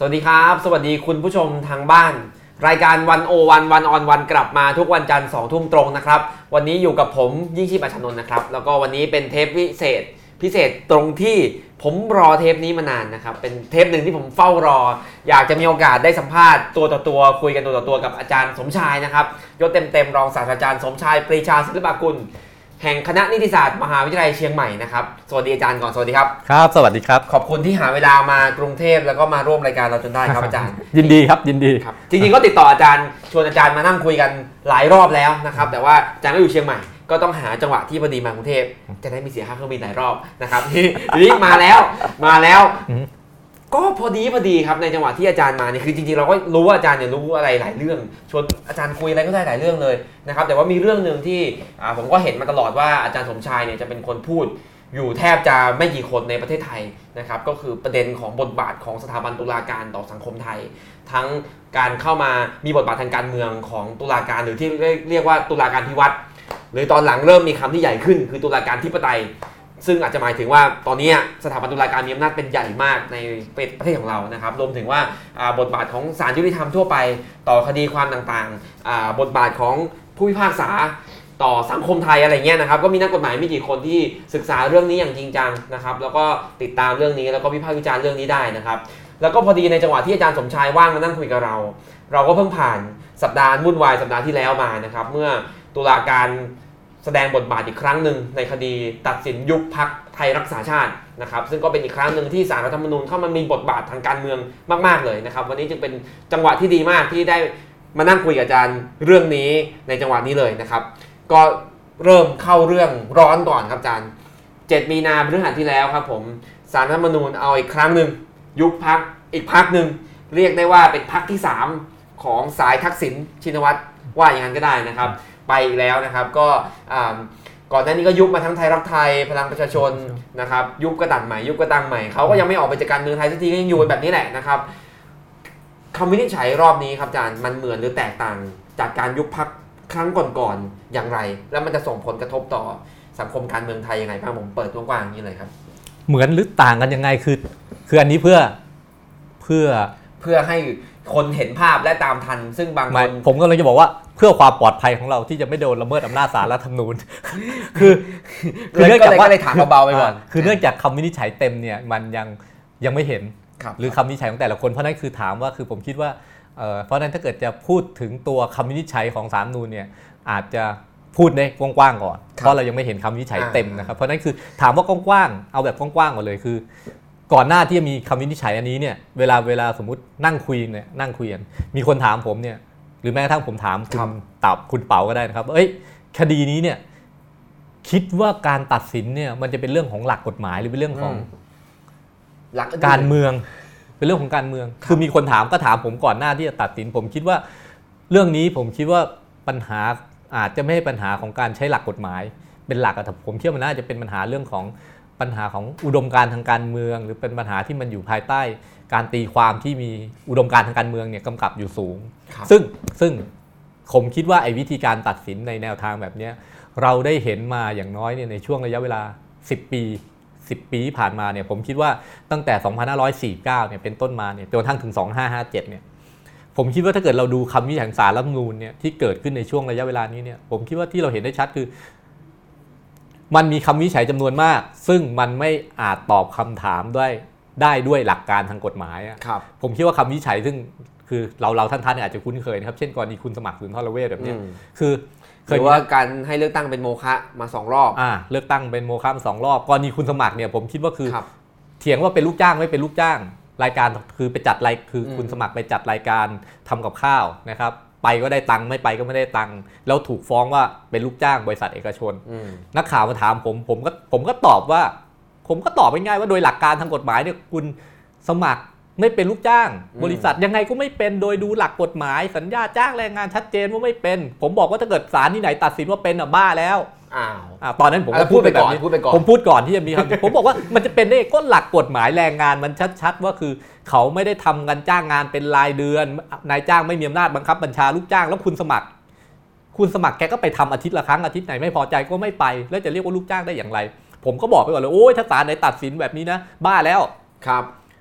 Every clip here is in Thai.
วัสดีครับสวัสดีคุณผู้ชมทางบ้านรายการวันโอวันวันออนวันกลับมาทุกวันจันทร์2 ทุ่มตรงนะครับวันนี้อยู่กับผมยิ่งชีพอัชนนท์นะครับแล้วก็วันนี้เป็นเทปพิเศษตรงที่ผมรอเทปนี้มานานนะครับเป็นเทปหนึ่งที่ผมเฝ้ารออยากจะมีโอกาสได้สัมภาษณ์ตัวต่อตัวคุยกันตัวต่อตัวกับอาจารย์สมชายนะครับยศเต็มรองศาสตราจารย์สมชายปรีชาศิลปกุลแห่งคณะนิติศาสตร์มหาวิทยาลัยเชียงใหม่นะครับสวัสดีอาจารย์ก่อนสวัสดีครับครับสวัสดีครับขอบคุณที่หาเวลามากรุงเทพแล้วก็มาร่วมรายการเราจนได้ครับอาจารย์ยินดีครับยินดีครับจริงๆก็ติดต่ออาจารย์ชวนอาจารย์มานั่งคุยกันหลายรอบแล้วนะครับแต่ว่าอาจารย์ก็อยู่เชียงใหม่ก็ต้องหาจังหวะที่พอดีมากรุงเทพจะได้มีเสียค่าเครื่องบินหลายรอบนะครับนี่มาแล้วก็พอดีครับในจังหวะที่อาจารย์มาเนี่ยคือจริงๆเราก็รู้ว่าอาจารย์เนี่ยรู้อะไรหลายเรื่องชวนอาจารย์คุยอะไรก็ได้หลายเรื่องเลยนะครับแต่ว่ามีเรื่องนึงที่ผมก็เห็นมาตลอดว่าอาจารย์สมชายเนี่ยจะเป็นคนพูดอยู่แทบจะไม่กี่คนในประเทศไทยนะครับก็คือประเด็นของบทบาทของสถาบันตุลาการต่อสังคมไทยทั้งการเข้ามามีบทบาททางการเมืองของตุลาการหรือที่เรียกว่าตุลาการพิวัตรหรือตอนหลังเริ่มมีคำที่ใหญ่ขึ้นคือตุลาการธิปไตยซึ่งอาจจะหมายถึงว่าตอนนี้สถาบันตุลาการมีอำนาจเป็นใหญ่มากในประเทศของเรานะครับรวมถึงว่าบทบาทของศาลยุติธรรมทั่วไปต่อคดีความต่างๆบทบาทของผู้พิพากษาต่อสังคมไทยอะไรเงี้ยนะครับก็มีนักกฎหมายไม่กี่คนที่ศึกษาเรื่องนี้อย่างจริงจังนะครับแล้วก็ติดตามเรื่องนี้แล้วก็วิพากษ์วิจารณ์เรื่องนี้ได้นะครับแล้วก็พอดีในจังหวะที่อาจารย์สมชายว่างมานั่งคุยกับเราก็เพิ่งผ่านสัปดาห์วุ่นวายสัปดาห์ที่แล้วมานะครับเมื่อตุลาการแสดงบทบาทอีกครั้งหนึ่งในคดีตัดสินยุบพรรคไทยรักษาชาตินะครับซึ่งก็เป็นอีกครั้งหนึ่งที่ศาลรัฐธรรมนูญเข้ามามีบทบาททางการเมืองมากๆเลยนะครับวันนี้จึงเป็นจังหวะที่ดีมากที่ได้มานั่งคุยกับอาจารย์เรื่องนี้ในจังหวะนี้เลยนะครับก็เริ่มเข้าเรื่องร้อนก่อนครับอาจารย์7 มีนาคมพฤหัสที่แล้วครับผมศาลรัฐธรรมนูญเอาอีกครั้งหนึ่งยุบพรรคอีกพรรคหนึ่งเรียกได้ว่าเป็นพรรคที่3ของสายทักษิณชินวัตรว่าอย่างนั้นก็ได้นะครับไปอีกแล้วนะครับก็ก่อนหน้านี้ก็ยุบมาทั้งไทยรักไทยพลังประชาชนนะครับยุบก็ตั้งใหม่เขาก็ยังไม่ออกไปจากการเมืองไทยสักทีก็ยังอยู่แบบนี้แหละนะครับคำวินิจฉัยรอบนี้ครับอาจารย์มันเหมือนหรือแตกต่างจากการยุบพรรคครั้งก่อนๆอย่างไรแล้วมันจะส่งผลกระทบต่อสังคมการเมืองไทยยังไงบ้างผมเปิดกว้างๆอย่างนี้เลยครับเหมือนหรือต่างกันยังไงคืออันนี้เพื่อให้คนเห็นภาพและตามทันซึ่งบางคนผมก็เลยจะบอกว่าเพื่อความปลอดภัยของเราที่จะไม่โดนละเมิดอำนาจศาลรัฐธรรมนูญคือเนื่องจากว่าเลยถามเบาๆไปก่อนคือเนื่องจากคำวินิจฉัยเต็มเนี่ยมันยังไม่เห็นหรือคำวินิจฉัยของแต่ละคนเพราะนั้นคือถามว่าคือผมคิดว่าเพราะนั้นถ้าเกิดจะพูดถึงตัวคำวินิจฉัยของศาลรัฐธรรมนูญเนี่ยอาจจะพูดได้กว้างๆก่อนเพราะเรายังไม่เห็นคำวินิจฉัยเต็มนะครับเพราะนั้นคือถามว่ากว้างๆเอาแบบกว้างๆก่อนเลยคือก่อนหน้าที่จะมีคำวินิจฉัยอันนี้เนี่ยเวลาสมมุตินั่งคุยกันมีคนถามผมเนี่ยหรือแม้กระทั่งผมถามคุณเป๋าก็ได้นะครับคดีนี้เนี่ยคิดว่าการตัดสินเนี่ยมันจะเป็นเรื่องของหลักกฎหมายหรือเป็นเรื่องของหลักการเมืองเป็นเรื่องของการเมืองคือมีคนถามก็ถามผมก่อนหน้าที่จะตัดสินผมคิดว่าเรื่องนี้ผมคิดว่าปัญหาอาจจะไม่ใช่ปัญหาของการใช้หลักกฎหมายเป็นหลักแต่ผมคิดว่ามันน่าจะเป็นปัญหาเรื่องของปัญหาของอุดมการณ์ทางการเมืองหรือเป็นปัญหาที่มันอยู่ภายใต้การตีความที่มีอุดมการณ์ทางการเมืองเนี่ยกำกับอยู่สูงซึ่งผมคิดว่าไอ้วิธีการตัดสินในแนวทางแบบนี้เราได้เห็นมาอย่างน้อยเนี่ยในช่วงระยะเวลา10 ปีที่ผ่านมาเนี่ยผมคิดว่าตั้งแต่2549เนี่ยเป็นต้นมาเนี่ยจนกระทั่งถึง2557เนี่ยผมคิดว่าถ้าเกิดเราดูคำวินิจฉัยของศาลรัฐธรรมนูญเนี่ยที่เกิดขึ้นในช่วงระยะเวลานี้เนี่ยผมคิดว่าที่เราเห็นได้ชัดคือมันมีคำวินิจฉัยจำนวนมากซึ่งมันไม่อาจตอบคำถามได้ด้วยหลักการทางกฎหมายผมคิดว่าคำวินิจฉัยซึ่งคือเราท่านอาจจะคุ้นเคยนะครับเช่นกรณีคุณสมัครสุนทรเวชแบบนี้คือเคยว่าการให้เลือกตั้งเป็นโมฆะมา2 รอบเลือกตั้งเป็นโมฆะมา2 รอบกรณีคุณสมัครเนี่ยผมคิดว่าคือเถียงว่าเป็นลูกจ้างไม่เป็นลูกจ้างรายการคือไปจัดคือคุณสมัครไปจัดรายการทำกับข้าวนะครับไปก็ได้ตังค์ไม่ไปก็ไม่ได้ตังค์แล้วถูกฟ้องว่าเป็นลูกจ้างบริษัทเอกชนนักข่าวมาถามผมก็ตอบว่าผมก็ตอบง่ายๆว่าโดยหลักการทางกฎหมายเนี่ยคุณสมัครไม่เป็นลูกจ้างบริษัทยังไงก็ไม่เป็นโดยดูหลักกฎหมายสัญญาจ้างแรงงานชัดเจนว่าไม่เป็นผมบอกว่าถ้าเกิดศาลที่ไหนตัดสินว่าเป็นบ้าแล้วตอนนั้นผมก็พูดไปแบบนี้ผมพูดก่อนที่จะมีคำผมบอกว่ามันจะเป็นได้ก็หลักกฎหมายแรงงานมันชัดๆว่าคือเขาไม่ได้ทำกันจ้างงานเป็นรายเดือนนายจ้างไม่มีอำนาจบังคับบัญชาลูกจ้างแล้วคุณสมัครแกก็ไปทำอาทิตย์ละครั้งอาทิตย์ไหนไม่พอใจก็ไม่ไปแล้วจะเรียกว่าลูกจ้างได้อย่างไรผมก็บอกไปก่อนเลยโอ้ยถ้าศาลไหนตัดสินแบบนี้นะบ้าแล้วครับ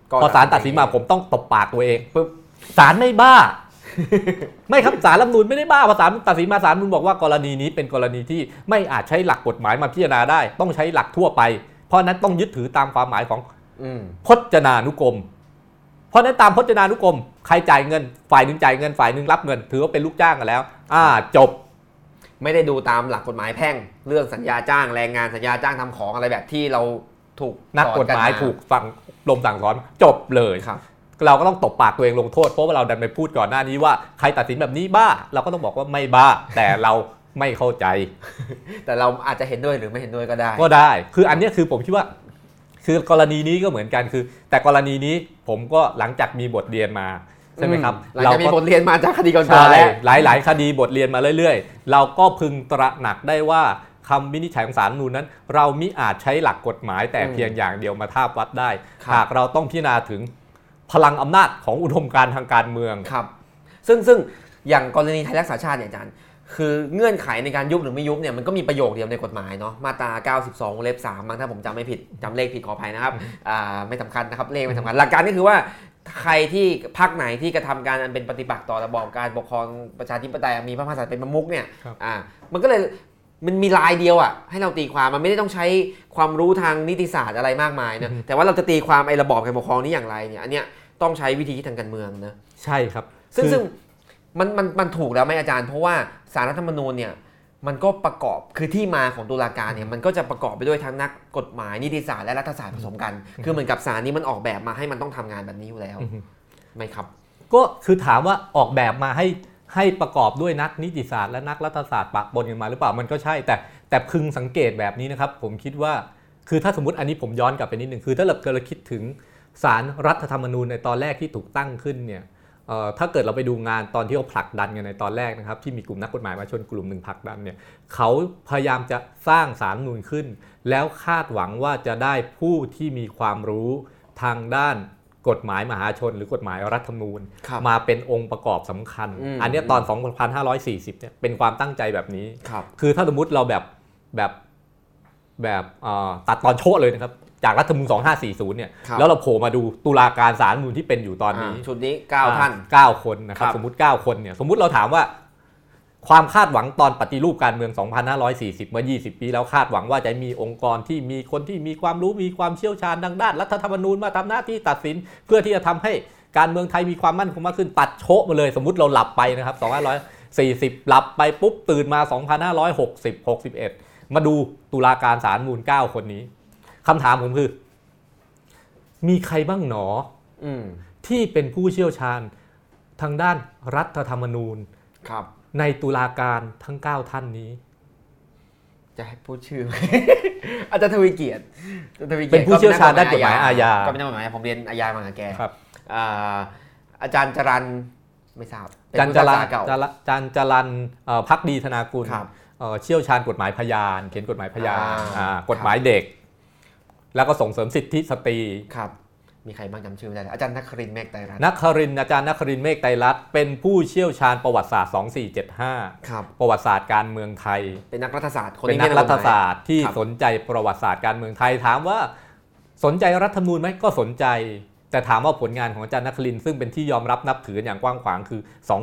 พอศาลตัดสินมาผมต้องตบปากตัวเองปุ๊บศาลไม่บ้า ไม่ครับศาลรัฐธรรมนูญไม่ได้บ้าพอศาลตัดสินมาศาลรัฐธรรมนูญบอกว่ากรณีนี้เป็นกรณีที่ไม่อาจใช้หลักกฎหมายมาพิจารณาได้ต้องใช้หลักทั่วไปเพราะนั้นต้องยึดถือตามความหมายของพจนานุกรมเพราะนั้นตามพจนานุกรมใครจ่ายเงินฝ่ายหนึ่งจ่ายเงินฝ่ายหนึ่งรับเงินถือว่าเป็นลูกจ้างกันแล้วจบไม่ได้ดูตามหลักกฎหมายแพ่งเรื่องสัญญาจ้างแรงงานสัญญาจ้างทำของอะไรแบบที่เราถูกนักกฎหมายถูกฟังลมสั่งสอนจบเลยเราก็ต้องตบปากตัวเองลงโทษเพราะว่าเราดันไปพูดก่อนหน้านี้ว่าใครตัดสินแบบนี้บ้าเราก็ต้องบอกว่าไม่บ้าแต่เราไม่เข้าใจแต่เราอาจจะเห็นด้วยหรือไม่เห็นด้วยก็ได้คืออันนี้คือผมคิดว่าคือกรณีนี้ก็เหมือนกันคือแต่กรณีนี้ผมก็หลังจากมีบทเรียนมาใช่ไหมครับหลังจากมีบทเรียนมาจากคดีก่อนๆแล้วหลายคดีบทเรียนมาเรื่อยๆเราก็พึงตระหนักได้ว่าคำวินิจฉัยของศาลรัฐธรรมนูญนั้นเรามิอาจใช้หลักกฎหมายแต่เพียงอย่างเดียวมาทาบวัดได้หากเราต้องพิจารณาถึงพลังอำนาจของอุดมการณ์ทางการเมืองครับซึ่งอย่างกรณีไทยรักษาชาติเนี่ยอาจารย์คือเงื่อนไขในการยุบหรือไม่ยุบเนี่ยมันก็มีประโยคเดียวในกฎหมายเนาะมาตรา92วงเล็บ3มั้งถ้าผมจำไม่ผิดจำเลขผิดขออภัยนะครับไม่สำคัญนะครับเลขไม่สำคัญหลักการก็คือว่าใครที่พรรคไหนที่กระทำการอันเป็นปฏิปักษ์ต่อระบอบการปกครองประชาธิปไตยมีพระมหากษัตริย์เป็นประมุขเนี่ยมันก็เลยมันมีลายเดียวอ่ะให้เราตีความมันไม่ได้ต้องใช้ความรู้ทางนิติศาสตร์อะไรมากมายนะแต่ว่าเราจะตีความไอ้ระบอบการปกครองนี้อย่างไรเนี่ยอันเนี้ยต้องใช้วิธีคิดทางการเมืองนะใช่ครับซึ่งมันถูกแล้วไหมอาจารย์เพราะว่าศาลรัฐธรรมนูญเนี่ยมันก็ประกอบคือที่มาของตุลาการเนี่ยมันก็จะประกอบไปด้วยทั้งนักกฎหมายนิติศาสตร์และรัฐศาสตร์ผสมกันคือเหมือนกับศาลนี้มันออกแบบมาให้มันต้องทำงานแบบนี้อยู่แล้วไหมครับก็คือถามว่าออกแบบมาให้ประกอบด้วยนักนิติศาสตร์และนักรัฐศาสตร์ปะปนกันมาหรือเปล่ามันก็ใช่แต่พึงสังเกตแบบนี้นะครับผมคิดว่าคือถ้าสมมติอันนี้ผมย้อนกลับไปนิดนึงคือถ้าเราคิดถึงศาลรัฐธรรมนูญในตอนแรกที่ถูกตั้งขึ้นเนี่ยถ้าเกิดเราไปดูงานตอนที่เขาผลักดันกันในตอนแรกนะครับที่มีกลุ่มนักกฎหมายมาชนกลุ่มหนึ่งผลักดันเนี่ยเขาพยายามจะสร้างศาลรัฐธรรมนูญขึ้นแล้วคาดหวังว่าจะได้ผู้ที่มีความรู้ทางด้านกฎหมายมหาชนหรือกฎหมายรัฐธรรมนูญมาเป็นองค์ประกอบสำคัญอันนี้ตอน 2540 เนี่ยเป็นความตั้งใจแบบนี้คือถ้าสมมติเราแบบตัดตอนโชว์เลยนะครับจากรัฐธรรมนูญ 2540 เนี่ยแล้วเราโผล่มาดูตุลาการศาลรัฐธรรมนูญที่เป็นอยู่ตอนนี้ชุดนี้9ท่าน 9คนนะครับสมมุติ9คนเนี่ยสมมุติเราถามว่าความคาดหวังตอนปฏิรูปการเมือง 2540 เมื่อ 20 ปีแล้วคาดหวังว่าจะมีองค์กรที่มีคนที่มีความรู้มีความเชี่ยวชาญทางด้านรัฐธรรมนูญมาทำหน้าที่ตัดสินเพื่อที่จะทำให้การเมืองไทยมีความมั่นคงมากขึ้นตัดโชะมาเลยสมมุติเราหลับไปนะครับ 2540 หลับไปปุ๊บตื่นมา 2560 61 มาดูตุลาการศาลรัฐธรรมนูญ 9 คนนี้คำถามผมคือมีใครบ้างหนอที่เป็นผู้เชี่ยวชาญทางด้านรัฐธรรมนูญในตุลาการทั้ง9ท่านนี้จะให้พูดชื่อ อาจารย์ทวีเกียรติเป็นผู้เชี่ยวชาญด้านกฎหมายอาญาก็เป็นนักกฎหมายผมเรียนอาญามากับแกอาจารย์จรัญไม่ทราบอาจารย์จรัญภักดีธนากุลเชี่ยวชาญกฎหมายพยานเขียนกฎหมายพยานกฎหมายเด็กแล้วก็ส่งเสริมสิทธิสตรีครับมีใครบ้างจำชื่อไม่ได้อาจารย์นครินทร์เมฆไตรรัตน์อาจารย์นครินทร์เมฆไตรรัตน์เป็นผู้เชี่ยวชาญประวัติศาสตร์ 2475 ครับประวัติศาสตร์การเมืองไทยเป็นนักรัฐศาสตร์เป็นนักรัฐศาสตร์ที่สนใจประวัติศาสตร์การเมืองไทยถามว่าสนใจรัฐธรรมนูญไหมก็สนใจแต่ถามว่าผลงานของอาจารย์นครินทร์ซึ่งเป็นที่ยอมรับนับถืออย่างกว้างขวางคือ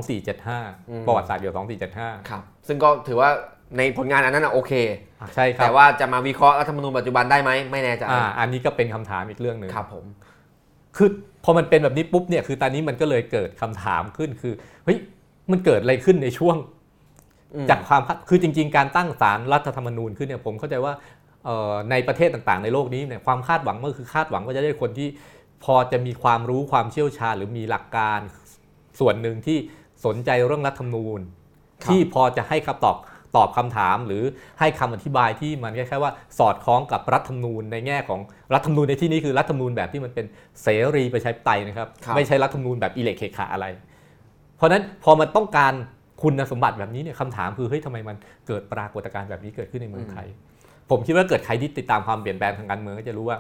2475ประวัติศาสตร์เกี่ยวกับ2475 ครับซึ่งก็ถือว่าในผลงานอันนั้นโอเคใช่ครับแต่ว่าจะมาวิเคราะห์รัฐธรรมนูญปัจจุบันได้ไหมไม่แน่ใจอันนี้ก็เป็นคำถามอีกเรื่องนึงครับผมคือพอมันเป็นแบบนี้ปุ๊บเนี่ยคือตอนนี้มันก็เลยเกิดคำถามขึ้นคือเฮ้ยมันเกิดอะไรขึ้นในช่วงจากความคือจริงๆการตั้งศาลรัฐธรรมนูญขึ้นเนี่ยผมเข้าใจว่าในประเทศต่างๆในโลกนี้เนี่ยความคาดหวังก็คือคาดหวังว่าจะได้คนที่พอจะมีความรู้ความเชี่ยวชาญหรือมีหลักการส่วนหนึ่งที่สนใจเรื่องรัฐธรรมนูญที่พอจะให้คำตอบคำถามหรือให้คำอธิบายที่มันแค่ว่าสอดคล้องกับรัฐธรรมนูญในแง่ของรัฐธรรมนูญในที่นี้คือรัฐธรรมนูญแบบที่มันเป็นเสรีประชาธิปไตยนะครับไม่ใช่รัฐธรรมนูญแบบอิเล็กเคขะอะไรเพราะนั้นพอมันต้องการคุณสมบัติแบบนี้เนี่ยคำถามคือเฮ้ยทำไมมันเกิดปรากฏการณ์แบบนี้เกิดขึ้นในเมืองไทยผมคิดว่าเกิดใครที่ติดตามความเปลี่ยนแปลงทางการเมืองก็จะรู้ว่า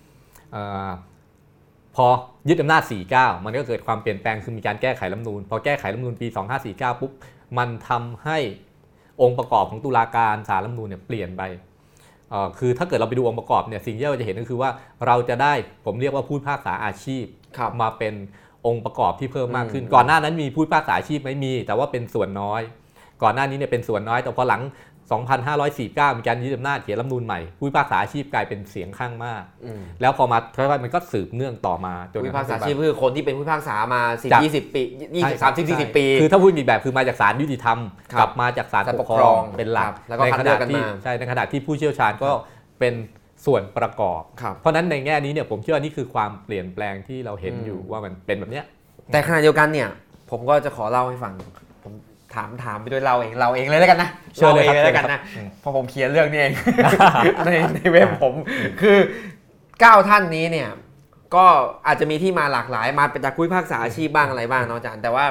พอยึดอำนาจ49มันก็เกิดความเปลี่ยนแปลงคือมีการแก้ไขรัฐธรรมนูญพอแก้ไขรัฐธรรมนูญปี2549ปุ๊บมันทำให้องค์ประกอบของตุลาการศาลรัฐธรรมนูญเนี่ยเปลี่ยนไปคือถ้าเกิดเราไปดูองค์ประกอบเนี่ยสิ่งที่เราจะเห็นก็คือว่าเราจะได้ผมเรียกว่าผู้พิพากษาอาชีพมาเป็นองค์ประกอบที่เพิ่มมากขึ้นก่อนหน้านั้นมีผู้พิพากษาอาชีพไม่มีแต่ว่าเป็นส่วนน้อยก่อนหน้านี้เนี่ยเป็นส่วนน้อยแต่พอหลัง 2549 มีการยึดอำนาจเขียนรัฐธรรมนูญใหม่ผู้พิพากษาอาชีพกลายเป็นเสียงข้างมากแล้วพอมามันก็สืบเนื่องต่อมาจนผู้พิพากษาอาชีพคือคนที่เป็นผู้พิพากษามา10-20 ปี30-40 ปีคือถ้าพูดอีกแบบคือมาจากศาลยุติธรรมกลับมาจากศาลปกครองเป็นหลักในขณะที่ในขณะที่ผู้เชี่ยวชาญก็เป็นส่วนประกอบเพราะนั้นในแง่นี้เนี่ยผมเชื่อว่านี่คือความเปลี่ยนแปลงที่เราเห็นอยู่ว่ามันเป็นแบบเนี้ยแต่ขณะเดียวกันเนี่ยผมก็จะขอเล่าให้ฟังผมถามไปด้วยเราเองเลยแล้วกันนะเชิญเลยแล้วกันนะพอผมเขียนเรื่องนี้เอง ในเว็บผมคือ9ท่านนี้เนี่ยก็อาจจะมีที่มาหลากหลายมาเป็นจากผู้พิพากษาอาชีพบ้างอะไรบ้างเนาะอาจารย์แต่ว่า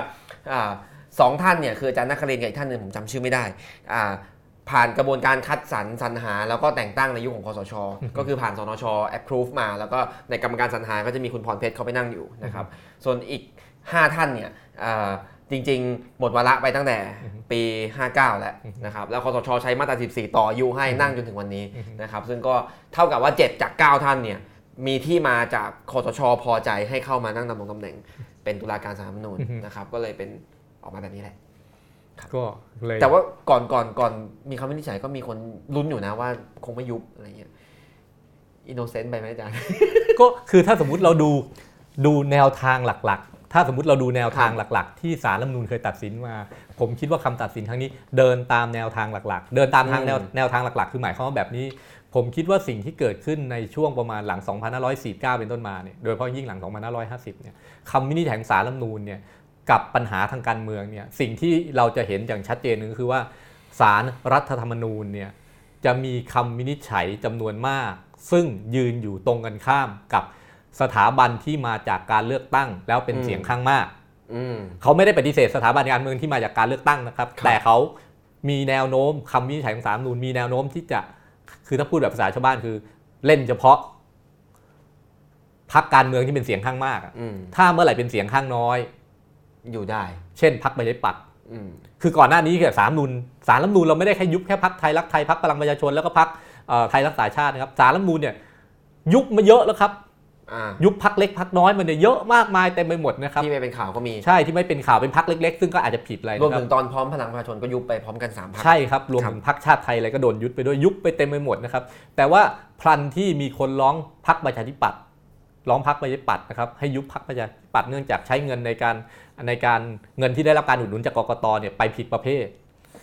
2ท่านเนี่ยคืออาจารย์นครินทร์กับอีกท่านนึงผมจำชื่อไม่ได้ผ่านกระบวนการคัดสรรหาแล้วก็แต่งตั้งในยุคของคสช.ก็คือผ่านสนช. approve มาแล้วก็ในกรรมการสรรหาก็จะมีคุณพรเพชรเขาไปนั่งอยู่นะครับส่วนอีก5ท่านเนี่ยจริงๆหมดวาระไปตั้งแต่ปี59แล้วนะครับแล้วคสช.ใช้มาตรา14ต่ออายุให้นั่งจนถึงวันนี้นะครับซึ่งก็เท่ากับว่า7จาก9ท่านเนี่ยมีที่มาจากคสช.พอใจให้เข้ามานั่งดำรงตำแหน่งเป็นตุลาการศาลรัฐธรรมนูญนะครับก็เลยเป็นออกมาแบบนี้แหละก็เลยแต่ว่าก่อนมีคำวินิจฉัยก็มีคนลุ้นอยู่นะว่าคงไม่ยุบอะไรเงี้ยอินโนเซนต์ไปไหมอาจารย์ก็คือถ้าสมมุติเราดูแนวทางหลักๆถ้าสมมุติเราดูแนวทางหลักๆที่ศาลรัฐธรรมนูญเคยตัดสินมาผมคิดว่าคำตัดสินครั้งนี้เดินตามแนวทางหลักๆเดินตามทางแนวทางหลักๆคือหมายความว่าแบบนี้ผมคิดว่าสิ่งที่เกิดขึ้นในช่วงประมาณหลัง 2549 เป็นต้นมาเนี่ยโดยเฉพาะยิ่งหลัง 2550 เนี่ยคำวินิจฉัยของศาลรัฐธรรมนูญเนี่ยกับปัญหาทางการเมืองเนี่ยสิ่งที่เราจะเห็นอย่างชัดเจนนึงคือว่าศาลรัฐธรรมนูญเนี่ยจะมีคำวินิจฉัยจำนวนมากซึ่งยืนอยู่ตรงกันข้ามกับสถาบันที่มาจากการเลือกตั้งแล้วเป็นเสียงข้างมากเขาไม่ได้ปฏิเสธสถาบันการเมืองที่มาจากการเลือกตั้งนะครับแต่เขามีแนวโน้มคำวินิจฉัยของศาลรัฐธรรมนูญมีแนวโน้มที่จะคือถ้าพูดแบบภาษาชาวบ้านคือเล่นเฉพาะพรรคการเมืองที่เป็นเสียงข้างมากถ้าเมื่อไหร่เป็นเสียงข้างน้อยอยู่ได้เช่นพรรคประชาธิปัตย์คือก่อนหน้านี้ศาลรัฐธรรมนูญเราไม่ได้แค่ยุบแค่พรรคไทยรักไทยพรรคพลังประชาชนแล้วก็พรรคไทยรักษาชาตินะครับศาลรัฐธรรมนูญเนี่ยยุบมาเยอะแล้วครับยุบพรรคเล็กพรรคน้อยมันเนี่ยเยอะมากมายเต็มไปหมดนะครับที่ไม่เป็นข่าวก็มีใช่ที่ไม่เป็นข่าวเป็นพรรคเล็กๆซึ่งก็อาจจะผิดอะไรรวมถึงตอนพร้อมพลังประชาชนก็ยุบไปพร้อมกัน3พรรคใช่ครับรวมถึงพรรคชาติไทยอะไรก็โดนยุบไปด้วยยุบไปเต็มไปหมดนะครับแต่ว่าพลันที่มีคนร้องพรรคประชาธิปัตย์ร้องพรรคประชาธิปัตย์นะครับให้ยุบพรรคประชาธิปัตย์เนื่องจากใช้เงินในการเงินที่ได้รับการอุดหนุนจากกกต.เนี่ยไปผิดประเภท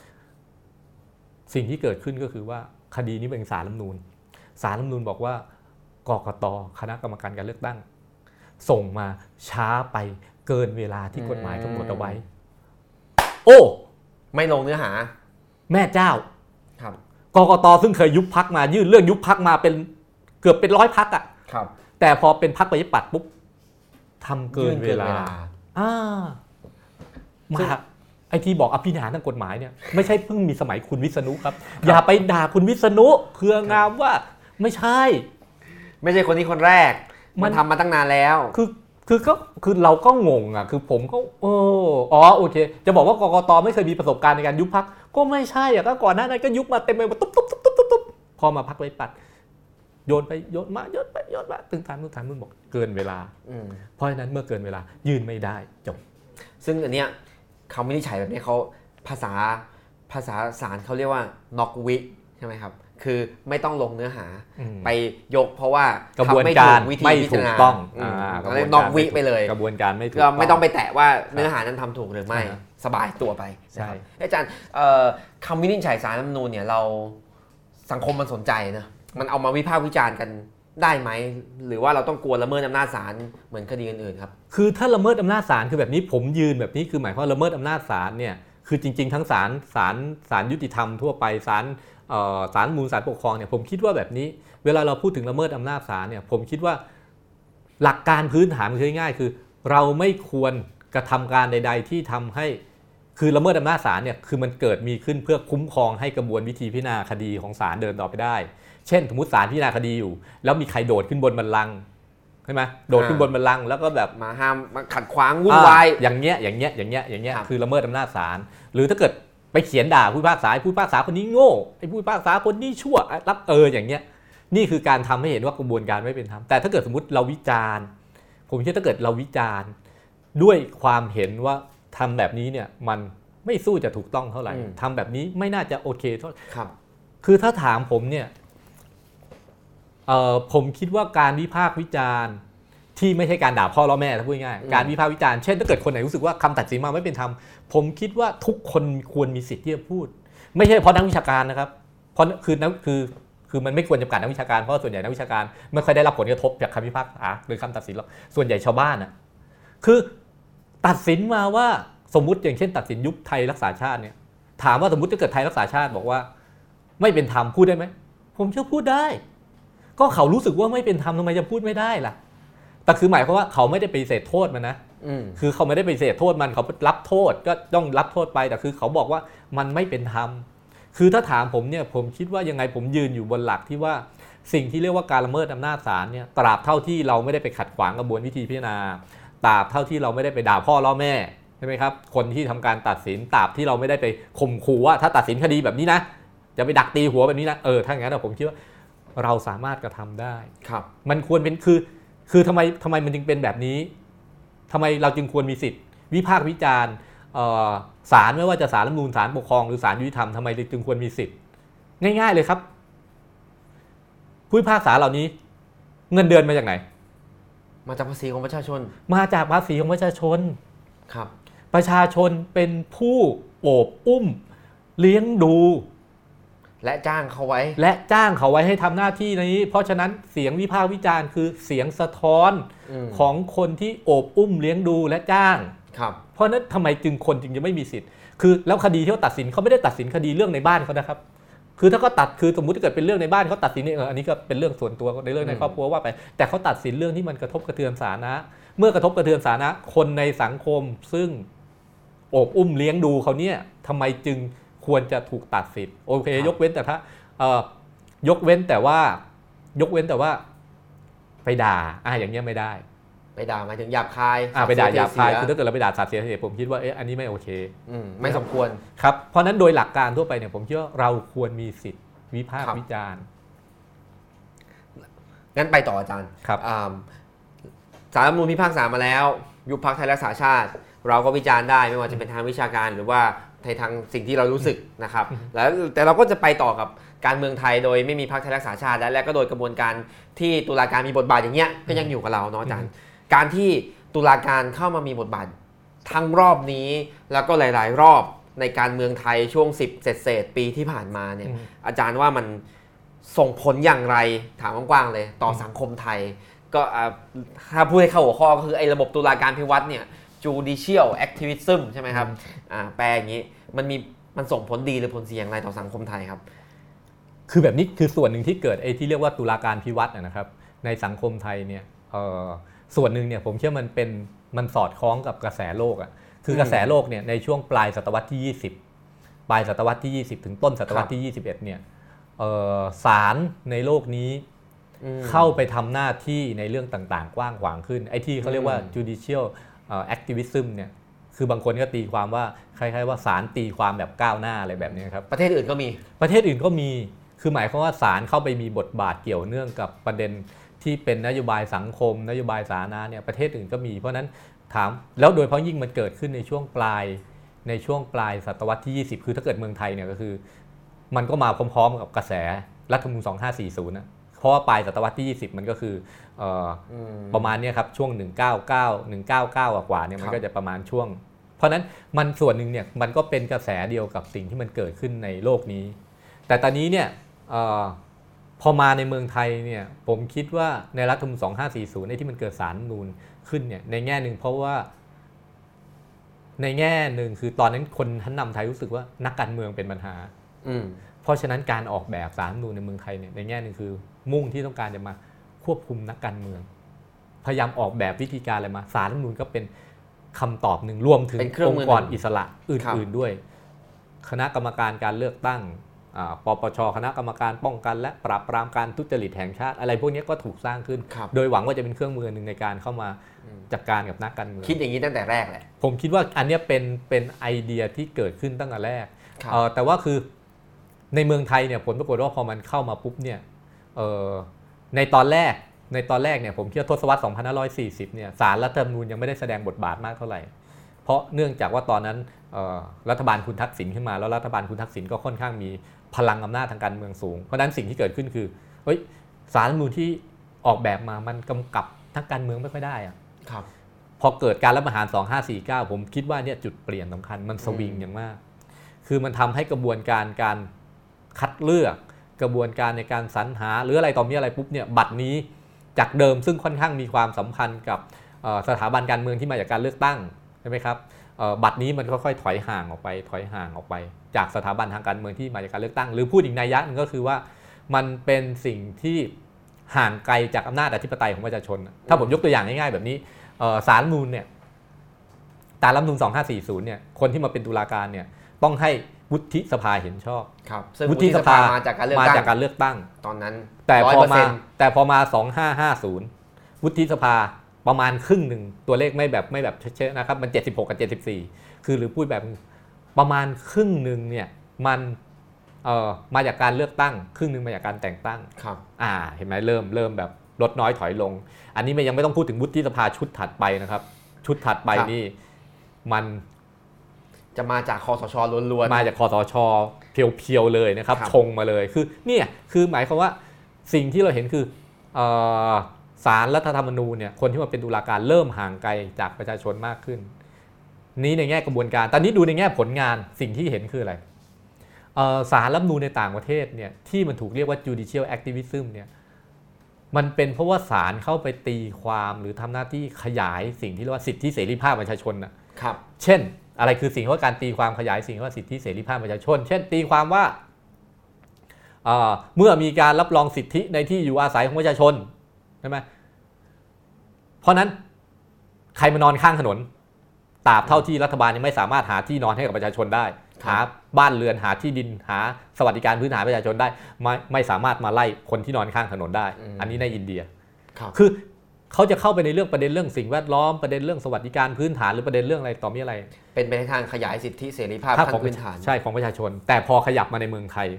สิ่งที่เกิดขึ้นก็คือว่าคดีนี้เป็นศาลรัฐธรรมนูญศาลรัฐธรรมนูญบอกว่ากกต.คณะกรรมการการเลือกตั้งส่งมาช้าไปเกินเวลาที่กฎหมายกำหนดเอาไว้โอ้ไม่ลงเนื้อหาแม่เจ้าครับกกต.ซึ่งเคยยุบพรรคมายื่นเรื่องยุบพรรคมาเป็นเกือบเป็น100พรรคอ่ะครับแต่พอเป็นพรรคประชาธิปัตย์ปุ๊บทำเกินเวลามาไอ้ที่บอกอภินิหารทางกฎหมายเนี่ยไม่ใช่เพิ่งมีสมัยคุณวิษณุครับอย่าไปด่าคุณวิษณุเคืองามว่าไม่ใช่คนนี้คนแรกมันทำมาตั้งนานแล้วคือเราก็งงอ่ะคือผมก็โอเคจะบอกว่ากกต.ไม่เคยมีประสบการณ์ในการยุบพรรคก็ไม่ใช่อ่ะก็ก่อนหน้านั้นก็ยุบมาเต็มไปหมดตุ๊บพอมาพรรคประชาธิปัตย์โยนไปโยนมาตึงถามนู่นบอกเกินเวลาเพราะฉะนั้นเมื่อเกินเวลายื่นไม่ได้จบซึ่งอันเนี้ยคำวินิจฉัยแบบนี้เขาภาษาศาลเขาเรียกว่าน็อกวิใช่ไหมครับคือไม่ต้องลงเนื้อหาไปยกเพราะว่ากระบวนการไม่ถูกต้องน็อกวิไปเลยกระบวนการไม่ถูกไม่ต้องไปแตะว่าเนื้อหานั้นทำถูกหรือไม่สบายตัวไปใช่อาจารย์คำวินิจฉัยศาลรัฐธรรมนูญเนี่ยเราสังคมมันสนใจนะมันเอามาวิพากษ์วิจารณ์กันได้ไหมหรือว่าเราต้องกลัวละเมิดอำนาจศาลเหมือนคดีอื่นๆครับคือถ้าละเมิดอำนาจศาลคือแบบนี้ผมยืนแบบนี้คือหมายความละเมิดอำนาจศาลเนี่ยคือจริงๆทั้งศาลยุติธรรมทั่วไปศาลมูลศาลปกครองเนี่ยผมคิดว่าแบบนี้เวลาเราพูดถึงละเมิดอำนาจศาลเนี่ยผมคิดว่าหลักการพื้นฐานมันง่ายๆคือเราไม่ควรกระทำการใดๆที่ทำให้คือละเมิดอำนาจศาลเนี่ยคือมันเกิดมีขึ้นเพื่อคุ้มครองให้กระบวนวิธีพิจารณาคดีของศาลเดินต่อไปได้เช่นสมมติศาลพิจารณาคดีอยู่แล้วมีใครโดดขึ้นบนบัลลังก์ใช่ไหมโดดขึ้นบนบัลลังก์แล้วก็แบบมาห้ามมาขัดขวางวุ่นวายอย่างเงี้ยคือละเมิดอำนาจศาลหรือถ้าเกิดไปเขียนด่าผู้พิพากษาผู้พิพากษาคนนี้โง่ไอ้ผู้พิพากษาคนนี้ชั่วรับอย่างเงี้ยนี่คือการทำให้เห็นว่ากระบวนการไม่เป็นธรรมแต่ถ้าเกิดสมมติเราวิจารณ์ผมคิดถ้าเกิดเราวิจารณ์ด้วยความเห็นว่าทำแบบนี้เนี่ยมันไม่สู้จะถูกต้องเท่าไหร่ทำแบบนี้ไม่น่าจะโอเคเท่าครับคือถ้าถามผมเนี่ยผมคิดว่าการวิพากษ์วิจารณ์ที่ไม่ใช่การด่าพ่อและแม่ถ้าพูดง่ายการวิพากษ์วิจารณ์เช่นถ้าเกิดคนไหนรู้สึกว่าคำตัดสินมาไม่เป็นธรรมผมคิดว่าทุกคนควรมีสิทธิ์ที่จะพูดไม่ใช่เพราะนักวิชาการนะครับเพราะคือมันไม่ควรจำกัดนักวิชาการเพราะส่วนใหญ่นักวิชาการไม่ค่อยได้รับผลกระทบจากคำพิพากษาหรือคำตัดสินหรอกส่วนใหญ่ชาวบ้านนะคือตัดสินมาว่าสมมุติอย่างเช่นตัดสินยุบไทยรักษาชาติเนี่ยถามว่าสมมุติถ้าเกิดไทยรักษาชาติบอกว่าไม่เป็นธรรมพูดได้ไหมผมเชื่อพูดได้ก็เขารู้สึกว่าไม่เป็นธรรมทำไมจะพูดไม่ได้ล่ะแต่คือหมายความว่าเขาไม่ได้ปฏิเสธโทษมันนะคือเขาไม่ได้ปฏิเสธโทษมันเขารับโทษก็ต้องรับโทษไปแต่คือเขาบอกว่ามันไม่เป็นธรรมคือถ้าถามผมเนี่ยผมคิดว่ายังไงผมยืนอยู่บนหลักที่ว่าสิ่งที่เรียกว่าการละเมิดอำนาจศาลเนี่ยตราบเท่าที่เราไม่ได้ไปขัดขวางกระบวนวิธีพิจารณาตราบเท่าที่เราไม่ได้ไปด่าพ่อล่อแม่ใช่ไหมครับคนที่ทำการตัดสินตราบที่เราไม่ได้ไปข่มขู่ว่าถ้าตัดสินคดีแบบนี้นะจะไปดักตีหัวแบบนี้นะถ้าอย่างนั้นผมคิดว่าเราสามารถกระทำได้ครับมันควรเป็นคือทำไมมันจึงเป็นแบบนี้ทำไมเราจึงควรมีสิทธิ์วิพากษ์วิจารณ์ศาลไม่ว่าจะศาลรัฐธรรมนูญศาลปกครองหรือศาลยุติธรรมทำไมจึงควรมีสิทธิ์ง่ายๆเลยครับผู้พิพากษาเหล่านี้เงินเดือนมาจากไหนมาจากภาษีของประชาชนมาจากภาษีของประชาชนครับประชาชนเป็นผู้โอบอุ้มเลี้ยงดูและจ้างเขาไว้ให้ทำหน้าที่นี้เพราะฉะนั้นเสียงวิพากษ์วิจารณ์คือเสียงสะท้อนของคนที่โอบอุ้มเลี้ยงดูและจ้างเพราะนั้นทำไมคนจึงจะไม่มีสิทธิ์คือแล้วคดีที่เขาตัดสินเขาไม่ได้ตัดสินคดีเรื่องในบ้านเขานะครับคือถ้าเขาคือสมมุติถ้าเกิดเป็นเรื่องในบ้านเขาตัดสินอันนี้ก็เป็นเรื่องส่วนตัวในเรื่องในครอบครัวว่าไปแต่เขาตัดสินเรื่องที่มันกระทบกระเทือนสาธารณะเมื่อกระทบกระเทือนสาธารณะคนในสังคมซึ่งโอบอุ้มเลี้ยงดูเขาเนี่ยทำไมจึงควรจะถูกตัดสิทธิ์โอเคยกเว้นแต่ถ้ายกเว้นแต่ว่าไปด่าอย่างเงี้ยไม่ได้ไปด่าหมายถึงหยาบคายไปด่าหยาบคายคือถ้าเกิดเราไปด่าสัตว์เสียเหตุผมคิดว่าอันนี้ไม่โอเคไม่สมควรครับเพราะนั้นโดยหลักการทั่วไปเนี่ยผมคิดว่าเราควรมีสิทธิ์วิพากษ์วิจารณ์งั้นไปต่ออาจารย์ครับศาลรัฐธรรมนูญพิพากษามาแล้วยุบพรรคไทยรักษาชาติเราก็วิจารณ์ได้ไม่ว่าจะเป็นทางวิชาการหรือว่าในทางสิ่งที่เรารู้สึกนะครับแล้วแต่เราก็จะไปต่อกับการเมืองไทยโดยไม่มีพรรคไทยรักษาชาติและก็โดยกระบวนการที่ตุลาการมีบทบาทอย่างเงี้ยก็ยังอยู่กับเราเนาะอาจารย์การที่ตุลาการเข้ามามีบทบาททั้งรอบนี้แล้วก็หลายๆรอบในการเมืองไทยช่วง10เศษปีที่ผ่านมาเนี่ยอาจารย์ว่ามันส่งผลอย่างไรถามกว้างๆเลยต่อสังคมไทยก็ถ้าพูดให้เข้าหัวข้อก็คือไอ้ระบบตุลาการพิวัตรเนี่ย judicial activism ใช่ไหมครับแปลอย่างนี้มันส่งผลดีหรือผลเสียอย่างไรต่อสังคมไทยครับคือแบบนี้คือส่วนหนึ่งที่เกิดที่เรียกว่าตุลาการพิวัตรนะครับในสังคมไทยเนี่ยส่วนหนึ่งเนี่ยผมเชื่อมันสอดคล้องกับกระแสโลกคือกระแสโลกเนี่ยในช่วงปลายศตวรรษที่20ปลายศตวรรษที่20ถึงต้นศตวรรษที่21เนี่ยศาลในโลกนี้เข้าไปทำหน้าที่ในเรื่องต่างๆกว้างขวางขึ้นไอ้ที่เขาเรียกว่า judicial activism เนี่ยคือบางคนก็ตีความว่าคล้ายๆว่าศาลตีความแบบก้าวหน้าอะไรแบบนี้ครับประเทศอื่นก็มีคือหมายความว่าศาลเข้าไปมีบทบาทเกี่ยวเนื่องกับประเด็นที่เป็นนโยบายสังคมนโยบายสาธารณะเนี่ยประเทศอื่นก็มีเพราะนั้นถามแล้วโดยเฉพาะยิ่งมันเกิดขึ้นในช่วงปลายศตวรรษที่20คือถ้าเกิดเมืองไทยเนี่ยก็คือมันก็มาพร้อมๆกับกระแสรัฐธรรมนูญ2540นะเพราะว่าปลายศตวรรษที่20มันก็คือประมาณนี้ครับช่วง199กว่าเนี่ยมันก็จะประมาณช่วงเพราะนั้นมันส่วนหนึ่งเนี่ยมันก็เป็นกระแสเดียวกับสิ่งที่มันเกิดขึ้นในโลกนี้แต่ตอนนี้เนี่ยพอมาในเมืองไทยเนี่ยผมคิดว่าในรัฐธรรมนูญ2540ในที่มันเกิดศาลรัฐธรรมนูญขึ้นเนี่ยในแง่นึงเพราะว่าในแง่นึงคือตอนนั้นคนชั้นนำไทยรู้สึกว่านักการเมืองเป็นปัญหาเพราะฉะนั้นการออกแบบศาลรัฐธรรมนูญในเมืองไทยเนี่ยในแง่นึงคือมุ่งที่ต้องการจะมาควบคุมนักการเมืองพยายามออกแบบวิธีการอะไรมาศาลรัฐธรรมนูญก็เป็นคำตอบหนึ่งรวมถึงองค์กรอิสระอื่นๆด้วยคณะกรรมการการเลือกตั้งปปช.คณะกรรมการป้องกันและปราบปรามการทุจริตแห่งชาติอะไรพวกนี้ก็ถูกสร้างขึ้นโดยหวังว่าจะเป็นเครื่องมือหนึ่งในการเข้ามาจัดการกับนักการเมืองคิดอย่างนี้ตั้งแต่แรกแหละผมคิดว่าอันนี้เป็นไอเดียที่เกิดขึ้นตั้งแต่แรกแต่ว่าคือในเมืองไทยเนี่ยผลปรากฏว่าพอมันเข้ามาปุ๊บเนี่ยในตอนแรกเนี่ยผมคิดว่าทศวรรษ 2540 เนี่ยศาลรัฐธรรมนูญยังไม่ได้แสดงบทบาทมากเท่าไหร่เพราะเนื่องจากว่าตอนนั้นรัฐบาลคุณทักษิณขึ้นมาแล้วรัฐบาลคุณทักษิณก็ค่อนข้างมีพลังอำนาจทางการเมืองสูงเพราะฉะนั้นสิ่งที่เกิดขึ้นคือศาลรัฐธรรมนูญที่ออกแบบมามันกำกับทางการเมืองไม่ค่อยได้อะพอเกิดการรัฐประหาร 2549 ผมคิดว่าเนี่ยจุดเปลี่ยนสำคัญมันสวิงอย่างมากคือมันทำให้กระบวนการคัดเลือกกระบวนการในการสรรหาหรืออะไรต่อมีอะไรปุ๊บเนี่ยบัตรนี้จากเดิมซึ่งค่อนข้างมีความสัมพันธ์กับสถาบันการเมืองที่มาจากการเลือกตั้งใช่ไหมครับบัตรนี้มันค่อยๆถอยห่างออกไปจากสถาบันทางการเมืองที่มาจากการเลือกตั้งหรือพูดอีกนัยยะนึงก็คือว่ามันเป็นสิ่งที่ห่างไกลจากอำนาจอธิปไตยของประชาชนถ้าผมยกตัวอย่างง่ายๆแบบนี้ศาลรัฐธรรมนูญเนี่ยตามรัฐธรรมนูญ 2540 เนี่ยคนที่มาเป็นตุลาการเนี่ยต้องให้วุฒิสภาเห็นชอบซึ่งวุฒิสภามาจากการเลือกตั้งตอนนั้นแต่พอมา2550วุฒิสภาประมาณครึ่งหนึ่งตัวเลขไม่แบบเชะๆนะครับมัน76กับ74คือหรือพูดแบบประมาณครึ่งหนึ่งเนี่ยมันมาจากการเลือกตั้งครึ่งนึงมาจากการแต่งตั้งเห็นไหมเริ่มแบบลดน้อยถอยลงอันนี้ยังไม่ต้องพูดถึงวุฒิสภาชุดถัดไปนะครับชุดถัดไปนี่มันจะมาจากคสช.ล้วนๆมาจากคสช.เพียวๆเลยนะครับชงมาเลยคือหมายความว่าสิ่งที่เราเห็นคือศาลรัฐธรรมนูญเนี่ยคนที่มาเป็นตุลาการเริ่มห่างไกลจากประชาชนมากขึ้นนี้ในแง่กระบวนการตอนนี้ดูในแง่ผลงานสิ่งที่เห็นคืออะไรศาลรัฐธรรมนูญในต่างประเทศเนี่ยที่มันถูกเรียกว่า judicial activism เนี่ยมันเป็นเพราะว่าศาลเข้าไปตีความหรือทำหน้าที่ขยายสิ่งที่เรียกว่าสิทธิเสรีภาพประชาชนนะครับเช่นอะไรคือสิ่งว่าการตีความขยายสิ่งว่าสิทธิเสรีภาพประชาชนเช่นตีความว่าเมื่อมีการรับรองสิทธิในที่อยู่อาศัยของประชาชนใช่ไหมเพราะนั้นใครมานอนข้างถนนตราบเท่าที่รัฐบาลยังไม่สามารถหาที่นอนให้กับประชาชนได้หาบ้านเรือนหาที่ดินหาสวัสดิการพื้นฐานประชาชนได้ไม่สามารถมาไล่คนที่นอนข้างถนนได้อันนี้ในอินเดียคือเขาจะเข้าไปในเรื่องประเด็นเรื่องสิ่งแวดล้อมประเด็นเรื่องสวัสดิการพื้นฐานหรือประเด็นเรื่องอะไรต่อมีอะไรเป็นไปในทางขยายสิทธิเสรีภาพขั้นพื้นฐานใช่ของประชาชนแต่พอขยับมาในเมืองไทย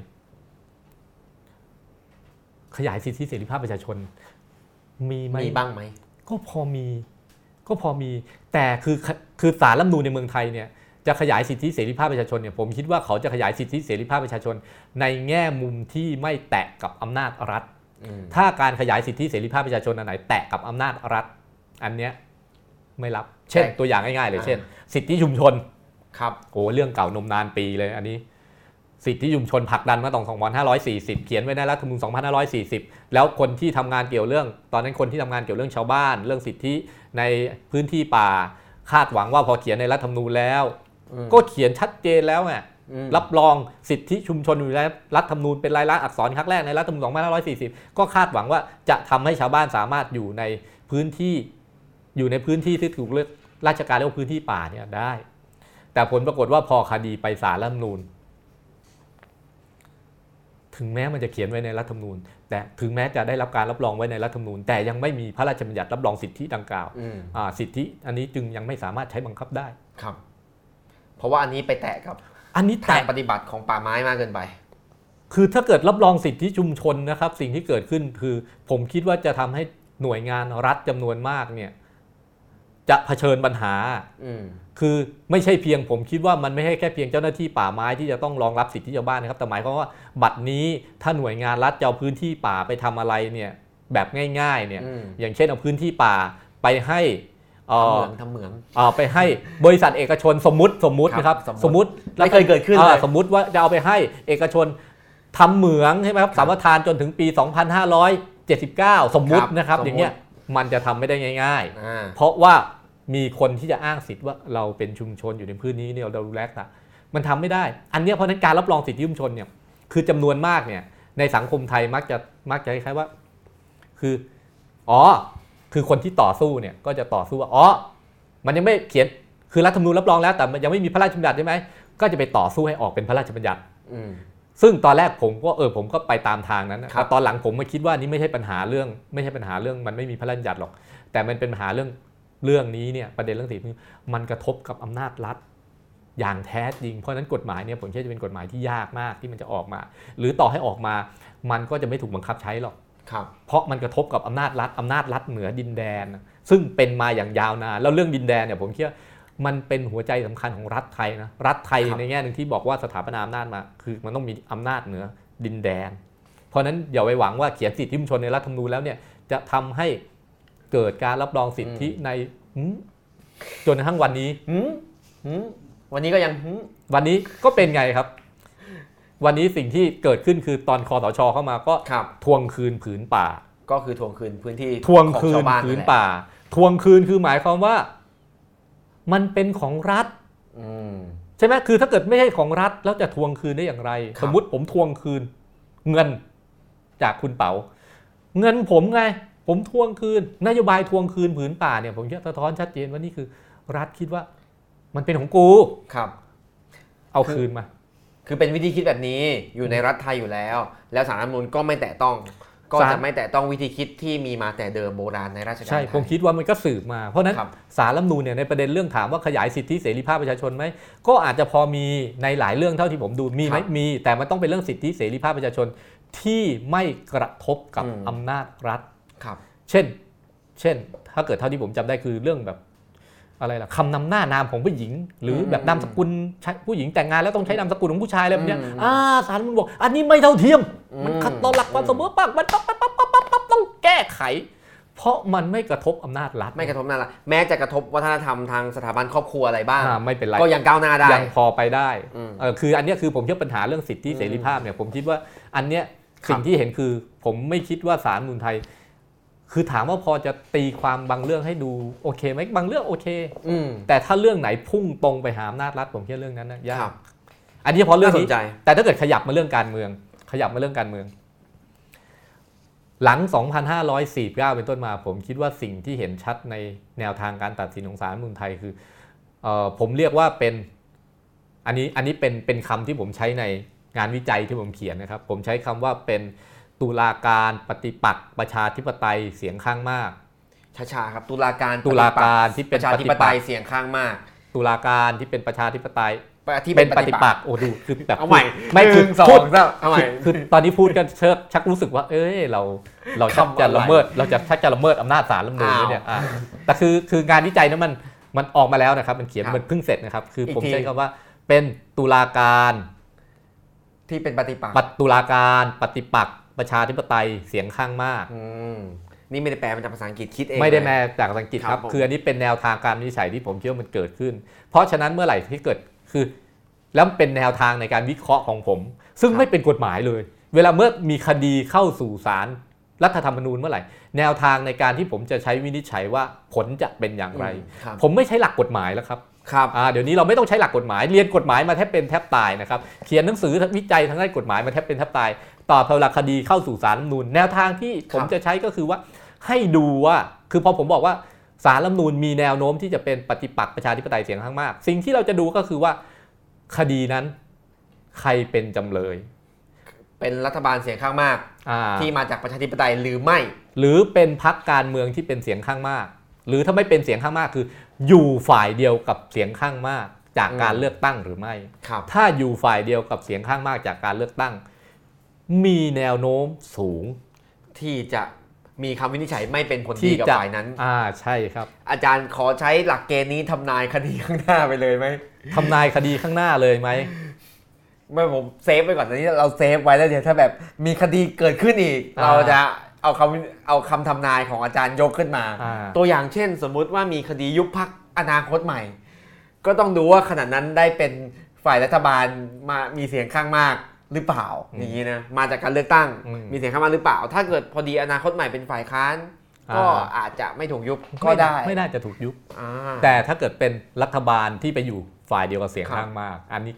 ขยายสิทธิเสรีภาพประชาชนมีบ้างไหมก็พอมีแต่คือศาลรัฐธรรมนูญในเมืองไทยเนี่ยจะขยายสิทธิเสรีภาพประชาชนเนี่ยผมคิดว่าเขาจะขยายสิทธิเสรีภาพประชาชนในแง่มุมที่ไม่แตะกับอำนาจรัฐถ้าการขยายสิทธิเสรีภาพประชาชนอันไหนแตะกับอำนาจรัฐอันเนี้ยไม่รับเช่นตัวอย่างง่ายๆเลยเช่นสิทธิชุมชนครับเรื่องเก่านมนานปีเลยอันนี้สิทธิชุมชนผลักดันมาตั้ง2540เขียนไว้ในรัฐธรรมนูญ2540แล้วคนที่ทำงานเกี่ยวเรื่องตอนนั้นคนที่ทำงานเกี่ยวเรื่องชาวบ้านเรื่องสิทธิในพื้นที่ป่าคาดหวังว่าพอเขียนในรัฐธรรมนูญแล้วก็เขียนชัดเจนแล้วรับรองสิทธิชุมชนอยู่ในรัฐธรรมนูญเป็นลายลักษณ์อักษรครั้งแรกในรัฐธรรมนูญ2540ก็คาดหวังว่าจะทำให้ชาวบ้านสามารถอยู่ในพื้นที่ที่ถูกเลือกราชการเรียกว่าพื้นที่ป่าเนี่ยได้แต่ผลปรากฏว่าพอคดีไปศาลรัฐธรรมนูญถึงแม้มันจะเขียนไว้ในรัฐธรรมนูญแต่ถึงแม้จะได้รับการรับรองไว้ในรัฐธรรมนูญแต่ยังไม่มีพระราชบัญญัติรับรองสิทธิดังกล่าวสิทธิอันนี้จึงยังไม่สามารถใช้บังคับได้ครับเพราะว่าอันนี้ไปแตะกับทางปฏิบัติของป่าไม้มากเกินไปคือถ้าเกิดรับรองสิทธิชุมชนนะครับสิ่งที่เกิดขึ้นคือผมคิดว่าจะทำให้หน่วยงานรัฐจำนวนมากเนี่ยจะเผชิญปัญหาคือไม่ใช่เพียงผมคิดว่ามันไม่ใช่แค่เพียงเจ้าหน้าที่ป่าไม้ที่จะต้องรองรับสิทธิชาวบ้านนะครับแต่หมายความว่าบัดนี้ถ้าหน่วยงานรัฐจะเอาพื้นที่ป่าไปทำอะไรเนี่ยแบบง่ายๆเนี่ยอย่างเช่นเอาพื้นที่ป่าไปให้ทำเหมืองไปให้บริษัทเอกชนสมมุตินะครับสมมุติไม่เคยเกิดขึ้นเลยสมมุติว่าจะเอาไปให้เอกชนทำเหมืองใช่ไหมครับสัมปทานจนถึงปี2579สมมุตินะครับอย่างเงี้ยมันจะทำไม่ได้ง่ายๆเพราะว่ามีคนที่จะอ้างสิทธิ์ว่าเราเป็นชุมชนอยู่ในพื้นนี้เนี่ยเราดูแลกันมันทำไม่ได้อันนี้เพราะนั้นการรับรองสิทธิชุมชนเนี่ยคือจำนวนมากเนี่ยในสังคมไทยมักจะคล้ายๆว่าคือคนที่ต่อสู้เนี่ยก็จะต่อสู้ว่ามันยังไม่เขียนคือรัฐธรรมนูญรับรองแล้วแต่มันยังไม่มีพระราชบัญญัติใช่ไหมก็จะไปต่อสู้ให้ออกเป็นพระราชบัญญัติซึ่งตอนแรกผมก็ไปตามทางนั้นแต่ตอนหลังผมมาคิดว่านี่ไม่ใช่ปัญหาเรื่องมันไม่มีพระราชบัญญัติหรอกแต่มันเป็นปัญหาเรื่องนี้เนี่ยประเด็นเรื่องสิทธิมันกระทบกับอำนาจรัฐอย่างแท้จริงเพราะฉะนั้นกฎหมายเนี่ยผมเชื่อจะเป็นกฎหมายที่ยากมากที่มันจะออกมาหรือต่อให้ออกมามันก็จะไม่ถูกบังคับใช้หรอกเพราะมันกระทบกับอำนาจรัฐเหนือดินแดนซึ่งเป็นมาอย่างยาวนานแล้วเรื่องดินแดนเนี่ยผมเชื่อมันเป็นหัวใจสำคัญของรัฐไทยนะรัฐไทยในแง่นึงที่บอกว่าสถาปนาอำนาจมาคือมันต้องมีอำนาจเหนือดินแดนเพราะนั้นอย่าไปหวังว่าเขียนสิทธิมนุษยชนในรัฐธรรมนูญแล้วเนี่ยจะทำให้เกิดการรับรองสิทธิในจนกระทั่งวันนี้วันนี้ก็ยังวันนี้ก็เป็นไงครับวันนี้สิ่งที่เกิดขึ้นคือตอนคสช.เข้ามาก็ทวงคืนผืนป่าก็คือทวงคืนพื้นที่ทวงคืนผืนป่าทวงคืนคือหมายความว่ามันเป็นของรัฐใช่ไหมคือถ้าเกิดไม่ใช่ของรัฐแล้วจะทวงคืนได้อย่างไรสมมุติผมทวงคืนเงินจากคุณเป๋าเงินผมไงผมทวงคืนนโยบายทวงคืนผืนป่าเนี่ยผมสะท้อนชัดเจนว่านี่คือรัฐคิดว่ามันเป็นของกูครับเอาคืนมาคือเป็นวิธีคิดแบบนี้อยู่ในรัฐไทยอยู่แล้วแล้วศาลรัฐธรรมนูญก็ไม่แตะต้องก็จะไม่แตะต้องวิธีคิดที่มีมาแต่เดิมโบราณในราชการไทยใช่ผมคิดว่ามันก็สืบมาเพราะนั้นศาลรัฐธรรมนูญเนี่ยในประเด็นเรื่องถามว่าขยายสิทธิเสรีภาพประชาชนไหมก็อาจจะพอมีในหลายเรื่องเท่าที่ผมดูมีไหมมีแต่มันต้องเป็นเรื่องสิทธิเสรีภาพประชาชนที่ไม่กระทบกับอำนาจรัฐเช่นถ้าเกิดเท่าที่ผมจำได้คือเรื่องแบบอะไรล่ะคำนำหน้านามของผู้หญิงหรือแบบนามสกุลผู้หญิงแต่งงานแล้วต้องใช้นามสกุลของผู้ชายอะไรแบบนี้ศาลมันบอกอันนี้ไม่เท่าเทียมมันขัดต่อหลักความเสมอภาคมันต้องแก้ไขเพราะมันไม่กระทบอำนาจรัฐไม่กระทบอำนาจรัฐแม้จะกระทบวัฒนธรรมทางสถาบันครอบครัวอะไรบ้างไม่เป็นไรก็ยังก้าวหน้าได้ยังพอไปได้คืออันนี้คือผมคิดปัญหาเรื่องสิทธิเสรีภาพเนี่ยผมคิดว่าอันเนี้ยสิ่งที่เห็นคือผมไม่คิดว่าศาลรัฐธรรมนูญไทยคือถามว่าพอจะตีความบางเรื่องให้ดูโอเคไหมบางเรื่องโอเคแต่ถ้าเรื่องไหนพุ่งตรงไปหาอำนาจรัฐผมคิดเรื่องนั้นนะยากอันนี้พอเรื่องนี้แต่ถ้าเกิดขยับมาเรื่องการเมืองหลัง 2549 เป็นต้นมาผมคิดว่าสิ่งที่เห็นชัดในแนวทางการตัดสินของศาลรัฐธรรมนูญไทยคือผมเรียกว่าเป็นอันนี้เป็นคำที่ผมใช้ในงานวิจัยที่ผมเขียนนะครับผมใช้คำว่าเป็นตุลาการปฏิปักษ์ประชาธิปไตยเสียงข้างมากช้าๆครับตุลาการที่เป็นประชาธิปไตยเสียงข้างมากตุลาการที่เป็นประชาธิปไตยที่เป็นปฏิปักษ์โอ้ดูคือแบบเอาใหม่ไม่คือพูดเอาใหม่คือตอนนี้พูดกันชักรู้สึกว่าเราชักจะละเมิดอำนาจศาลรัฐธรรมนูญเนี่ยแต่คืองานวิจัยนั้นมันออกมาแล้วนะครับมันเขียนมันเพิ่งเสร็จนะครับคือผมใช้คำว่าเป็นตุลาการที่เป็นปฏิปักษ์ตุลาการปฏิปักษ์ประชาธิปไตยเสียงข้างมากนี่ไม่ได้แปลมาจากภาษาอังกฤษคิดเองไม่ได้แปลจากภาษาอังกฤษครับคืออันนี้เป็นแนวทางการวินิจฉัยที่ผมคิดว่ามันเกิดขึ้นเพราะฉะนั้นเมื่อไหร่ที่เกิดคือแล้วเป็นแนวทางในการวิเคราะห์ของผมซึ่งไม่เป็นกฎหมายเลยเวลาเมื่อมีคดีเข้าสู่ศาลรัฐธรรมนูญเมื่อไหร่แนวทางในการที่ผมจะใช้วินิจฉัยว่าผลจะเป็นอย่างไรผมไม่ใช้หลักกฎหมายแล้วครับเดี๋ยวนี้เราไม่ต้องใช้หลักกฎหมายเรียนกฎหมายมาแทบเป็นแทบตายนะครับเขียนหนังสือวิจัยทางด้านกฎหมายมาแทบเป็นแทบตายต่อพอคดีเข้าสู่ศาลรัฐธรรมนูญแนวทางที่ผมจะใช้ก็คือว่าให้ดูว่าคือพอผมบอกว่าศาลรัฐธรรมนูญมีแนวโน้มที่จะเป็นปฏิปักษ์ประชาธิปไตยเสียงข้างมากสิ่งที่เราจะดูก็คือว่าคดีนั้นใครเป็นจำเลยเป็นรัฐบาลเสียงข้างมากที่มาจากประชาธิปไตยหรือไม่หรือเป็นพรรคการเมืองที่เป็นเสียงข้างมากหรือถ้าไม่เป็นเสียงข้างมากคืออยู่ฝ่ายเดียวกับเสียงข้างมากจากการเลือกตั้งหรือไม่ถ้าอยู่ฝ่ายเดียวกับเสียงข้างมากจากการเลือกตั้งมีแนวโน้มสูงที่จะมีคำวินิจฉัยไม่เป็นผลดีกับฝ่ายนั้นใช่ครับอาจารย์ขอใช้หลักเกณฑ์นี้ทำนายคดีข้างหน้าไปเลยไหมทำนายคดีข้างหน้าเลยไหมไม่ผมเซฟไปก่อนตอนนี้เราเซฟไว้แล้วเดี๋ยวถ้าแบบมีคดีเกิดขึ้นอีกเราจะเอาคำทำนายของอาจารย์ยกขึ้นมาตัวอย่างเช่นสมมุติว่ามีคดียุบพรรคอนาคตใหม่ก็ต้องดูว่าขณะนั้นได้เป็นฝ่ายรัฐบาลมามีเสียงข้างมากหรือเปล่าอย่างนี้นะมาจากการเลือกตั้งมีเสียงข้างมากหรือเปล่าถ้าเกิดพอดีอนาคตใหม่เป็นฝ่ายค้านก็อาจจะไม่ถูกยุบก็ได้ไม่น่าจะถูกยุบแต่ถ้าเกิดเป็นรัฐบาลที่ไปอยู่ฝ่ายเดียวกับเสียงข้างมากอันนี้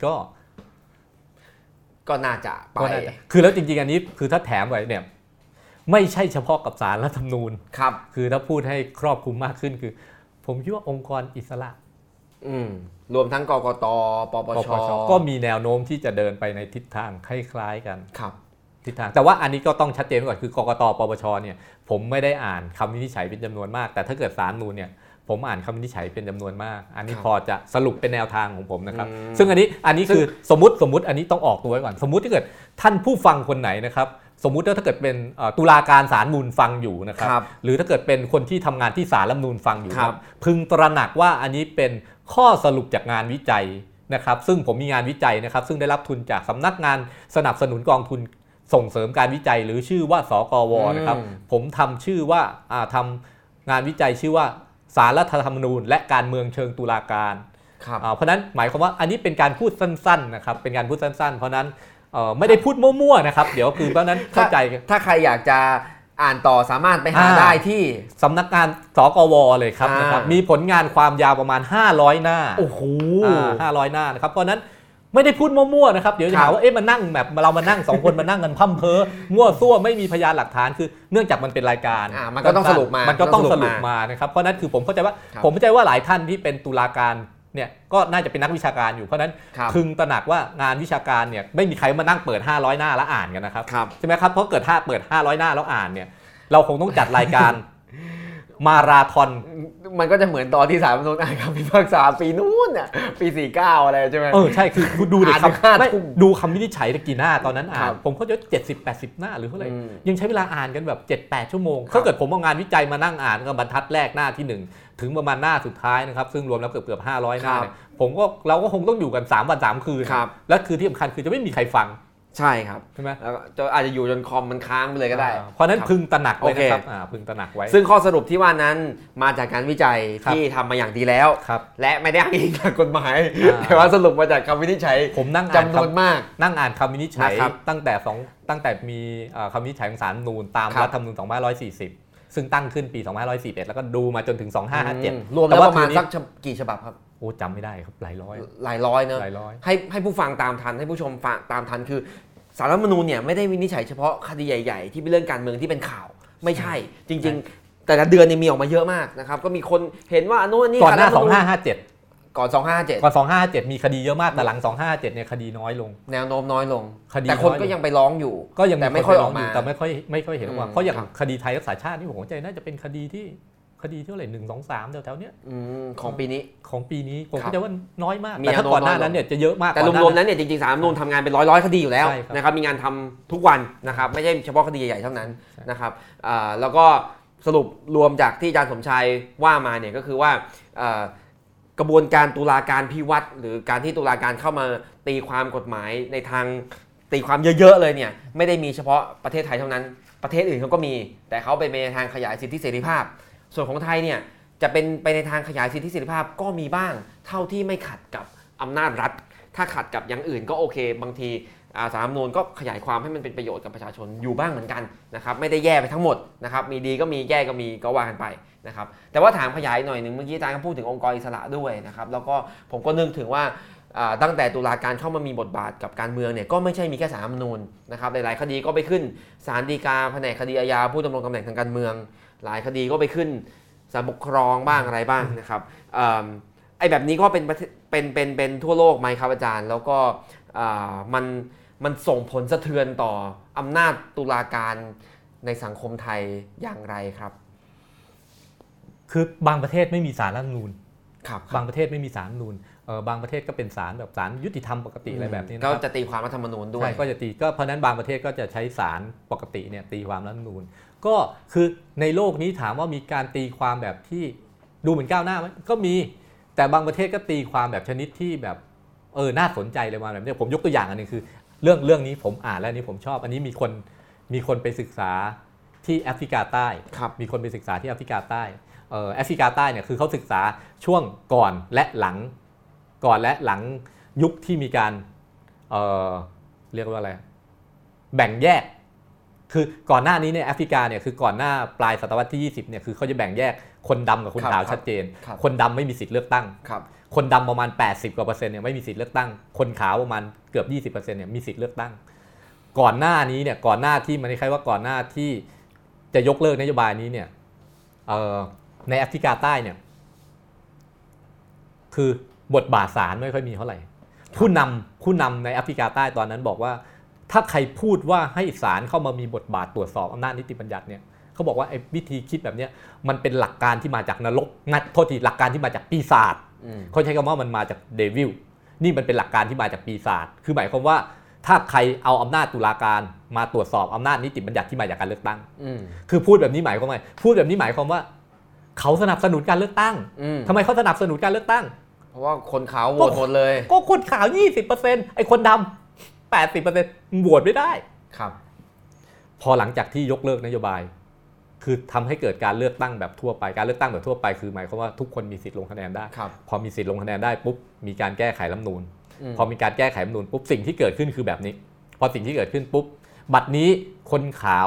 ก็น่าจะไปคือแล้วจริงๆอันนี้คือถ้าแถมไว้เนี่ยไม่ใช่เฉพาะกับศาลรัฐธรรมนูญคือถ้าพูดให้ครอบคลุมมากขึ้นคือผมคิดว่าองค์กรอิสระรวมทั้งกกต.ปปช. ก็มีแนวโน้มที่จะเดินไปในทิศทางคล้ายๆกันทิศทางแต่ว่าอันนี้ก็ต้องชัดเจนก่อนคือกกต.ปปช.เนี่ยผมไม่ได้อ่านคำวินิจฉัยเป็นจำนวนมากแต่ถ้าเกิดศาลรัฐธรรมนูญเนี่ยผมอ่านคำวินิจฉัยเป็นจำนวนมากอันนี้ครับพอจะสรุปเป็นแนวทางของผมนะครับอืมซึ่งอันนี้คือสมมติอันนี้ต้องออกตัวไว้ก่อนสมมติถ้าเกิดท่านผู้ฟังคนไหนนะครับสมมุติว่าถ้าเกิดเป็นตุลาการศาลรัฐธรรมนูญฟังอยู่นะครับครับหรือถ้าเกิดเป็นคนที่ทำงานที่ศาลรัฐธรรมนูญฟังอยู่ครับพึงตระหนักว่าอันนี้เป็นข้อสรุปจากงานวิจัยนะครับซึ่งผมมีงานวิจัยนะครับซึ่งได้รับทุนจากสำนักงานสนับสนุนกองทุนส่งเสริมการวิจัยหรือชื่อว่าสกวนะครับผมทำชื่อว่าทำงานวิจัยชื่อว่าศาลรัฐธรรมนูญและการเมืองเชิงตุลาการครับเพราะนั้นหมายความว่าอันนี้เป็นการพูดสั้นๆนะครับเป็นการพูดสั้นๆเพราะนั้นไม่ได้พูดมั่วๆนะครับเดี๋ยวคือเพราะนั้นเข้าใจถ้าใครอยากจะอ่านต่อสามารถไปหาได้ที่สำนักงานสกวเลยครับนะครับมีผลงานความยาวประมาณ500หน้าโอ้โห 500หน้านะครับเพราะนั้นไม่ได้พูดมั่วๆนะครับเดี๋ยวจะหาว่าเอ๊ะมานั่งแบบเรามานั่ง2คนมานั่งกันพั่มเพ้อมั่วซั่วไม่มีพยานหลักฐานคือเนื่องจากมันเป็นรายการมันก็ต้องสรุปมามันก็ต้องสรุปมานะครับเพราะนั้นคือผมเข้าใจว่าหลายท่านที่เป็นตุลาการเนี่ยก็น่าจะเป็นนักวิชาการอยู่เพราะนั้นพึงตระหนักว่างานวิชาการเนี่ยไม่มีใครมานั่งเปิด500หน้าแล้วอ่านกันนะครับใช่ไหมครับเพราะเกิดเปิด500หน้าแล้วอ่านเนี่ยเราคงต้องจัดรายการมาราธอนมันก็จะเหมือนตอนที่ศาลรัฐธรรมนูญอ่านคำพิพากษาปีนู้นน่ะปี49อะไรใช่ไหมใช่คือดูเด็กดูคำวินิจฉัยกี่หน้าตอนนั้นอ่านผมเขาจะ70-80 หน้าหรือเท่าไหร่ยังใช้เวลาอ่านกันแบบ 7-8 ชั่วโมงถ้าเกิดผมเอางานวิจัยมานั่งอ่านก็บรรทัดแรกหน้าที่1ถึงประมาณหน้าสุดท้ายนะครับซึ่งรวมแล้วเกือบ500หน้าเนี่ยเราก็คงต้องอยู่กัน3 วัน 3 คืนและคือที่สำคัญคือจะไม่มีใครฟังใช่ครับใช่ไหมแล้วอาจจะอยู่จนคอมมันค้างไปเลยก็ได้เพราะนั้นพึงตระหนักไว้นะครับพึงตระหนักไว้ซึ่งข้อสรุปที่ว่านั้นมาจากการวิจัยที่ทำมาอย่างดีแล้วและไม่ได้อ้างอิงจากกฎหมายแต่ว่าสรุปมาจากคำวินิจฉัยผมนั่งจำนวนมากนั่งอ่านคำวินิจฉัยตั้งแต่มีคำวินิจฉัยของศาลรัฐธรรมนูญตามรัฐธรรมนูญ2540ซึ่งตั้งขึ้นปี2541แล้วก็ดูมาจนถึง2557 รวมแล้วประมาณสักกี่ฉบับครับโอ้จำไม่ได้ครับหลายร้อยเนอะให้ผู้ฟังตามทันให้ผู้ชมฟังตามทันคือศาลรัฐธรรมนูญเนี่ยไม่ได้วินิจฉัยเฉพาะคดีใหญ่ๆที่เป็นเรื่องการเมืองที่เป็นข่าวไม่ใช่จริงๆแต่ละเดือนเนี่ยมีออกมาเยอะมากนะครับก็มีคนเห็นว่าโน่นนี่ก่อนหน้า2557 ก่อน 2557มีคดีเยอะมากแต่หลัง2557เนี่ยคดีน้อยลงแนวโน้มน้อยลงแต่คนก็ยังไปร้องอยู่แต่ไม่ค่อยออกมาแต่ไม่ค่อยเห็นว่าเพราะอย่างคดีไทยรักษาชาตินี่ผมเข้าใจน่าจะเป็นคดีที่เท่าไหร่1 2 3แถวๆเนี้ยของปีนี้ผมเข้าใจว่าน้อยมากแต่ถ้าก่อนหน้านั้นเนี่ยจะเยอะมากแต่รวมๆนั้นเนี่ยจริงๆศาลรัฐธรรมนูญทำงานเป็นร้อยคดีอยู่แล้วนะครับมีงานทำทุกวันนะครับไม่ใช่เฉพาะคดีใหญ่ๆเท่านั้นนะครับแล้วก็สรุปรวมจากที่อาจารย์สมชัยว่ามาเนี่ยก็คือว่ากระบวนการตุลาการพิวัตรหรือการที่ตุลาการเข้ามาตีความกฎหมายในทางตีความเยอะๆเลยเนี่ยไม่ได้มีเฉพาะประเทศไทยเท่านั้นประเทศอื่นเขาก็มีแต่เขาไปในทางขยายสิทธิเสรีภาพส่วนของไทยเนี่ยจะเป็นไปในทางขยายสิทธิเสรีภาพก็มีบ้างเท่าที่ไม่ขัดกับอำนาจรัฐถ้าขัดกับอย่างอื่นก็โอเคบางทีศาลรัฐธรรมนูญก็ขยายความให้มันเป็นประโยชน์กับประชาชนอยู่บ้างเหมือนกันนะครับไม่ได้แย่ไปทั้งหมดนะครับมีดีก็มีแย่ก็มีก็ว่ากันไปนะครับแต่ว่าถามขยายหน่อยนึงเมื่อกี้อาจารย์ก็พูดถึงองค์กรอิสระด้วยนะครับแล้วก็ผมก็นึกถึงว่าตั้งแต่ตุลาการเข้ามามีบทบาทกับการเมืองเนี่ยก็ไม่ใช่มีแค่ศาลรัฐธรรมนูญนะครับหลายๆคดีก็ไปขึ้นศาลฎีกาแผนกคดีอาญาผู้ดำรงตำแหน่งทางการเมืองหลายคดีก็ไปขึ้นศาลปกครองบ้างอะไรบ้างนะครับไอ้แบบนี้ก็เป็นทั่วโลกไหมครับอาจารย์แล้วก็มันส่งผลสะเทือนต่ออำนาจตุลาการในสังคมไทยอย่างไรครับคือบางประเทศไม่มีศาลรัฐธรรมนูญบางประเทศไม่มีศาลรัฐธรรมนูญบางประเทศก็เป็นศาลแบบศาลยุติธรรมปกติอะไรแบบนี้ก็จะตีความรัฐธรรมนูญด้วยก็จะตีก็เพราะนั้นบางประเทศก็จะใช้ศาลปกติเนี่ยตีความรัฐธรรมนูญก็คือในโลกนี้ถามว่ามีการตีความแบบที่ดูเหมือนก้าวหน้าไหมก็มีแต่บางประเทศก็ตีความแบบชนิดที่แบบน่าสนใจเลยมาแบบนี้ผมยกตัวอย่างอันนึงคือเรื่องนี้ผมอ่านแล้วนี้ผมชอบอันนี้มีคนไปศึกษาที่แอฟริกาใต้มีคนไปศึกษาที่แอฟริกาใต้แอฟริกาใต้เนี่ยคือเขาศึกษาช่วงก่อนและหลังยุคที่มีการเรียกว่าอะไรแบ่งแยกคือก่อนหน้านี้เนี่ยแอฟริกาเนี่ยคือก่อนหน้าปลายศตวรรษที่20เนี่ยคือเขาจะแบ่งแยกคนดำกับคนขาวชัดเจนคนดำไม่มีสิทธิ์เลือกตั้งคนดำประมาณ80%เนี่ยไม่มีสิทธิ์เลือกตั้งคนขาวประมาณเกือบ 20% เนี่ยมีสิทธิ์เลือกตั้งก่อนหน้านี้เนี่ยก่อนหน้าที่มันคล้ายๆว่าก่อนหน้าที่จะยกเลิกนโยบายนี้เนี่ยในแอฟริกาใต้เนี่ยคือบทบาทศาลไม่ค่อยมีเท่าไหร่ผู้นำในแอฟริกาใต้ตอนนั้นบอกว่าถ้าใครพูดว่าให้ศาลเข้ามามีบทบาทตรวจสอบอำนาจนิติบัญญัติเนี่ยเขาบอกว่าไอ้วิธีคิดแบบนี้มันเป็นหลักการที่มาจากนรกโทษทีหลักการที่มาจากปีศาจเขาใช้คำว่ามันมาจากเดวิลนี่มันเป็นหลักการที่มาจากปีศาจคือหมายความว่าถ้าใครเอาอำนาจตุลาการมาตรวจสอบอำนาจนิติบัญญัติที่มาจากการเลือกตั้งคือพูดแบบนี้หมายความว่าพูดแบบนี้หมายความว่าเขาสนับสนุนการเลือกตั้งทำไมเขาสนับสนุนการเลือกตั้งเพราะว่าคนขาวโหวตหมดเลยก็คนขาว 20% ไอ้คนดำ 80% โหวตไม่ได้ครับพอหลังจากที่ยกเลิกนโยบายคือทำให้เกิดการเลือกตั้งแบบทั่วไปการเลือกตั้งแบบทั่วไปคือหมายความว่าทุกคนมีสิทธิ์ลงคะแนนได้พอมีสิทธิ์ลงคะแนนได้ปุ๊บมีการแก้ไขรัฐธรรมนูญพอมีการแก้ไขรัฐธรรมนูญปุ๊บสิ่งที่เกิดขึ้นคือแบบนี้พอสิ่งที่เกิดขึ้นปุ๊บบัดนี้คนขาว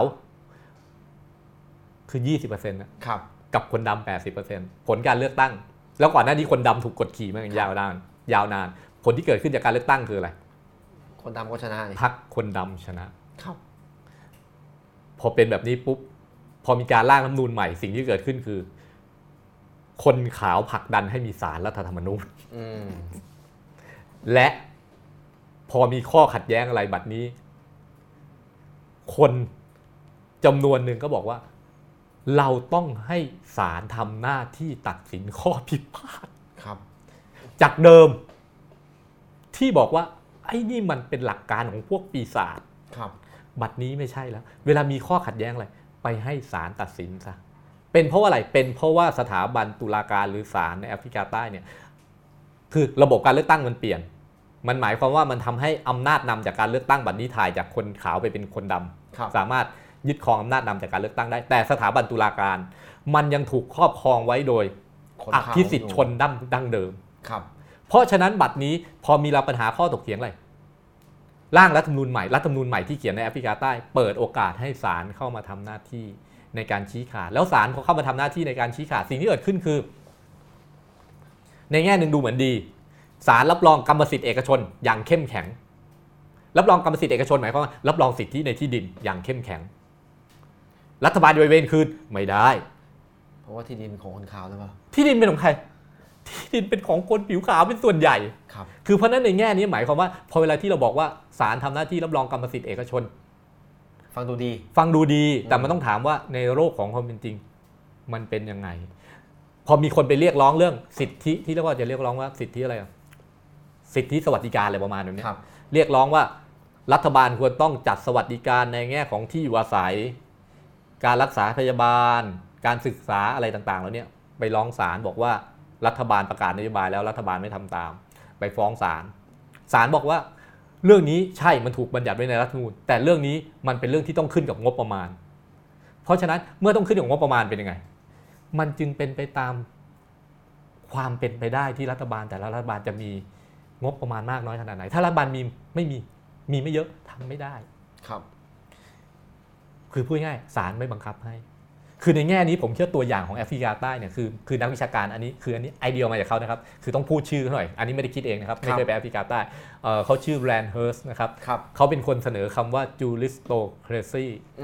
คือ 20% นะครับกับคนดำ 80% ผลการเลือกตั้งแล้วก่อนหน้านี้คนดำถูกกดขี่มาอย่างยาวนานผลที่เกิดขึ้นจากการเลือกตั้งคืออะไรคนดำก็ชนะพรรคคนดำชนะครับพอเป็นแบบนี้ปุ๊บพอมีการร่างรัฐธรรมนูญใหม่สิ่งที่เกิดขึ้นคือคนขาวผลักดันให้มีศาลรัฐธรรมนูญและพอมีข้อขัดแย้งอะไรบัดนี้คนจำนวนหนึ่งก็บอกว่าเราต้องให้ศาลทำหน้าที่ตัดสินข้อพิพาทครับจากเดิมที่บอกว่าไอ้นี่มันเป็นหลักการของพวกปีศาจครับบัดนี้ไม่ใช่แล้วเวลามีข้อขัดแย้งอะไรไปให้ศาลตัดสินซะเป็นเพราะอะไรเป็นเพราะว่าสถาบันตุลาการหรือศาลในแอฟริกาใต้เนี่ยคือระบบการเลือกตั้งมันเปลี่ยนมันหมายความว่ามันทำให้อำนาจนำจากการเลือกตั้งบัดนี้ถ่ายจากคนขาวไปเป็นคนดำสามารถยึดครองอำนาจนำจากการเลือกตั้งได้แต่สถาบันตุลาการมันยังถูกครอบครองไว้โดยอภิสิทธิชนดั้งเดิมเพราะฉะนั้นบัดนี้พอมีปัญหาข้อถกเถียงอะไรร่างรัฐธรรมนูญใหม่ที่เขียนในแอฟริกาใต้เปิดโอกาสให้ศาลเข้ามาทำหน้าที่ในการชี้ขาดแล้วศาลพอเข้ามาทำหน้าที่ในการชี้ขาดสิ่งที่เกิดขึ้นคือในแง่หนึ่งดูเหมือนดีศาลรับรองกรรมสิทธิเอกชนอย่างเข้มแข็งรับรองกรรมสิทธิเอกชนหมายความว่ารับรองสิทธิในที่ดินอย่างเข้มแข็งรัฐบาลจะไปเวรคืนไม่ได้เพราะว่าที่ดินเป็นของคนขาวหรือเปล่าที่ดินเป็นของใครที่ดินเป็นของคนผิวขาวเป็นส่วนใหญ่คือเพราะนั้นในแง่นี้หมายความว่าพอเวลาที่เราบอกว่าศาลทำหน้าที่รับรองกรรมสิทธิเอกชนฟังดูดีแต่มันต้องถามว่าในโลกของความเป็นจริงมันเป็นยังไงพอมีคนไปเรียกร้องเรื่องสิทธิที่เรียกว่าจะเรียกร้องว่าสิทธิอะไรสิทธิสวัสดิการอะไรประมาณนี้เรียกร้องว่ารัฐบาลควรต้องจัดสวัสดิการในแง่ของที่อยู่อาศัยการรักษาพยาบาลการศึกษาอะไรต่างๆแล้วเนี่ยไปร้องศาลบอกว่ารัฐบาลประกาศนโยบายแล้วรัฐบาลไม่ทำตามไปฟ้องศาลบอกว่าเรื่องนี้ใช่มันถูกบัญญัติไว้ในรัฐธรรมนูญแต่เรื่องนี้มันเป็นเรื่องที่ต้องขึ้นกับงบประมาณเพราะฉะนั้นเมื่อต้องขึ้นกับงบประมาณเป็นยังไงมันจึงเป็นไปตามความเป็นไปได้ที่รัฐบาลแต่ละรัฐบาลจะมีงบประมาณมากน้อยขนาดไหนถ้ารัฐบาลมีไม่เยอะทำไม่ได้ครับคือพูดง่ายศาลไม่บังคับให้คือในแง่นี้ผมเชื่อตัวอย่างของแอฟริกาใต้เนี่ยคือนักวิชาการอันนี้ไอเดียมาจากเขานะครับคือต้องพูดชื่อเขาหน่อยอันนี้ไม่ได้คิดเองนะครับไม่เคยไปแอฟริกาใต้เขาชื่อแรนเฮิร์สนะครับเขาเป็นคนเสนอคำว่า Juristocracy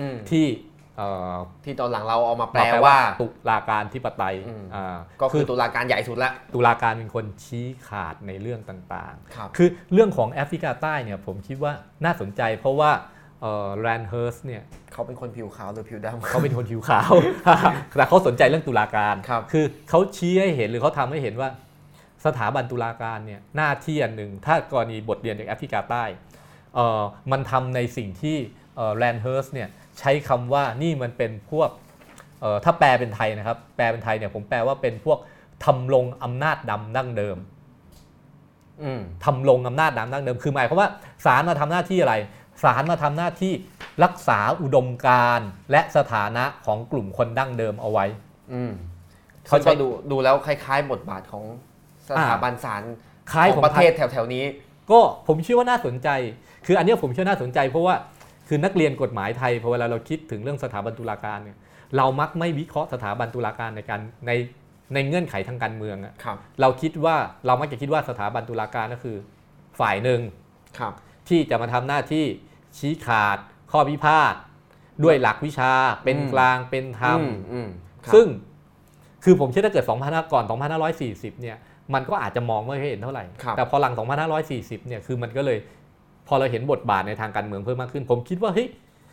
ที่ตอนหลังเราเอามาแปลว่าตุลาการธิปไตยก็คือตุลาการใหญ่สุดละตุลาการเป็นคนชี้ขาดในเรื่องต่างๆคือเรื่องของแอฟริกาใต้เนี่ยผมคิดว่าน่าสนใจเพราะว่าแรนเฮิร์สเนี่ยเขาเป็นคนผิวขาวหรือผิวดำเขาเป็นคนผิวขาวแต่เขาสนใจเรื่องตุลาการคือเขาชี้ให้เห็นหรือเขาทำให้เห็นว่าสถาบันตุลาการเนี่ยหน้าที่อันหนึ่งถ้ากรณีบทเรียนจากแอฟริกาใต้มันทำในสิ่งที่แรนเฮิร์สเนี่ยใช้คำว่านี่มันเป็นพวกถ้าแปลเป็นไทยนะครับแปลเป็นไทยเนี่ยผมแปลว่าเป็นพวกทำลงอำนาจดำดั้งเดิมทำลงอำนาจดำดั้งเดิมคือหมายความว่าศาลมาทำหน้าที่อะไรศาลมาทำหน้าที่รักษาอุดมการณ์และสถานะของกลุ่มคนดั้งเดิมเอาไว้เขาจะดูแล้วคล้ายๆบทบาทของสถาบันศาลของประเทศแถวๆนี้ก็ผมเชื่อว่าน่าสนใจคืออันนี้ผมเชื่อน่าสนใจเพราะว่าคือนักเรียนกฎหมายไทยพอเวลาเราคิดถึงเรื่องสถาบันตุลาการเนี่ยเรามักไม่วิเคราะห์สถาบันตุลาการในเงื่อนไขทางการเมืองเรามักจะคิดว่าสถาบันตุลาการก็คือฝ่ายหนึ่งที่จะมาทำหน้าที่ชี้ขาดข้อพิพาทด้วยหลักวิชาเป็นกลางเป็นธรรมซึ่งคือผมเชื่อถ้าเกิดก่อน2540เนี่ยมันก็อาจจะมองไม่เห็นเท่าไหร่แต่พอหลัง2540เนี่ยคือมันก็เลยพอเราเห็นบทบาทในทางการเมืองเพิ่มมากขึ้นผมคิดว่าเฮ้ย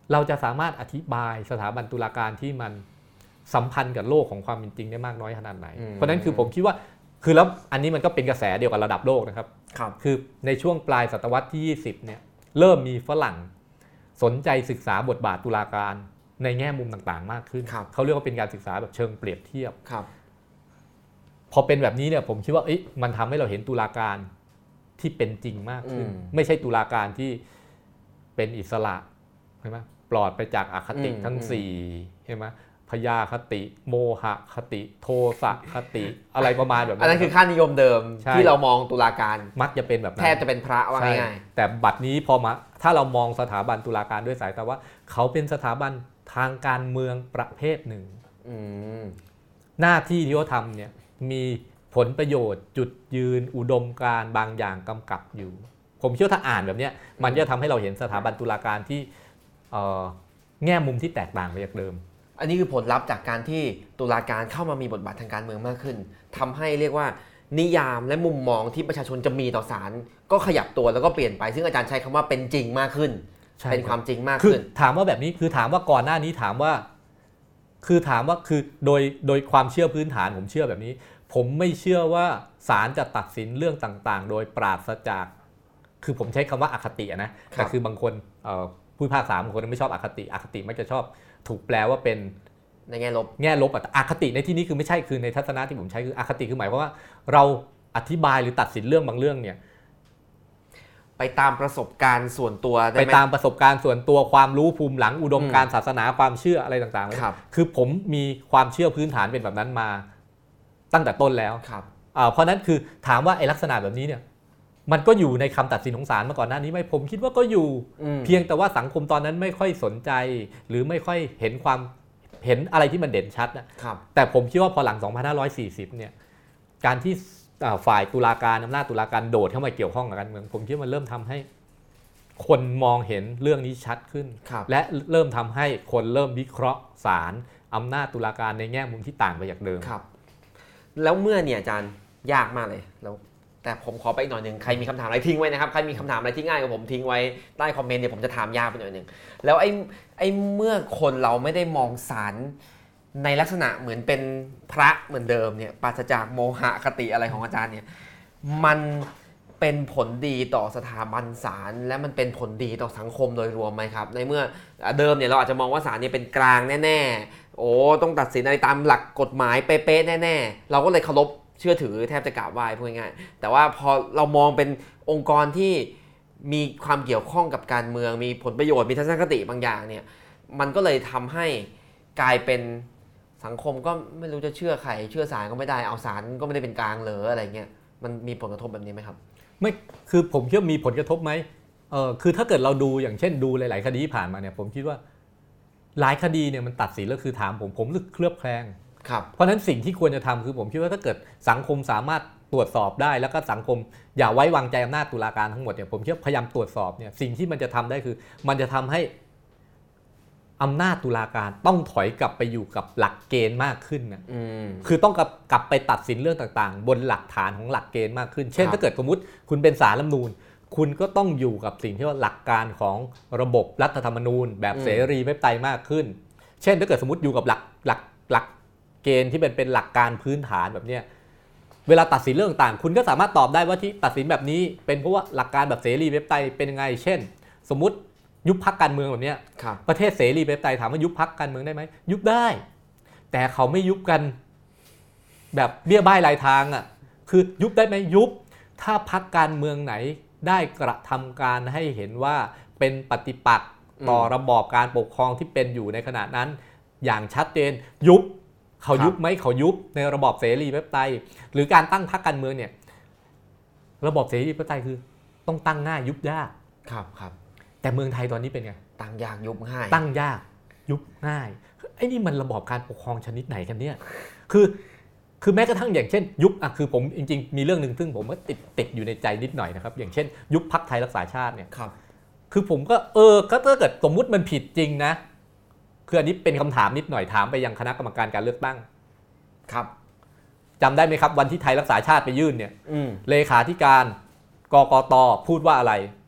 เราจะสามารถอธิบายสถาบันตุลาการที่มันสัมพันธ์กับโลกของความเป็นจริงได้มากน้อยขนาดไหนเพราะนั้นคือผมคิดว่าคือแล้วอันนี้มันก็เป็นกระแสเดียวกับระดับโลกนะครับคือในช่วงปลายศตวรรษที่20เนี่ยเริ่มมีฝรั่งสนใจศึกษาบทบาทตุลาการในแง่มุมต่างๆมากขึ้นเขาเรียกว่าเป็นการศึกษาแบบเชิงเปรียบเทียบพอเป็นแบบนี้เนี่ยผมคิดว่ามันทำให้เราเห็นตุลาการที่เป็นจริงมากขึ้นไม่ใช่ตุลาการที่เป็นอิสระใช่ไหมปลอดไปจากอคติทั้ง4ใช่ไหมพยาคติโมหคติโทสะคติอะไรประมาณแบบนั้นอันนั้นคือค่านิยมเดิมที่เรามองตุลาการมักจะเป็นแบบนั้นแทบจะเป็นพระว่าง่ายๆแต่บัดนี้พอมาถ้าเรามองสถาบันตุลาการด้วยสายตาว่าเขาเป็นสถาบันทางการเมืองประเภทหนึ่งหน้าที่ที่เขาทำเนี่ยมีผลประโยชน์จุดยืนอุดมการณ์บางอย่างกำกับอยู่ผมเชื่อถ้าอ่านแบบนี้มันจะทำให้เราเห็นสถาบันตุลาการที่แง่มุมที่แตกต่างไปจากเดิมอันนี้คือผลลัพธ์จากการที่ตุลาการเข้ามามีบทบาททางการเมืองมากขึ้นทำให้เรียกว่านิยามและมุมมองที่ประชาชนจะมีต่อศาลก็ขยับตัวแล้วก็เปลี่ยนไปซึ่งอาจารย์ใช้คำว่าเป็นจริงมากขึ้นเป็นความจริงมากขึ้นถามว่าแบบนี้คือถามว่าก่อนหน้านี้ถามว่าคือโดยความเชื่อพื้นฐานผมเชื่อแบบนี้ผมไม่เชื่อว่าศาลจะตัดสินเรื่องต่างๆโดยปราศจากคือผมใช้คำว่าอคตินะแต่คือบางคนผู้พิพากษาบางคนไม่ชอบอคติมักจะชอบถูกแปลว่าเป็นในแง่ลบอคติในที่นี้คือไม่ใช่คือในทัศนะที่ผมใช้คืออคติคือหมายความว่าเราอธิบายหรือตัดสินเรื่องบางเรื่องเนี่ยไปตามประสบการณ์ส่วนตัวได้ไหมไปตามประสบการณ์ส่วนตัวความรู้ภูมิหลังอุดมการณ์ศาสนาความเชื่ออะไรต่างๆคือผมมีความเชื่อพื้นฐานเป็นแบบนั้นมาตั้งแต่ต้นแล้วเพราะนั้นคือถามว่าไอ้ลักษณะแบบนี้เนี่ยมันก็อยู่ในคำตัดสินของศาลมาก่อนหน้านี้ไหมผมคิดว่าก็อยู่เพียงแต่ว่าสังคมตอนนั้นไม่ค่อยสนใจหรือไม่ค่อยเห็นอะไรที่มันเด่นชัดนะแต่ผมคิดว่าพอหลัง 2540 เนี่ยการที่ฝ่ายตุลาการอำนาจตุลาการโดดเข้ามาเกี่ยวข้องกับการเมืองผมคิดว่ามันเริ่มทำให้คนมองเห็นเรื่องนี้ชัดขึ้นและเริ่มทำให้คนเริ่มวิเคราะห์ศาลอำนาจตุลาการในแง่มุมที่ต่างไปจากเดิมแล้วเมื่อเนี่ยอาจารย์ยากมากเลยแล้วแต่ผมขอไปอีกหน่อยนึงใครมีคำถามอะไรทิ้งไว้นะครับใครมีคำถามอะไรที่ง่ายกว่าผมทิ้งไว้ใต้คอมเมนต์เนี่ยผมจะถามยากไปหน่อยนึงแล้วไอ้เมื่อคนเราไม่ได้มองศาลในลักษณะเหมือนเป็นพระเหมือนเดิมเนี่ยปราศจากโมหคติอะไรของอาจารย์เนี่ยมันเป็นผลดีต่อสถาบันศาลและมันเป็นผลดีต่อสังคมโดยรวมไหมครับในเมื่อเดิมเนี่ยเราอาจจะมองว่าศาลเนี่ยเป็นกลางแน่ๆโอ้ต้องตัดสินอะไรตามหลักกฎหมายเป๊ะๆแน่ๆเราก็เลยเคารพเชื่อถือแทบจะกราบไหว้พูดง่ายๆแต่ว่าพอเรามองเป็นองค์กรที่มีความเกี่ยวข้องกับการเมืองมีผลประโยชน์มีทัศนคติบางอย่างเนี่ยมันก็เลยทำให้กลายเป็นสังคมก็ไม่รู้จะเชื่อใครเชื่อศาลก็ไม่ได้เอาศาลก็ไม่ได้เป็นกลางเลยอะไรเงี้ยมันมีผลกระทบแบบนี้ไหมครับไม่คือผมคิดว่ามีผลกระทบไหมคือถ้าเกิดเราดูอย่างเช่นดูหลายๆคดีผ่านมาเนี่ยผมคิดว่าหลายคดีเนี่ยมันตัดสินแล้วคือถามผมรู้สึกเคลือบแคลงเพราะฉะนั้นสิ่งที่ควรจะทำคือผมคิดว่าถ้าเกิดสังคมสามารถตรวจสอบได้แล้วก็สังคมอย่าไว้วางใจอำนาจตุลาการทั้งหมดเนี่ยผมคิดว่าพยายามตรวจสอบเนี่ยสิ่งที่มันจะทำได้คือมันจะทำให้อำนาจตุลาการต้องถอยกลับไปอยู่กับหลักเกณฑ์มากขึ้นนะคือต้องกลับไปตัดสินเรื่องต่างๆบนหลักฐานของหลักเกณฑ์มากขึ้นเช่นถ้าเกิดสมมติคุณเป็นศาลรัฐธรรมนูญคุณก็ต้องอยู่กับสิ่งที่ว่าหลักการของระบบรัฐธรรมนูญแบบเสรีไม่ไตมากขึ้นเช่นถ้าเกิดสมมติอยู่กับหลักเกณฑ์ที่เป็นหลักการพื้นฐานแบบเนี้ยเวลาตัดสินเรื่องต่างคุณก็สามารถตอบได้ว่าที่ตัดสินแบบนี้เป็นเพราะว่าหลักการแบบเสรีเว็บไตเป็นยังไงเช่นสมมติยุบพรรคการเมืองแบบนี้ประเทศเสรีเว็บไตถามว่ายุบพรรคการเมืองได้ไหมยุบได้แต่เขาไม่ยุบกันแบบเบี้ยบ้ายรายทางอ่ะคือยุบได้ไหมยุบถ้าพรรคการเมืองไหนได้กระทำการให้เห็นว่าเป็นปฏิปักษ์ต่อระบอบการปกครองที่เป็นอยู่ในขณะนั้นอย่างชัดเจนยุบเขายุบไหมเขายุบในระบอบเสรีเว็บไตหรือการตั้งพรรคการเมืองเนี่ยระบอบเสรีเว็บไตคือต้องตั้งง่ายยุบยากครับแต่เมืองไทยตอนนี้เป็นไงตั้งยากยุบง่ายตั้งยากยุบง่ายไอ้นี่มันระบอบการปกครองชนิดไหนกันเนี่ยคือแม้กระทั่งอย่างเช่นยุบคือผมจริงๆมีเรื่องนึงซึ่งผมก็ติดอยู่ในใจนิดหน่อยนะครับอย่างเช่นยุบพรรคไทยรักษาชาติเนี่ยคือผมก็ก็ถ้าเกิดสมมุติมันผิดจริงนะคืออันนี้เป็นคำถามนิดหน่อยถามไปยังคณะกรรมการการเลือกตั้งครับจำได้ไหมครับวันที่ไทยรักษาชาติไปยื่นเนี่ยเลขาธิการกกต.พูดว่าอะไร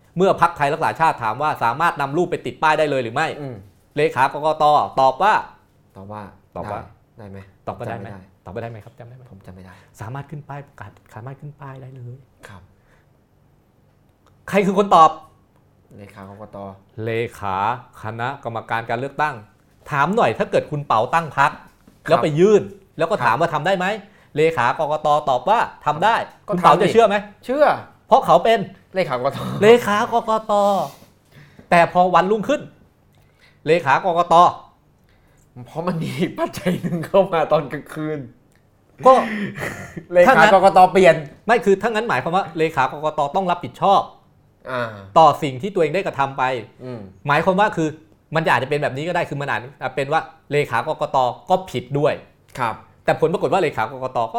เมื่อพรรคไทยรักษาชาติถามว่าสามารถนำรูปไปติดป้ายได้เลยหรือไม่เลขากกต.ตอบว่าได้ไหมตอบก็ได้ไหมตอบไม่ได้ไหมครับจำได้ไหมผมจำไม่ได้สามารถขึ้นป้ายประกาศสามารถขึ้นป้ายได้เลยครับใครคือคนตอบเลขากกต. เลขาคณะกรรมการการเลือกตั้งถามหน่อยถ้าเกิดคุณเป๋าตั้งพรรคแล้วไปยื่นแล้วก็ถามว่าทำได้ไหมเลขากกต.ตอบว่าทำได้คุณเป๋าจะเชื่อไหมเชื่อเพราะเขาเป็นเลขากกต. เลขากกต.แต่พอวันรุ่งขึ้นเลขากกต. เพราะมันมีปัจจัยหนึ่งเข้ามาตอนกลางคืนก็เลขากกต.เปลี่ยนไม่คือถ้างั้นหมายความว่าเลขากกต.ต้องรับผิดชอบต่อสิ่งที่ตัวเองได้กระทำไปหมายความว่าคือมันอาจจะเป็นแบบนี้ก็ได้คือมันอาจจะเป็นว่าเลขากกต.ก็ผิดด้วยครับแต่ผลปรากฏว่าเลขากกต.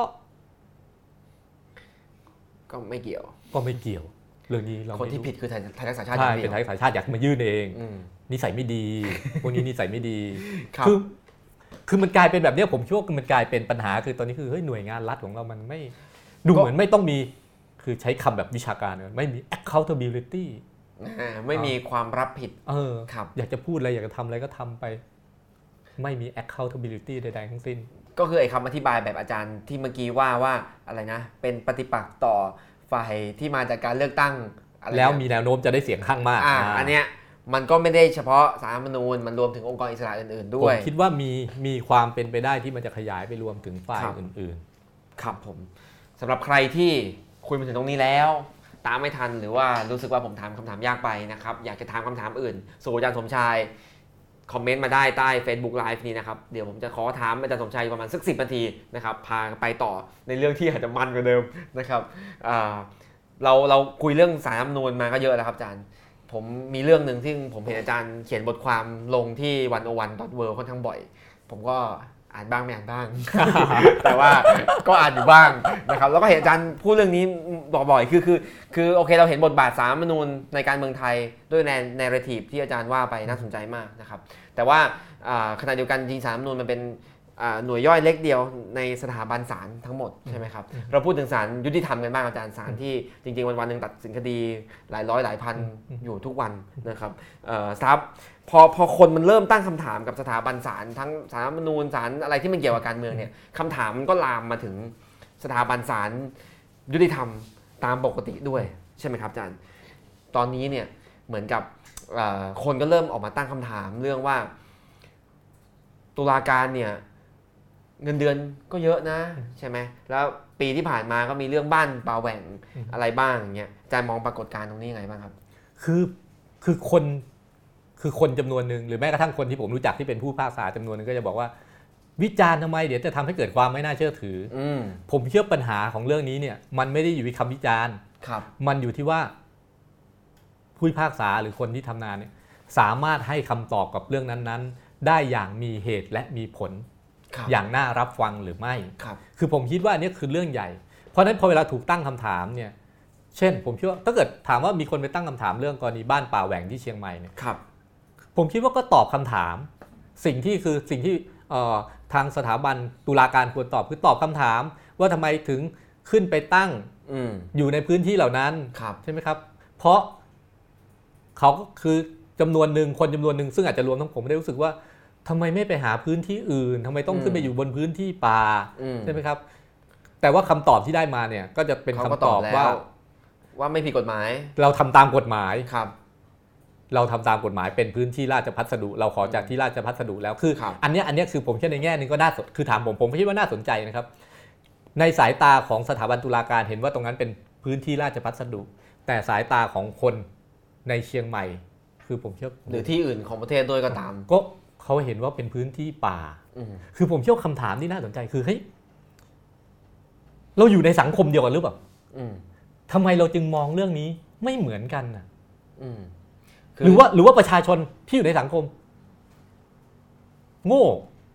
ก็ไม่เกี่ยวเรื่องนี้เราคนที่ผิดคือไทยรักษาชาติเป็นไทยรักษาชาติอยากมายื่นเองนิสัยไม่ดีพวกนี้นิสัยไม่ดีคือมันกลายเป็นแบบนี้ผมคิดว่ามันกลายเป็นปัญหาคือตอนนี้คือเฮ้ยหน่วยงานรัฐของเรามันไม่ดูเหมือนไม่ต้องมีคือใช้คำแบบวิชาการไม่มี accountability ไม่มีความรับผิดครับอยากจะพูดอะไรอยากจะทำอะไรก็ทำไปไม่มี accountability ใดๆทั้งสิ้นก็คือไอ้คำอธิบายแบบอาจารย์ที่เมื่อกี้ว่าอะไรนะเป็นปฏิปักษ์ต่อฝ่ายที่มาจากการเลือกตั้งแล้วมีแนวโน้มจะได้เสียงข้างมากอันเนี้ยมันก็ไม่ได้เฉพาะศาลรัฐธรรมนูญมันรวมถึงองค์กรอิสระอื่นๆด้วยผมคิดว่ามีความเป็นไปได้ที่มันจะขยายไปรวมถึงฝ่ายอื่นๆครับผมสำหรับใครที่คุยมาถึงตรงนี้แล้วตามไม่ทันหรือว่ารู้สึกว่าผมถามคำถามยากไปนะครับอยากจะถามคำถามอื่นสู่อาจารย์สมชายคอมเมนต์มาได้ใต้ Facebook Live นี้นะครับเดี๋ยวผมจะขอถามอาจารย์สมชายประมาณสัก10 นาทีนะครับพาไปต่อในเรื่องที่อาจจะมันกว่าเดิมนะครับเราคุยเรื่องศาลรัฐธรรมนูญมาก็เยอะแล้วครับอาจารย์ผมมีเรื่องหนึ่งที่ผมเห็นอาจารย์เขียนบทความลงที่ 101.world ค่อนข้างบ่อยผมก็อ่านบ้างไม่อ่านบ้าง แต่ว่าก็อ่านอยู่บ้างนะครับแล้วก็เห็นอาจารย์พูดเรื่องนี้บ่อยๆคือโอเคเราเห็นบทบาทศาลรัฐธรรมนูญในการเมืองไทยด้วยในnarrative ที่อาจารย์ว่าไปน่าสนใจมากนะครับแต่ว่าขณะเดียวกันจริงศาลรัฐธรรมนูญมันเป็นหน่วยย่อยเล็กเดียวในสถาบันศาลทั้งหมดใช่ไหมครับเราพูดถึงศาลยุติธรรมกันบ้างอาจารย์ศาลที่จริงๆวันๆนึงตัดสินคดีหลายร้อยหลายพันอยู่ทุกวันนะครับพอคนมันเริ่มตั้งคำถามกับสถาบันศาลทั้งศาลรัฐธรรมนูญศาลอะไรที่มันเกี่ยวกับการเมืองเนี่ยคำถามมันก็ลามมาถึงสถาบันศาลยุติธรรมตามปกติด้วยใช่ไหมครับอาจารย์ตอนนี้เนี่ยเหมือนกับคนก็เริ่มออกมาตั้งคำถามเรื่องว่าตุลาการเนี่ยเงินเดือนก็เยอะนะใช่ไหมแล้วปีที่ผ่านมาก็มีเรื่องบ้านป่าแหว่งอะไรบ้างอย่างเงี้ยอาจารย์มองปรากฏการณ์ตรงนี้ยังไงบ้างครับคือคนจำนวนหนึ่งหรือแม้กระทั่งคนที่ผมรู้จักที่เป็นผู้พิพากษาจำนวนหนึ่งก็จะบอกว่าวิจารณ์ทำไมเดี๋ยวจะทำให้เกิดความไม่น่าเชื่อถือผมเชื่อปัญหาของเรื่องนี้เนี่ยมันไม่ได้อยู่ที่คำวิจารณ์มันอยู่ที่ว่าผู้พิพากษาหรือคนที่ทำงานเนี่ยสามารถให้คำตอบกับเรื่องนั้นๆได้อย่างมีเหตุและมีผลอย่างน่ารับฟังหรือไม่คือผมคิดว่านี่คือเรื่องใหญ่เพราะฉะนั้นพอเวลาถูกตั้งคำถามเนี่ยเช่นผมคิดว่าถ้าเกิดถามว่ามีคนไปตั้งคำถามเรื่องกรณีบ้านป่าแหว่งที่เชียงใหม่เนี่ยผมคิดว่าก็ตอบคำถามสิ่งที่ทางสถาบันตุลาการควรตอบคือตอบคำถามว่าทำไมถึงขึ้นไปตั้งอยู่ในพื้นที่เหล่านั้นใช่ไหมครับเพราะเขาคือจำนวนหนึ่งคนจำนวนหนึ่งซึ่งอาจจะรวมทั้งผมได้รู้สึกว่าทำไมไม่ไปหาพื้นที่อื่นทำไมต้องขึ้นไปอยู่บนพื้นที่ป่าใช่ไหมครับแต่ว่าคำตอบที่ได้มาเนี่ยก็จะเป็นคำตอบว่าไม่ผิดกฎหมายเราทำตามกฎหมายครับเราทำตามกฎหมายเป็นพื้นที่ราชพัสดุเราขอจากที่ราชพัสดุแล้วคืออันนี้คือผมเชื่อในแง่นึงก็น่าสนคือถามผมคิดว่าน่าสนใจนะครับในสายตาของสถาบันตุลาการเห็นว่าตรงนั้นเป็นพื้นที่ราชพัสดุแต่สายตาของคนในเชียงใหม่คือผมเชื่อหรือที่อื่นของประเทศด้วยก็ตามก็เขาเห็นว่าเป็นพื้นที่ป่าคือผมเชื่อคำถามที่น่าสนใจคือเฮ้ยเราอยู่ในสังคมเดียวกันหรือเปล่าทำไมเราจึงมองเรื่องนี้ไม่เหมือนกันน่ะหรือว่าประชาชนที่อยู่ในสังคมโง่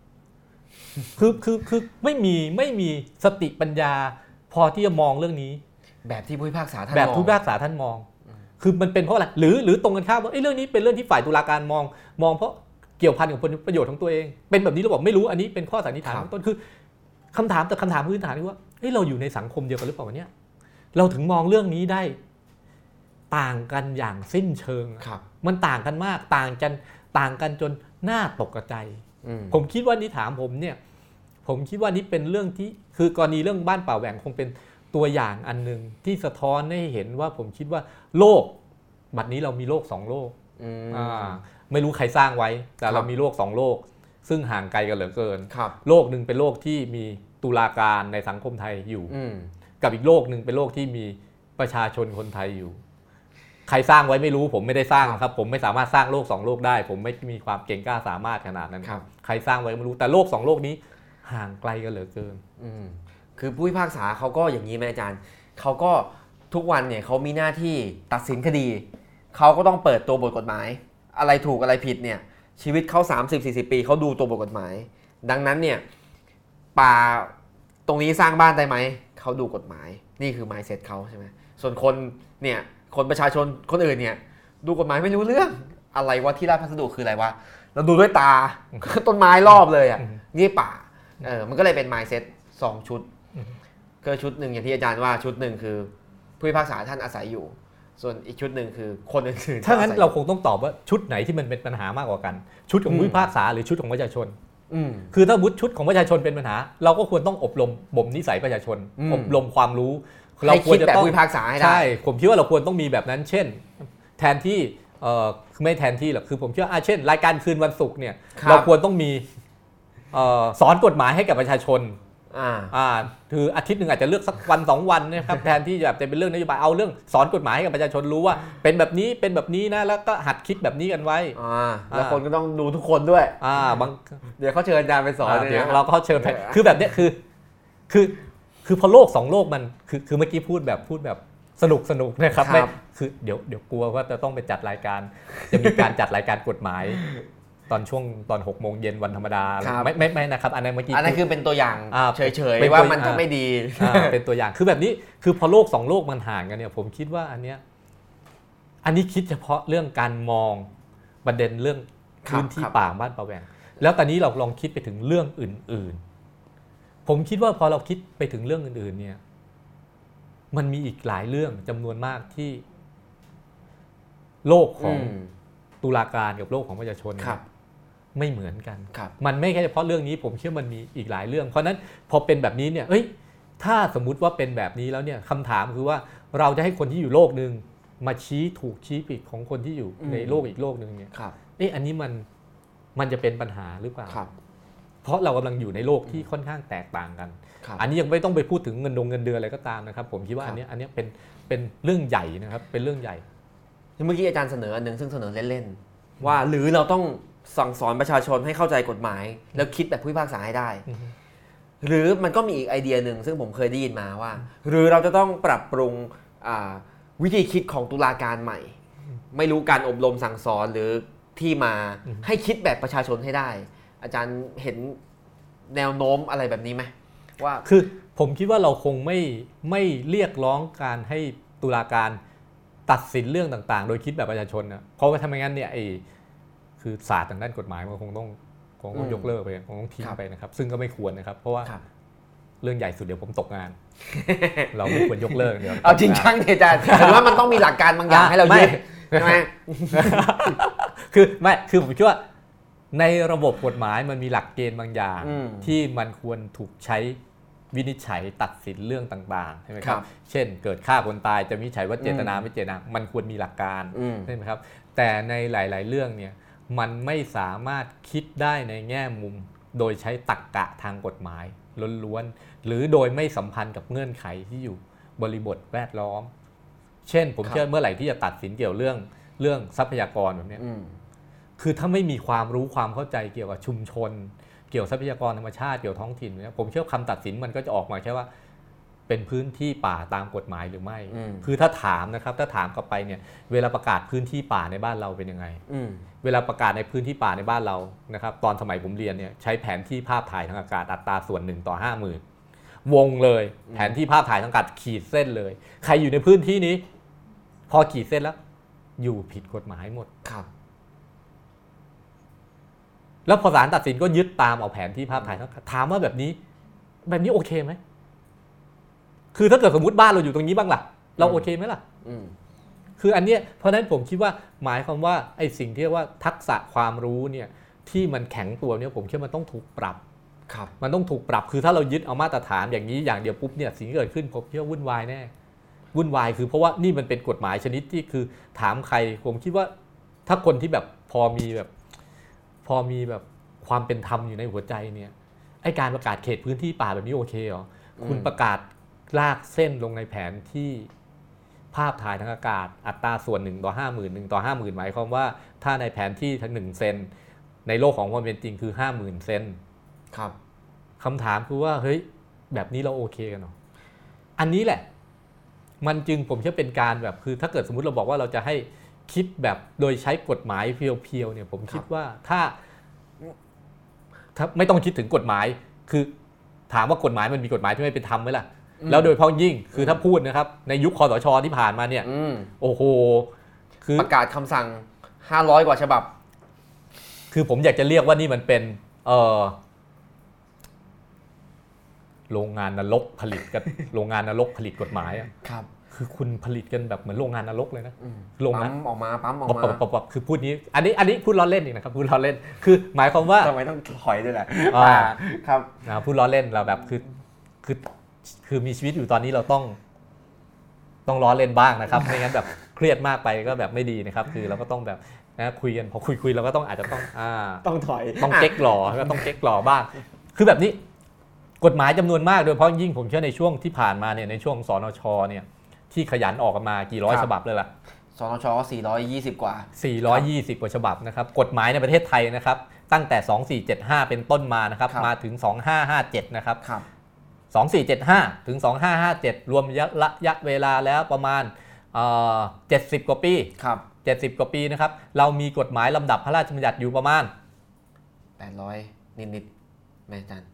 คือไม่มีสติปัญญาพอที่จะมองเรื่องนี้แบบที่ผู้พิพากษาท่านมองแบบผู้พิพากษาท่านมองคือมันเป็นเพราะอะไรหรือตรงกันข้ามว่าเรื่องนี้เป็นเรื่องที่ฝ่ายตุลาการมองเพราะเกี่ยวพันกับผลประโยชน์ของตัวเองเป็นแบบนี้เราบอกไม่รู้อันนี้เป็นข้อสันนิษฐานต้นคือคำถามพื้นฐานที่ว่าเราอยู่ในสังคมเดียวกันหรือเปล่าเนี่ยเราถึงมองเรื่องนี้ได้ต่างกันอย่างสิ้นเชิงครับมันต่างกันมากต่างกันจนน่าตกใจอืมผมคิดว่านี่ถามผมเนี่ยผมคิดว่านี่เป็นเรื่องที่คือกรณีเรื่องบ้านป่าแหว่งคงเป็นตัวอย่างอันนึงที่สะท้อนให้เห็นว่าผมคิดว่าโลกบัดนี้เรามีโลก2โลกไม่รู้ใครสร้างไว้แต่เรามีโลก2โลกซึ่งห่างไกลกันเหลือเกินโลกหนึ่งเป็นโลกที่มีตุลาการในสังคมไทยอยู่กับอีกโลกหนึ่งเป็นโลกที่มีประชาชนคนไทยอยู่ใครสร้างไว้ไม่รู้ผมไม่ได้สร้างครับผมไม่สามารถสร้างโลก2โลกได้ผมไม่มีความเก่งกล้าสามารถขนาดนั้นใครสร้างไว้ไม่รู้แต่โลก2โลกนี้ห่างไกลกันเหลือเกินคือผู้พิพากษาเขาก็อย่างนี้ไหมอาจารย์เขาก็ทุกวันเนี่ยเขามีหน้าที่ตัดสินคดีเขาก็ต้องเปิดตัวบทกฎหมายอะไรถูกอะไรผิดเนี่ยชีวิตเขา 30-40 ปีเขาดูตัวบทกฎหมายดังนั้นเนี่ยป่าตรงนี้สร้างบ้านได้ไหมเขาดูกฎหมายนี่คือ mindset เขาใช่ไหมส่วนคนเนี่ยคนประชาชนคนอื่นเนี่ยดูกฎหมายไม่รู้เรื่องอะไรวะที่ราชพัสดุคืออะไรวะเราดูด้วยตา ต้นไม้รอบเลยอ่ะนี่ป่ามันก็เลยเป็น mindset 2 ชุดก็ชุดหนึ่งอย่างที่อาจารย์ว่าชุดหนึ่งคือผู้พิพากษาท่านอาศัยอยู่ส่วนอีกชุดหนึ่งคือคนอื่นๆถ้างั้นเราคงต้องตอบว่าชุดไหนที่มันเป็นปัญหามากกว่ากันชุดของผู้พิพากษาหรือชุดของประชาชนคือถ้าชุดของประชาชนเป็นปัญหาเราก็ควรต้องอบรมบ่มนิสัยประชาชนอบรมความรู้เราควรจะต้องผู้พิพากษาให้ได้ใช่ผมคิดว่าเราควรต้องมีแบบนั้นเช่นแทนที่ไม่แทนที่หรอกคือผมคิดว่าเช่นรายการคืนวันศุกร์เนี่ยเราควรต้องมีสอนกฎหมายให้กับประชาชนคืออาทิตย์หนึ่งอาจจะเลือกสักวัน2วันนะครับแทนที่จะเป็นเรื่องนโยบายเอาเรื่องสอนกฎหมายให้กับประชาชนรู้ว่าเป็นแบบนี้นะแล้วก็หัดคิดแบบนี้กันไว้แล้วคนก็ต้องดูทุกคนด้วยเดี๋ยวเขาเชิญอาจารย์ไปสอนเดี๋ยวเราก็เชิญไปคือแบบนี้คือพอโลก2โลกมันคือเมื่อกี้พูดแบบสนุกนะครับไม่คือเดี๋ยวกลัวว่าจะต้องไปจัดรายการจะมีการจัดรายการกฎหมายตอน6 โมงเย็นวันธรรมดาไม่นะครับอันนั้นเมื่อกี้อันนั้นคือเป็นตัวอย่างเฉยๆว่ามันจะไม่ดีเป็นตัวอย่างคือแบบนี้คือพอโลก2โลกมันห่างกันเนี่ยผมคิดว่าอันนี้คิดเฉพาะเรื่องการมองประเด็นเรื่องพื้นที่ป่าบ้านป่าแหว่งแล้วตอนนี้เราลองคิดไปถึงเรื่องอื่นๆผมคิดว่าพอเราคิดไปถึงเรื่องอื่นๆเนี่ยมันมีอีกหลายเรื่องจำนวนมากที่โลกของตุลาการกับโลกของประชาชนไม่เหมือนกันมันไม่แค่เฉพาะเรื่องนี้ผมเชื่อมันมีอีกหลายเรื่องเพราะนั้นพอเป็นแบบนี้เนี่ยถ้าสมมุติว่าเป็นแบบนี้แล้วเนี่ยคำถามคือว่าเราจะให้คนที่อยู่โลกนึงมาชี้ถูกชี้ผิดของคนที่อยู่ในโลกอีกโลกนึงเนี่ยอันนี้มันจะเป็นปัญหาหรือเปล่าเพราะเรากำลังอยู่ในโลกที่ค่อนข้างแตกต่างกันอันนี้ยังไม่ต้องไปพูดถึงเงินเดือนอะไรก็ตามนะครับผมคิดว่าอันนี้เป็นเรื่องใหญ่นะครับเป็นเรื่องใหญ่เมื่อกี้อาจารย์เสนออันนึงซึ่งเสนอเล่นๆว่าหรือเราต้องสั่งสอนประชาชนให้เข้าใจกฎหมายแล้วคิดแบบผู้พิพากษาให้ได้หรือมันก็มีอีกไอเดียหนึ่งซึ่งผมเคยได้ยินมาว่าหรือเราจะต้องปรับปรุงวิธีคิดของตุลาการใหม่ไม่รู้การอบรมสั่งสอนหรือที่มาให้คิดแบบประชาชนให้ได้อาจารย์เห็นแนวโน้มอะไรแบบนี้ไหมว่าคือผมคิดว่าเราคงไม่เรียกร้องการให้ตุลาการตัดสินเรื่องต่างๆโดยคิดแบบประชาชนนะเพราะว่าทำไมงั้นเนี่ยคือศาสตร์ทางด้านกฎหมายมันคงต้องยกเลิกไปคงต้องทิ้งไปนะครับซึ่งก็ไม่ควรนะครับเพราะว่าเรื่องใหญ่สุดเดี๋ยวผมตกงานเราไม่ควรยกเลิกเดี๋ยวเอาจริงจังอาจารย์แต่ว่ามันต้องมีหลักการบางอย่างให้เรายึดใช่ไหมคือผมคิดว่าในระบบกฎหมายมันมีหลักเกณฑ์บางอย่างที่มันควรถูกใช้วินิจฉัยตัดสินเรื่องต่างๆใช่ไหมครับเช่นเกิดฆ่าคนตายจะวินิจฉัยว่าเจตนาไม่เจตนามันควรมีหลักการใช่ไหมครับแต่ในหลายๆเรื่องเนี่ยมันไม่สามารถคิดได้ในแง่มุมโดยใช้ตรรกะทางกฎหมายล้วนๆหรือโดยไม่สัมพันธ์กับเงื่อนไขที่อยู่บริบทแวดล้อมเช่นผมเชื่อเมื่อไหร่ที่จะตัดสินเกี่ยวเรื่องทรัพยากรแบบนี้คือถ้าไม่มีความรู้ความเข้าใจเกี่ยวกับชุมชนเกี่ยวทรัพยากรธรรมชาติเกี่ยวท้องถิ่นเนี่ยผมเชื่อคำตัดสินมันก็จะออกมาแค่ว่าเป็นพื้นที่ป่าตามกฎหมายหรือไม่คือถ้าถามนะครับถ้าถามกลับไปเนี่ยเวลาประกาศพื้นที่ป่าในบ้านเราเป็นยังไงเวลาประกาศในพื้นที่ป่าในบ้านเรานะครับตอนสมัยผมเรียนเนี่ยใช้แผนที่ภาพถ่ายทางอากาศอัตราส่วน1 ต่อ 50,000วงเลยแผนที่ภาพถ่ายทางอากาศขีดเส้นเลยใครอยู่ในพื้นที่นี้พอขีดเส้นแล้วอยู่ผิดกฎหมายหมดแล้วพอศาลตัดสินก็ยึดตามเอาแผนที่ภาพถ่ายถามว่าแบบนี้โอเคไหมคือถ้าเกิดสมมติบ้านเราอยู่ตรงนี้บ้างล่ะเราโอเคไหมล่ะคืออันเนี้ยเพราะฉะนั้นผมคิดว่าหมายความว่าไอ้สิ่งที่เรียกว่าทักษะความรู้เนี่ยที่มันแข็งตัวเนี่ยผมคิดว่ามันต้องถูกปรับมันต้องถูกปรับคือถ้าเรายึดเอามาตรฐานอย่างนี้อย่างเดียวปุ๊บเนี่ยสิ่งที่เกิดขึ้นผมคิดว่าวุ่นวายแน่วุ่นวายคือเพราะว่านี่มันเป็นกฎหมายชนิดที่คือถามใครผมคิดว่าถ้าคนที่แบบพอมีแบบความเป็นธรรมอยู่ในหัวใจเนี่ยไอ้การประกาศเขตพื้นที่ป่าแบบนี้โอเคเหรอคุณประกาศลากเส้นลงในแผนที่ภาพถ่ายทางอากาศอัตราส่วน1 ต่อ 50,000 1 ต่อ 50,000หมายความว่าถ้าในแผนที่ทั้ง1เซนในโลกของความเป็นจริงคือ 50,000 เซนครับคำถามคือว่าเฮ้ยแบบนี้เราโอเคกันเหรออันนี้แหละมันจึงผมคิดเป็นการแบบคือถ้าเกิดสมมุติเราบอกว่าเราจะให้คิดแบบโดยใช้กฎหมายเพียวๆเนี่ยผมคิดว่าถ้าไม่ต้องคิดถึงกฎหมายคือถามว่ากฎหมายมันมีกฎหมายที่ไม่เป็นธรรมไหมล่ะแล้วโดยเฉพาะยิ่งคือถ้าพูดนะครับในยุคคสช.ที่ผ่านมาเนี่ยโอ้โหคือประกาศคำสั่ง500 กว่าฉบับคือผมอยากจะเรียกว่านี่มันเป็นโรงงานนรกผลิตกันโรงงานนรกผลิตกฎหมายครับคือคุณผลิตกันแบบเหมือนโรงงานนรกเลยนะโรงงานปั๊มออกมาคือพูดนี้อันนี้พูดล้อเล่นอีกนะครับพูดล้อเล่นคือหมายความว่าทำไมต้องถอยด้วยแหละครับพูดล้อเล่นเราแบบคือมีชีวิตอยู่ตอนนี้เราต้องล้อเล่นบ้างนะครับไม่งั้นแบบเครียดมากไปก็แบบไม่ดีนะครับคือเราก็ต้องแบบนะคุยกันพอคุยเราก็ต้องอาจจะต้องถอยต้องเก๊กหล่อก็ต้องเก๊กหล่อบ้างคือแบบนี้กฎหมายจำนวนมากโดยเฉพาะยิ่งผมเชื่อในช่วงที่ผ่านมาเนี่ยในช่วงสนช.เนี่ยที่ขยันออกมากี่ร้อยฉบับเลยล่ะสนช420 กว่า 420 กว่าฉบับนะครับกฎหมายในประเทศไทยนะครับตั้งแต่2475เป็นต้นมานะครับมาถึง2557นะครับ2475ถึง2557รวมระยะเวลาแล้วประมาณ70 กว่าปี70 กว่าปีนะครับเรามีกฎหมายลำดับพระราชบัญญัติอยู่ประมาณ 800นิดๆแม่อาจารย์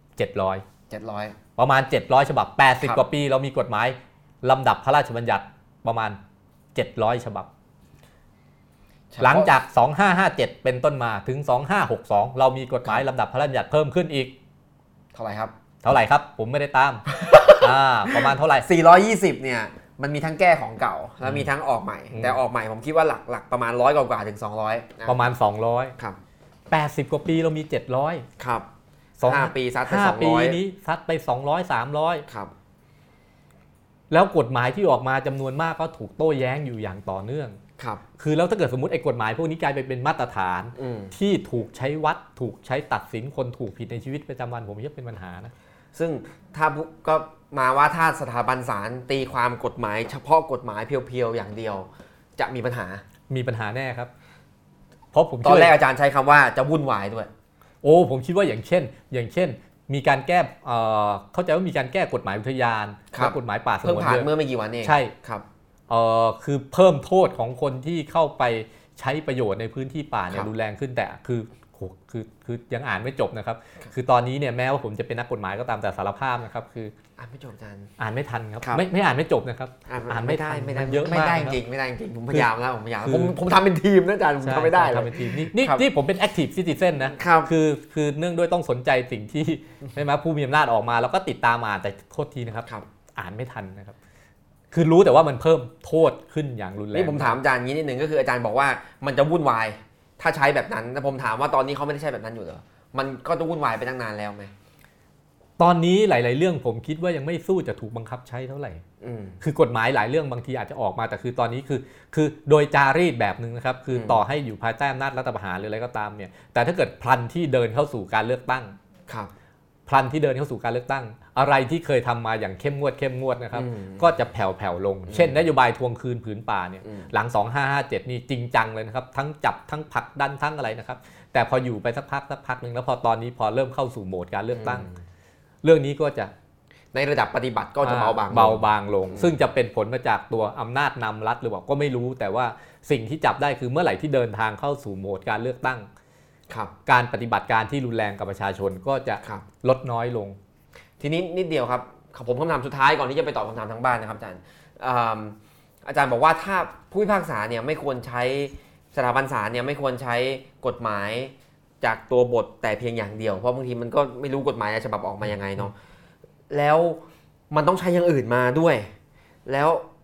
700ประมาณ700ฉบับ80 กว่าปีเรามีกฎหมายลำดับพระราชบัญญัติประมาณ700ฉบับหลังจาก2557เป็นต้นมาถึง2562เรามีกฎหมายลำดับพระราชบัญญัติเพิ่มขึ้นอีกเท่าไหร่ครับผมไม่ได้ตามประมาณเท่าไหร่ 420เนี่ยมันมีทั้งแก้ของเก่าแล้วมีทั้งออกใหม่แต่ออกใหม่ผมคิดว่าหลักประมาณ100 กว่าถึง200 ประมาณ200 ครับ 80 กว่าปีเรามี700 ครับ5 ปีซัดไป200 5 ปีนี้ซัดไป200 300 ครับแล้วกฎหมายที่ออกมาจำนวนมากก็ถูกโต้แย้งอยู่อย่างต่อเนื่องคือแล้วถ้าเกิดสมมุติไอ้กฎหมายพวกนี้กลายไปเป็นมาตรฐานที่ถูกใช้วัดถูกใช้ตัดสินคนถูกผิดในชีวิตประจำวันผมว่าเป็นปัญหานะซึ่งถ้าก็มาว่าถ้าสถาบันศาลตีความกฎหมายเฉพาะกฎหมายเพียวๆอย่างเดียวจะมีปัญหาแน่ครับเพราะผมตอนแรกอาจารย์ใช้คำว่าจะวุ่นวายด้วยผมคิดว่าอย่างเช่นมีการแก้เข้าใจว่ามีการแก้กฎหมายอุทยานและกฎหมายป่าสงวนเพิ่งผ่านเมื่อไม่กี่วันเองใช่ครับคือเพิ่มโทษของคนที่เข้าไปใช้ประโยชน์ในพื้นที่ป่าเนี่ยรุนแรงขึ้นแต่คือยังอ่านไม่จบนะครับคือตอนนี้เนี่ยแม้ว่าผมจะเป็นนักกฎหมายก็ตามแต่สารภาพนะครับคืออ่านไม่จบอาจารย์อ่านไม่ทันครับไม่อ่านไม่จบนะครับอ่านไม่ได้เยอะมากจริงไม่ได้จริงผมพยายามแล้วผมทำเป็นทีมนะอาจารย์ผมทำไม่ได้เลยทำเป็นทีมนี่ผมเป็น active citizen นะคือเนื่องด้วยต้องสนใจสิ่งที่ใช่ไหมผู้มีอำนาจออกมาแล้วก็ติดตามมาแต่โทษทีนะครับอ่านไม่ทันนะครับคือรู้แต่ว่ามันเพิ่มโทษขึ้นอย่างรุนแรงนี่ผมถามอาจารย์นี้นิดนึงก็คืออาจารย์บอกว่ามันจะวุ่นวายถ้าใช้แบบนั้นแต่ผมถามว่าตอนนี้เขาไม่ได้ใช้แบบนั้นอยู่เหรอมันก็จะวุ่นวายไปตั้งนานแล้วไหมตอนนี้หลายๆเรื่องผมคิดว่ายังไม่สู้จะถูกบังคับใช้เท่าไหร่คือกฎหมายหลายเรื่องบางทีอาจจะออกมาแต่คือตอนนี้คือโดยจารีตแบบนึงนะครับคือต่อให้อยู่ภายใต้อำนาจรัฐประหารหรืออะไรก็ตามเนี่ยแต่ถ้าเกิดพลันที่เดินเข้าสู่การเลือกตั้งพลันที่เดินเข้าสู่การเลือกตั้งอะไรที่เคยทำมาอย่างเข้มงวดนะครับก็จะแผ่วลงเช่นนโยบายทวงคืนผืนป่าเนี่ยหลัง2557นี่จริงจังเลยนะครับทั้งจับทั้งผลักดันทั้งอะไรนะครับแต่พออยู่ไปสักพักนึงแล้วพอตอนนี้พอเริ่มเข้าสู่โหมดการเลือกตั้งเรื่องนี้ก็จะในระดับปฏิบัติก็จะเบาบางลงซึ่งจะเป็นผลมาจากตัวอำนาจนำรัฐหรือเปล่าก็ไม่รู้แต่ว่าสิ่งที่จับได้คือเมื่อไหร่ที่เดินทางเข้าสู่โหมดการเลือกตั้งการปฏิบัติการที่รุนแรงกับประชาชนก็จะลดน้อยลงทีนี้นิดเดียวครับผมคำถามสุดท้ายก่อนที่จะไปตอบคำถามทางบ้านนะครับอาจารย์อาจารย์บอกว่าถ้าผู้พิพากษาเนี่ยไม่ควรใช้สถาบันศาลเนี่ยไม่ควรใช้กฎหมายจากตัวบทแต่เพียงอย่างเดียวเพราะบางทีมันก็ไม่รู้กฎหมายฉบับออกมายังไงเนาะแล้วมันต้องใช้อย่างอื่นมาด้วยแล้ว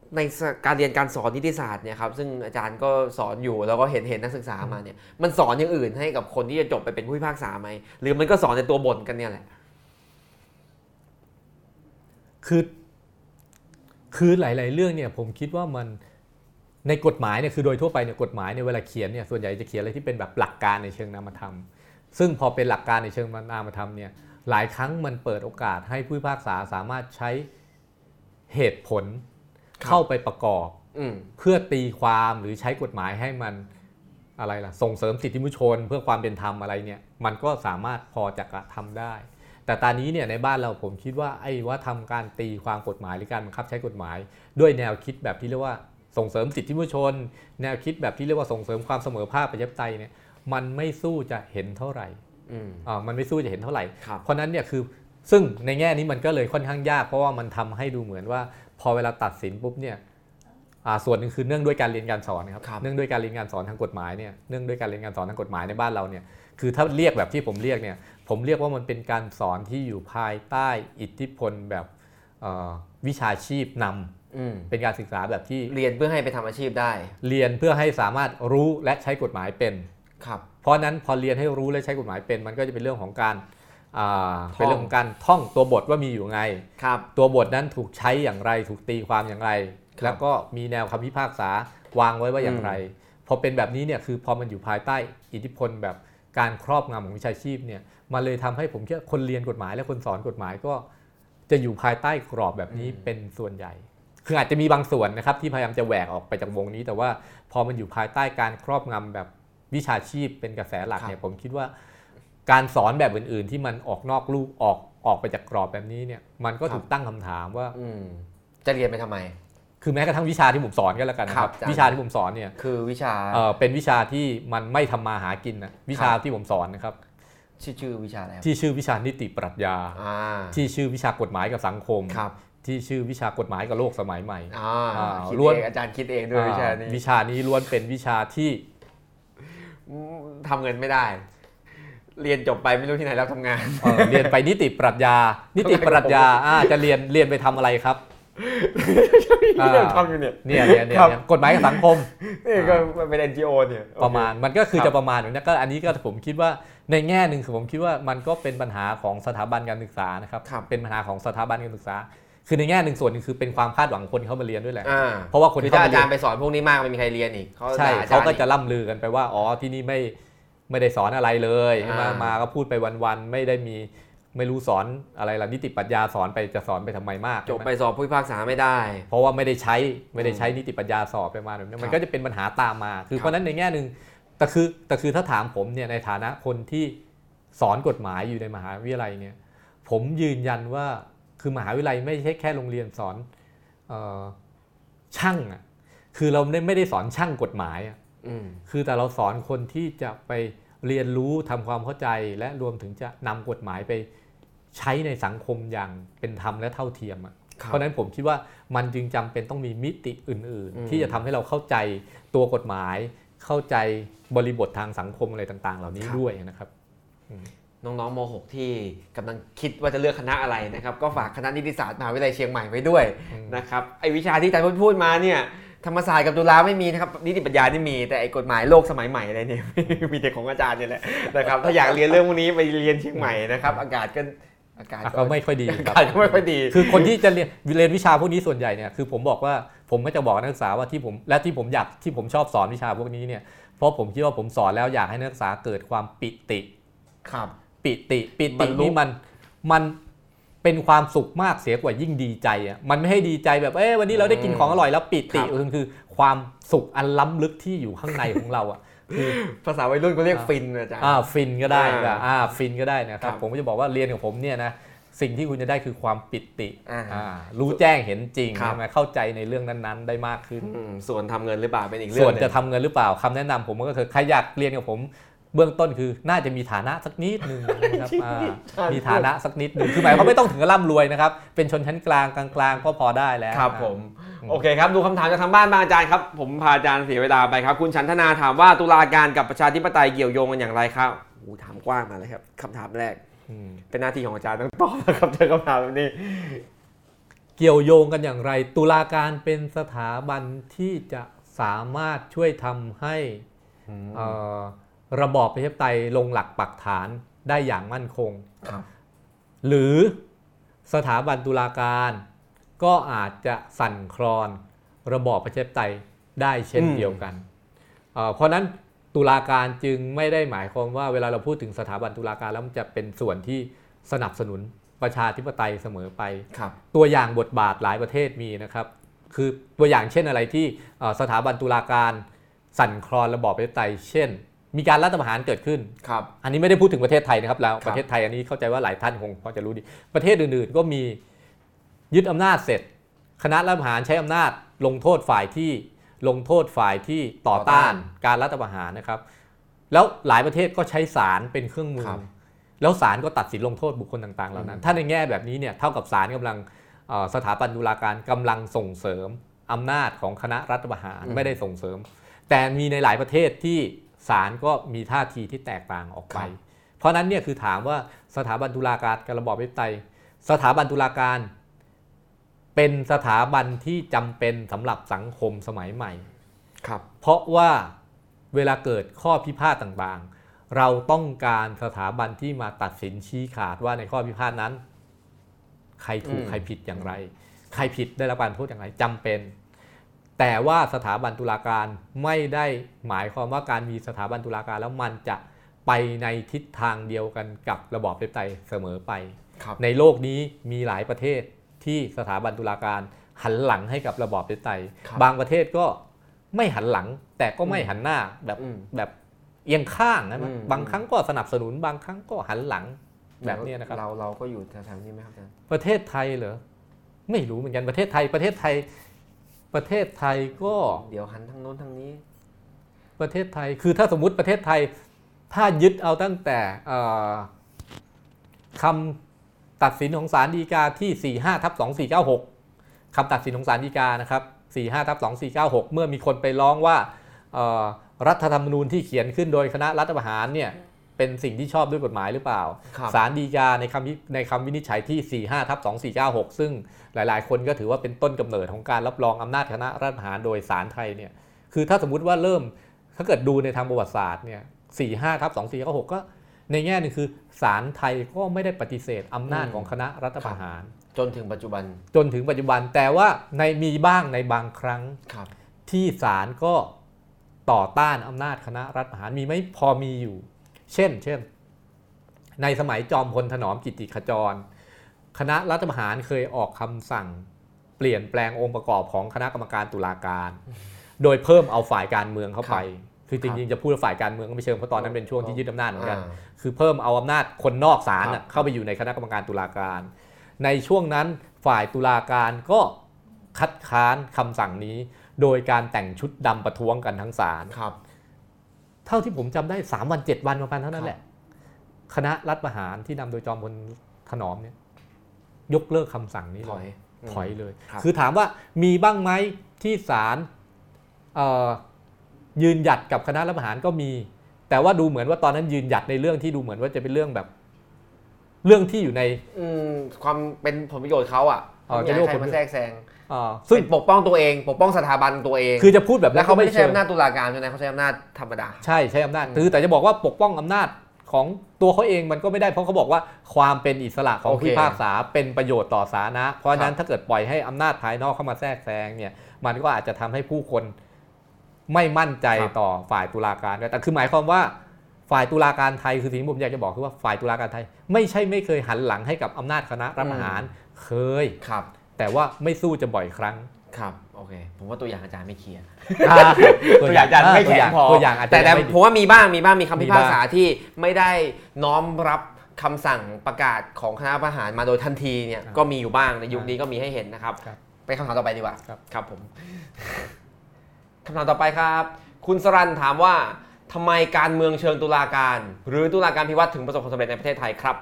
ในการเรียนการสอนนิติศาสตร์เนี่ยครับซึ่งอาจารย์ก็สอนอยู่แล้วก็เห็นนักศึกษามาเนี่ยมันสอนอย่างอื่นให้กับคนที่จะจบไปเป็นผู้พิพากษาไหมหรือมันก็สอนในตัวบทกันเนี่ยแหละคือหลายๆเรื่องเนี่ยผมคิดว่ามันในกฎหมายเนี่ยคือโดยทั่วไปเนี่ยกฎหมายเนี่ยเวลาเขียนเนี่ยส่วนใหญ่จะเขียนอะไรที่เป็นแบบหลักการในเชิงนามธรรมซึ่งพอเป็นหลักการในเชิงนามธรรมเนี่ยหลายครั้งมันเปิดโอกาสให้ผู้พิพากษาสามารถใช้เหตุผลเข้าไปประกอบเพื่อตีความหรือใช้กฎหมายให้มันอะไรล่ะส่งเสริมสิทธิมนุษยชนเพื่อความเป็นธรรมอะไรเนี่ยมันก็สามารถพอจะกระทำได้แต่ตอนนี้เนี่ยในบ้านเราผมคิดว่าไอ้ว่าทำการตีความกฎหมายหรือการบังคับใช้กฎหมายด้วยแนวคิดแบบที่เรียกว่าส่งเสริมสิทธิมนุษยชนแนวคิดแบบที่เรียกว่าส่งเสริมความเสมอภาคประชาธิปไตยเนี่ยมันไม่สู้จะเห็นเท่าไหร่มันไม่สู้จะเห็นเท่าไหร่เพราะนั้นเนี่ยคือซึ่งในแง่นี้มันก็เลยค่อนข้างยากเพราะว่ามันทำให้ดูเหมือนว่าพอเวลาตัดสินปุ๊บเนี่ยส่วนหนึ่งคือเนื่องด้วยการเรียนการสอนครับเนื่องด้วยการเรียนการสอนทางกฎหมายเนี่ยเนื่องด้วยการเรียนการสอนทางกฎหมายในบ้านเราเนี่ยคือถ้าเรียกแบบที่ผมเรียกเนี่ยผมเรียกว่ามันเป็นการสอนที่อยู่ภายใต้อิทธิพลแบบวิชาชีพนำเป็นการศึกษาแบบที่เรียนเพื่อให้ไปทำอาชีพได้เรียนเพื่อให้สามารถรู้และใช้กฎหมายเป็นครับเพราะนั้นพอเรียนให้รู้และใช้กฎหมายเป็นมันก็จะเป็นเรื่องของการเป็นเรื่องของการท่องตัวบทว่ามีอยู่ไงตัวบทนั้นถูกใช้อย่างไรถูกตีความอย่างไรแล้วก็มีแนวคำพิพากษาวางไว้ว่าอย่างไรพอเป็นแบบนี้เนี่ยคือพอมันอยู่ภายใต้อิทธิพลแบบการครอบงำของวิชาชีพเนี่ยมันเลยทำให้ผมคิดว่าคนเรียนกฎหมายและคนสอนกฎหมายก็จะอยู่ภายใต้กรอบแบบนี้เป็นส่วนใหญ่คืออาจจะมีบางส่วนนะครับที่พยายามจะแหวกออกไปจากวงนี้แต่ว่าพอมันอยู่ภายใต้การครอบงำแบบวิชาชีพเป็นกระแสหลักเนี่ยผมคิดว่าการสอนแบบอื่นๆที่มันออกนอกลูกออกไปจากกรอบแบบนี้เนี่ยมันก็ถูกตั้งคำถามว่าจะเรียนไปทำไมคือแม้กระทั่งวิชาที่ผมสอนก็แล้วกันนะครับวิชาที่ผมสอนเนี่ยคือวิชาเป็นวิชาที่มันไม่ทำมาหากินนะวิชาที่ผมสอนนะครับชื่อวิชาอะไรที่ชื่อวิชานิติปรัชญาที่ชื่อวิชากฎหมายกับสังคมที่ชื่อวิชากฎหมายกับโลกสมัยใหม่ล้วนอาจารย์คิดเองด้วยวิชานี้ล้วนเป็นวิชาที่ทำเงินไม่ได้เรียนจบไปไม่รู้ที่ไหนแล้วทำงานเรียนไปนิติปรัชญาจะเรียนไปทำอะไรครับทำอยู่เนี่ยกฎหมายกับสังคมนี่ก็เป็น NGO เนี่ยประมาณมันก็คือจะประมาณนี้ก็อันนี้ก็ผมคิดว่าในแง่นึงคือผมคิดว่ามันก็เป็นปัญหาของสถาบันการศึกษานะครับเป็นปัญหาของสถาบันการศึกษาคือในแง่นึงส่วนนึงคือเป็นความคาดหวังคนเข้ามาเรียนด้วยแหละเพราะว่าคนที่อาจารย์ไปสอนพวกนี้มากไม่มีใครเรียนอีกใช่เขาก็จะล่ำลือกันไปว่าอ๋อที่นี่ไม่ได้สอนอะไรเลยมาก็พูดไปวันๆไม่รู้สอนอะไรล่ะนิติปรัชญาสอนไปจะสอนไปทำไมมากจบไปสอบผู้พิพากษาไม่ได้เพราะว่าไม่ได้ใช้นิติปรัชญาสอบไปมาแบบนี้มันก็จะเป็นปัญหาตามมาคือเพราะนั้นในแง่นึงแต่คือถ้าถามผมเนี่ยในฐานะคนที่สอนกฎหมายอยู่ในมหาวิทยาลัยเนี่ยผมยืนยันว่าคือมหาวิทยาลัยไม่ใช่แค่โรงเรียนสอนช่างอ่ะคือเราไม่ได้สอนช่างกฎหมายอ่ะคือแต่เราสอนคนที่จะไปเรียนรู้ทำความเข้าใจและรวมถึงจะนำกฎหมายไปใช้ในสังคมอย่างเป็นธรรมและเท่าเทียมเพราะฉะนั้นผมคิดว่ามันจึงจำเป็นต้องมีมิติอื่นๆที่จะทำให้เราเข้าใจตัวกฎหมายเข้าใจบริบททางสังคมอะไรต่างๆเหล่านี้ด้วยนะครับน้องๆม.6 ที่กำลังคิดว่าจะเลือกคณะอะไรนะครับก็ฝากคณะนิติศาสตร์มหาวิทยาลัยเชียงใหม่ไว้ด้วยนะครับไอ้วิชาที่อาจารย์พูดมาเนี่ยธรรมศาสตร์กับจุฬาไม่มีนะครับนิติปัญญานี่มีแต่ไอ้กฎหมายโลกสมัยใหม่อะไรเนี่ยมีแต่ของอาจารย์นี่แหละนะครับถ้าอยากเรียนเรื่องพวกนี้ไปเรียนเชียงใหม่นะครับอากาศก็ไม่ค่อยดีอากาศก็ไม่ค่อยดีคือคนที่จะเรียนวิชาพวกนี้ส่วนใหญ่เนี่ยคือผมบอกว่าผมก็จะบอกนักศึกษาว่าที่ผมชอบสอนวิชาพวกนี้เนี่ยเพราะผมคิดว่าผมสอนแล้วอยากให้นักศึกษาเกิดความปิติครับปิตินี่มันเป็นความสุขมากเสียกว่ายิ่งดีใจอ่ะมันไม่ให้ดีใจแบบวันนี้เราได้กินของอร่อยแล้วปิติคือความสุขอันล้ำลึกที่อยู่ข้างในของเราอ่ะคือภาษาวัยรุ่นก็เรียกฟินอาจารย์ฟินก็ได้ฟินก็ได้นะครับผมก็จะบอกว่าเรียนกับผมเนี่ยนะสิ่งที่คุณจะได้คือความปิติรู้แจ้งเห็นจริงใช่ไหมเข้าใจในเรื่องนั้นๆได้มากขึ้นส่วนทำเงินหรือเปล่าเป็นอีกเรื่องส่วนจะทำเงินหรือเปล่าคำแนะนำผมก็คือใครอยากเรียนกับผมเบื้องต้นคือน่าจะมีฐานะสักนิดนึงนะครับมีฐานะสักนิดนึงคือหมายความไม่ต้องถึงกับร่ำรวยนะครับเป็นชนชั้นกลางก็พอได้แล้วครับผมโอเคครับดูคำถามจากทางบ้านบ้างอาจารย์ครับผมพาอาจารย์เสียเวลาไปครับคุณชันธนาถามว่าตุลาการกับประชาธิปไตยเกี่ยวโยงกันอย่างไรครับถามกว้างมาเลยครับคำถามแรกเป็นหน้าที่ของอาจารย์ต้องตอบนะครับเจอคำถามแบบนี้เกี่ยวโยงกันอย่างไรตุลาการเป็นสถาบันที่จะสามารถช่วยทำให้ระบอบประชาธิปไตยลงหลักปักฐานได้อย่างมั่นคงหรือสถาบันตุลาการก็อาจจะสั่นคลอนระบอบประชาธิปไตยได้เช่นเดียวกันเพราะนั้นตุลาการจึงไม่ได้หมายความว่าเวลาเราพูดถึงสถาบันตุลาการแล้วมันจะเป็นส่วนที่สนับสนุนประชาธิปไตยเสมอไปตัวอย่างบทบาทหลายประเทศมีนะครับคือตัวอย่างเช่นอะไรที่สถาบันตุลาการสั่นคลอนระบอบประชาธิปไตยเช่นมีการรัฐประหารเกิดขึ้นอันนี้ไม่ได้พูดถึงประเทศไทยนะครับแล้วประเทศไทยอันนี้เข้าใจว่าหลายท่านคงพอจะรู้ดีประเทศอื่นๆก็มียึดอำนาจเสร็จคณะรัฐประหารใช้อำนาจลงโทษฝ่ายที่ต่อต้านการรัฐประหารนะครับแล้วหลายประเทศก็ใช้ศาลเป็นเครื่องมือแล้วศาลก็ตัดสินลงโทษบุคคลต่างๆเหล่านั้นถ้าในแง่แบบนี้เนี่ยเท่ากับศาลกำลังสถาบันตุลาการกำลังส่งเสริมอำนาจของคณะรัฐประหารไม่ได้ส่งเสริมแต่มีในหลายประเทศที่ศาลก็มีท่าทีที่แตกต่างออกไปเพราะนั้นเนี่ยคือถามว่าสถาบันตุลาการกับระบอบประชาธิปไตยสถาบันตุลาการเป็นสถาบันที่จำเป็นสำหรับสังคมสมัยใหม่เพราะว่าเวลาเกิดข้อพิพาทต่างๆเราต้องการสถาบันที่มาตัดสินชี้ขาดว่าในข้อพิพาทนั้นใครถูกใครผิดอย่างไรใครผิดได้รับการโทษอย่างไรจำเป็นแต่ว่าสถาบันตุลาการไม่ได้หมายความว่าการมีสถาบันตุลาการแล้วมันจะไปในทิศทางเดียวกันกับระบอบประชาธิปไตยเสมอไปในโลกนี้มีหลายประเทศที่สถาบันตุลาการหันหลังให้กับระบอบประชาธิปไตยบางประเทศก็ไม่หันหลังแต่ก็ไม่หันหน้าแบบเอียงข้างนะบางครั้งก็สนับสนุนบางครั้งก็หันหลังแบบนี้นะครับเราก็อยู่แถวๆนี้ไหมครับอาจารย์ประเทศไทยเหรอไม่รู้เหมือนกันประเทศไทยก็เดี๋ยวหันทางโน้นทางนี้ประเทศไทยคือถ้าสมมุติประเทศไทยถ้ายึดเอาตั้งแต่คำตัดสินของศาลฎีกาที่45/2496คำตัดสินของศาลฎีกานะครับ45/2496เมื่อมีคนไปร้องว่ารัฐธรรมนูญที่เขียนขึ้นโดยคณะรัฐประหารเนี่ยเป็นสิ่งที่ชอบด้วยกฎหมายหรือเปล่าศาลฎีกาในคำวินิจฉัยที่45/2496ซึ่งหลายๆคนก็ถือว่าเป็นต้นกำเนิดของการรับรองอำนาจคณะรัฐประหารโดยศาลไทยเนี่ยคือถ้าสมมุติว่าเริ่มถ้าเกิดดูในทางประวัติศาสตร์เนี่ย45/2496ก็ในแง่นึงคือศาลไทยก็ไม่ได้ปฏิเสธอำนาจของคณะรัฐประหารจนถึงปัจจุบันแต่ว่ามีบ้างในบางครั้งที่ศาลก็ต่อต้านอำนาจคณะรัฐประหารมีไหมพอมีอยู่เช่นในสมัยจอมพลถนอมกิตติขจรคณะรัฐประหารเคยออกคำสั่งเปลี่ยนแปลงองค์ประกอบของคณะกรรมการตุลาการโดยเพิ่มเอาฝ่ายการเมืองเข้าไปคือจริงๆจะพูดฝ่ายการเมืองก็ไม่เชิงเพราะตอนนั้นเป็นช่วงที่ยึดอำนาจเหมือนกันคือเพิ่มเอาอำนาจคนนอกศาลเข้าไปอยู่ในคณะกรรมการตุลาการในช่วงนั้นฝ่ายตุลาการก็คัดค้านคำสั่งนี้โดยการแต่งชุดดำประท้วงกันทั้งศาลเท่าที่ผมจำได้3 วัน 7 วันประมาณเท่านั้นแหละคณะรัฐประหารที่นำโดยจอมพลถนอมเนี่ยยกเลิกคำสั่งนี้ถอยเลยคือถามว่ามีบ้างไหมที่ศาลยืนหยัดกับคณะรัฐประหารก็มีแต่ว่าดูเหมือนว่าตอนนั้นยืนหยัดในเรื่องที่ดูเหมือนว่าจะเป็นเรื่องแบบเรื่องที่อยู่ในความเป็นผลประโยชน์เขาจะใครมาแทรกแซงซึ่งปกป้องตัวเองปกป้องสถาบันตัวเองคือจะพูดแบบแล้วเขาไม่ใช้อำนาจตุลาการใช่ไหมเขาใช้อำนาจธรรมดาใช้อำนาจแต่จะบอกว่าปกป้องอำนาจของตัวเขาเองมันก็ไม่ได้เพราะเขาบอกว่าความเป็นอิสระของผู้พิพากษาเป็นประโยชน์ต่อสาธารณะเพราะฉะนั้นถ้าเกิดปล่อยให้อำนาจภายนอกเข้ามาแทรกแซงเนี่ยมันก็อาจจะทำให้ผู้คนไม่มั่นใจต่อฝ่ายตุลาการแต่คือหมายความว่าฝ่ายตุลาการไทยคือสิ่งที่ผมอยากจะบอกคือว่าฝ่ายตุลาการไทยไม่เคยหันหลังให้กับอำนาจคณะรัฐประหารเคยแต่ว่าไม่สู้จะบ่อยครั้งครับโอเคผมว่าตัวอย่างอาจารย์ไม่เคลียร์ตัวอย่างอาจารย์ไม่แข็งพอแต่ผมว่ามีบ้างมีคำพิพากษาที่ไม่ได้น้อมรับคำสั่งประกาศของคณะประหารมาโดยทันทีเนี่ยก็มีอยู่บ้างในยุคนี้ก็มีให้เห็นนะครับไปคำถามต่อไปดีกว่าครับผมคำถามต่อไปครับคุณสรันถามว่าทำไมการเมืองเชิงตุลาการหรือตุลาการพิวัตรถึงประสบความสำเร็จในประเทศไทยครับ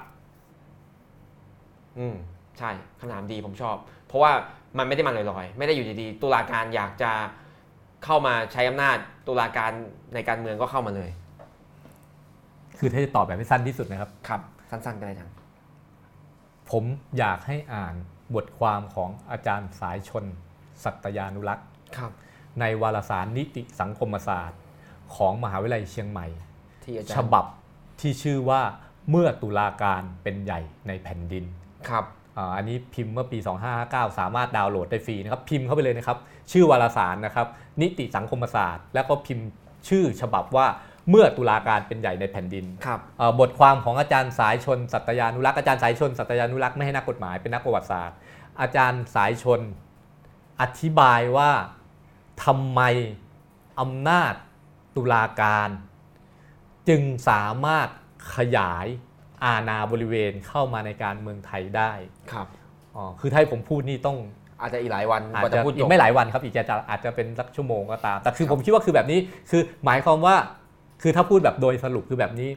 ใช่คำถามดีผมชอบเพราะว่ามันไม่ได้มาลอยๆไม่ได้อยู่ดีๆตุลาการอยากจะเข้ามาใช้อำนาจตุลาการในการเมืองก็เข้ามาเลยคือถ้าจะตอบแบบสั้นที่สุดนะครับครับสั้นๆก็ได้จังผมอยากให้อ่านบทความของอาจารย์สายชนสัตยานุรักษ์ในวารสารนิติสังคมศาสตร์ของมหาวิทยาลัยเชียงใหม่ฉบับที่ชื่อว่าเมื่อตุลาการเป็นใหญ่ในแผ่นดินครับอันนี้พิมพ์เมื่อปี2559สามารถดาวน์โหลดได้ฟรีนะครับพิมพ์เข้าไปเลยนะครับชื่อวารสารนะครับนิติสังคมศาสตร์แล้วก็พิมพ์ชื่อฉบับว่าเมื่อตุลาการเป็นใหญ่ในแผ่นดินบทความของอาจารย์สายชนสัตยานุรักษ์อาจารย์สายชนสัตยานุรักษ์ไม่ให้นักกฎหมายเป็นนักประวัติศาสตร์อาจารย์สายชนอธิบายว่าทำไมอำนาจตุลาการจึงสามารถขยายอาณาบริเวณเข้ามาในการเมืองไทยได้ครับคือถ้าผมพูดนี่ต้องอาจจะอีกหลายวันอาจจะอีกไม่หลายวันครับอีกอาจจะเป็นสักชั่วโมงก็ตามแต่คือผมคิดว่าคือแบบนี้คือหมายความว่าคือถ้าพูดแบบโดยสรุปคือแบบนี้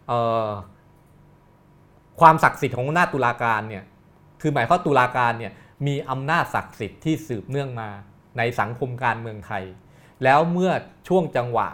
ความศักดิ์สิทธิ์ของอำนาจตุลาการเนี่ยคือหมายความตุลาการเนี่ยมีอำนาจศักดิ์สิทธิ์ที่สืบเนื่องมาในสังคมการเมืองไทยแล้วเมื่อช่วงจังหวะ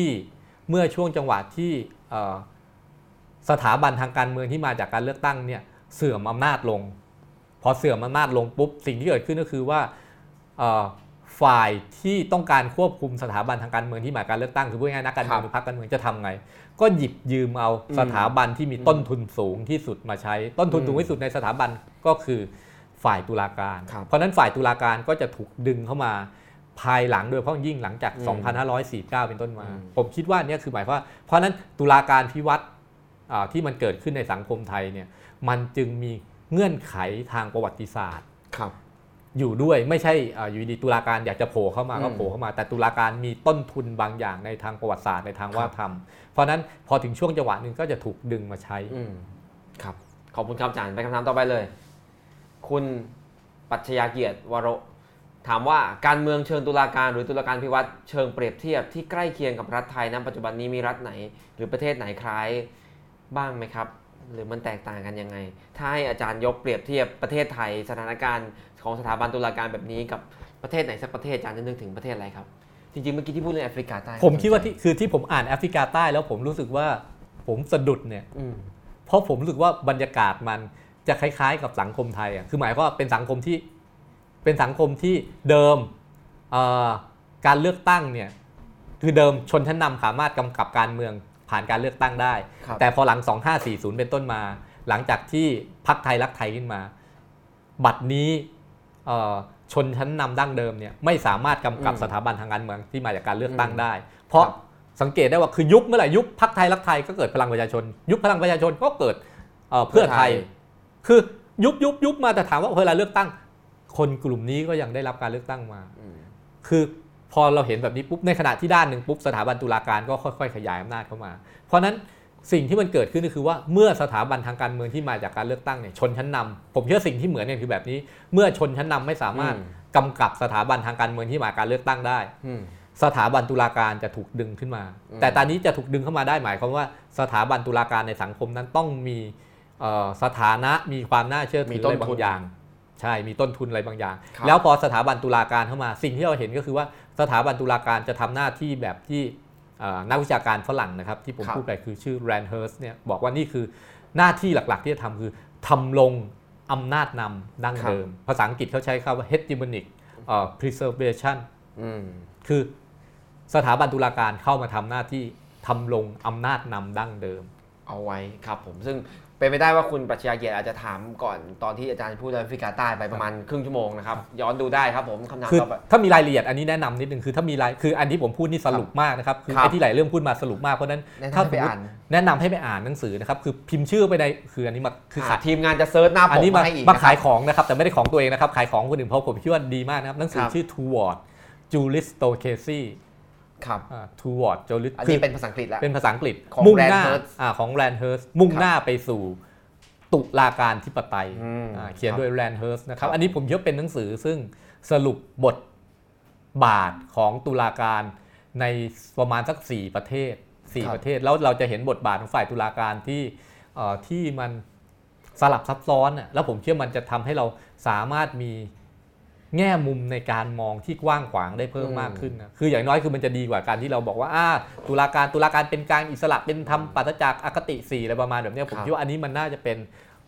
ที่สถาบันทางการเมืองที่มาจากการเลือกตั้งเนี่ยเสื่อมอำนาจลงพอเสื่อมอำนาจลงปุ๊บสิ่งที่เกิดขึ้นก็คือว่าฝ่ายที่ต้องการควบคุมสถาบันทางการเมืองที่มาจากการเลือกตั้งคือพูดง่ายๆนักการเมืองหรือพรรคการเมืองจะทำไงก็หยิบยืมเอาสถาบันที่มีต้นทุนสูงที่สุดมาใช้ต้นทุนสูงที่สุดในสถาบันก็คือฝ่ายตุลาการเพราะนั้นฝ่ายตุลาการก็จะถูกดึงเข้ามาภายหลังโดยเฉพาะยิ่งหลังจาก2549เป็นต้นมาผมคิดว่านี่คือหมายว่าเพราะนั้นตุลาการพิวัตรที่มันเกิดขึ้นในสังคมไทยเนี่ยมันจึงมีเงื่อนไขทางประวัติศาสตร์อยู่ด้วยไม่ใช่อยู่ดีตุลาการอยากจะโผล่เข้ามาก็โผล่เข้ามาแต่ตุลาการมีต้นทุนบางอย่างในทางประวัติศาสตร์ในทางวัฒนธรรมเพราะนั้นพอถึงช่วงจังหวะนึงก็จะถูกดึงมาใช้ครับขอบคุณครับอาจารย์ไปคำถามต่อไปเลยคุณปัชญาเกียรติวโรถามว่าการเมืองเชิงตุลาการหรือตุลาการพิวัตรเชิงเปรียบเทียบที่ใกล้เคียงกับรัฐไทยณปัจจุบันนี้มีรัฐไหนหรือประเทศไหนคล้ายบ้างไหมครับหรือมันแตกต่างกันยังไงถ้าให้อาจารย์ยกเปรียบเทียบประเทศไทยสถานการณ์ของสถาบันตุลาการแบบนี้กับประเทศไหนสักประเทศอาจารย์จะนึกถึงประเทศอะไรครับจริงๆเมื่อกี้ที่พูดเรื่องแอฟริกาใต้ผมคิดว่าที่ผมอ่านแอฟริกาใต้แล้วผมรู้สึกว่าผมสะดุดเนี่ยเพราะผมรู้สึกว่าบรรยากาศมันจะคล้ายๆกับสังคมไทยอ่ะคือหมายว่าเป็นสังคมที่เดิมการเลือกตั้งเนี่ยคือเดิมชนชั้นนำสามารถกำกับการเมืองผ่านการเลือกตั้งได้แต่พอหลัง2540เป็นต้นมาหลังจากที่พรรคไทยรักไทยขึ้นมาบัดนี้ชนชั้นนำดั้งเดิมเนี่ยไม่สามารถกำกับสถาบันทางการเมืองที่มาจากการเลือกตั้งได้เพราะสังเกตได้ว่าคือยุบเมื่อไหร่ยุบพรรคไทยรักไทยก็เกิดพลังประชาชนยุบพลังประชาชนก็เกิดเพื่อไทยคือยุบมาแต่ถามว่าเวลาเลือกตั้งคนกลุ่มนี้ก็ยังได้รับการเลือกตั้งมาคือพอเราเห็นแบบนี้ปุ๊บในขณะที่ด้านหนึ่งปุ๊บสถาบันตุลาการก็ค่อยๆขยายอำนาจเข้ามาเพราะนั้นสิ่งที่มันเกิดขึ้นก็คือว่าเมื่อสถาบันทางการเมืองที่มาจากการเลือกตั้งเนี่ยชนชั้นนำผมเชื่อสิ่งที่เหมือนกันคือแบบนี้เมื่อชนชั้นนำไม่สามารถกำกับสถาบันทางการเมืองที่มาจากการเลือกตั้งได้สถาบันตุลาการจะถูกดึงขึ้นมาแต่ตอนนี้จะถูกดึงเข้ามาได้หมายความว่าสถาบันตุลาการในสังคมนั้นต้องมีสถานะมีความน่าเชื่อถืออะไรบางอย่างใช่มีต้นทุนอะไรบางอย่างแล้วพอสถาบันตุลาการเข้ามาสิ่งที่เราเห็นก็คือว่าสถาบันตุลาการจะทำหน้าที่แบบที่นักวิชาการฝรั่งนะครับที่ผมพูดไปคือชื่อแรนเฮิร์สเนี่ยบอกว่านี่คือหน้าที่หลักๆที่จะทำคือทำลงอำนาจนำดั้งเดิมภาษาอังกฤษเขาใช้คำว่า hegemonic preservation คือสถาบันตุลาการเข้ามาทำหน้าที่ทำลงอำนาจนำดั้งเดิมเอาไว้ครับผมซึ่งเป็นไปได้ว่าคุณปรัชญาเกียรติอาจจะถามก่อนตอนที่อาจารย์พูดเรื่องแอฟริกาใต้ไปประมาณครึ่งชั่วโมงนะครับย้อนดูได้ครับผมคำถามต่อไปถ้ามีรายละเอียดอันนี้แนะนำนิดนึงคือถ้ามีคืออันที่ผมพูดนี่สรุปมากนะครับคือไอ้ที่หลายเรื่องพูดมาสรุปมากเพราะนั้นถ้าไปอ่านแนะนำให้ไปอ่านหนังสือนะครับคือพิมพ์ชื่อไปในคืออันนี้มาคือทีมงานจะเซิร์ชหน้าปกมาให้อีกมาขายของนะครับแต่ไม่ได้ของตัวเองนะครับขายของคนอื่นเพราะผมคิดว่าดีมากนะครับหนังสือชื่อ Toward Julius Stokesy ครับ Toward Julius อันนี้เป็นภาษาอังกฤษแล้วเป็นภาษาอังกฤษมุ่งหน้าของ Randhurst มุ่งหน้าไปสู่ตุลาการธิปไตยเขียนโดยแรนเฮิร์สนะครับอันนี้ผมคิดว่าเป็นหนังสือซึ่งสรุปบทบาทของตุลาการในประมาณสัก4ประเทศแล้วเราจะเห็นบทบาทของฝ่ายตุลาการที่มันสลับซับซ้อนแล้วผมเชื่อมันจะทำให้เราสามารถมีแง่มุมในการมองที่กว้างขวางได้เพิ่มมากขึ้นนะคืออย่างน้อยคือมันจะดีกว่าการที่เราบอกว่าตุลาการเป็นกลางอิสระเป็นธรรมปราศจากอคติ4อะไรประมาณแบบนี้ผมคิดว่าอันนี้มันน่าจะเป็น